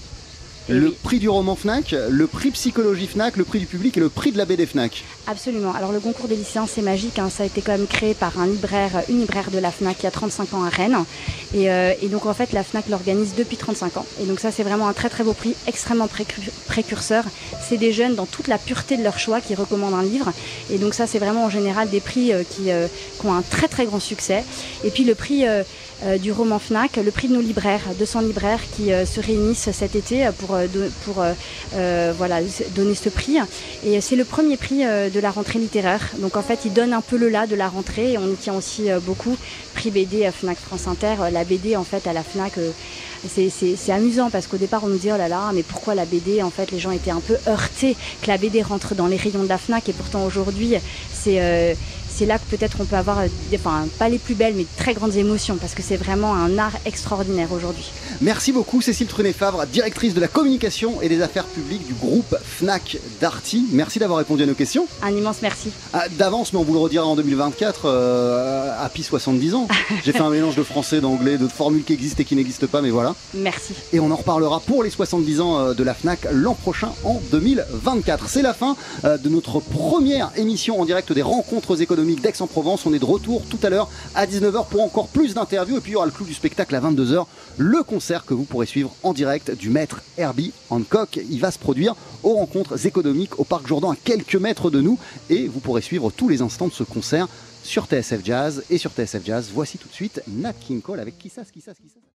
Et le oui. prix du roman Fnac, le prix psychologie Fnac, le prix du public et le prix de la B D Fnac. Absolument. Alors le concours des lycéens, c'est magique. Hein. Ça a été quand même créé par un libraire, une libraire de la Fnac il y a trente-cinq ans à Rennes. Et, euh, et donc en fait, la Fnac l'organise depuis trente-cinq ans. Et donc ça, c'est vraiment un très très beau prix, extrêmement précu- précurseur. C'est des jeunes dans toute la pureté de leur choix qui recommandent un livre. Et donc ça, c'est vraiment en général des prix euh, qui, euh, qui ont un très très grand succès. Et puis le prix euh, euh, du roman Fnac, le prix de nos libraires, deux cents libraires qui euh, se réunissent cet été pour, euh, de, pour euh, euh, voilà, donner ce prix. Et c'est le premier prix euh, de la rentrée littéraire. Donc en fait, ils donnent un peu le là de la rentrée et on y tient aussi euh, beaucoup. Prix B D à Fnac France Inter. La B D en fait à la Fnac, euh, c'est, c'est, c'est amusant parce qu'au départ on nous dit oh là là, mais pourquoi la B D? En fait, les gens étaient un peu heurtés que la B D rentre dans les rayons de la Fnac et pourtant aujourd'hui c'est euh, c'est là que peut-être on peut avoir, enfin pas les plus belles, mais très grandes émotions, parce que c'est vraiment un art extraordinaire aujourd'hui. Merci beaucoup Cécile Trunet-Favre, directrice de la communication et des affaires publiques du groupe Fnac Darty. Merci d'avoir répondu à nos questions. Un immense merci. Ah, d'avance, mais on vous le redira en deux mille vingt-quatre, euh, happy soixante-dix ans. J'ai fait un mélange de français, d'anglais, de formules qui existent et qui n'existent pas, mais voilà. Merci. Et on en reparlera pour les soixante-dix ans de la Fnac l'an prochain en deux mille vingt-quatre. C'est la fin de notre première émission en direct des rencontres économiques d'Aix-en-Provence. On est de retour tout à l'heure à dix-neuf heures pour encore plus d'interviews et puis il y aura le clou du spectacle à vingt-deux heures, le concert que vous pourrez suivre en direct du maître Herbie Hancock. Il va se produire aux rencontres économiques au Parc Jourdan à quelques mètres de nous et vous pourrez suivre tous les instants de ce concert sur T S F Jazz et sur T S F Jazz. Voici tout de suite Nat King Cole avec Qui ça, qui ça, qui ça.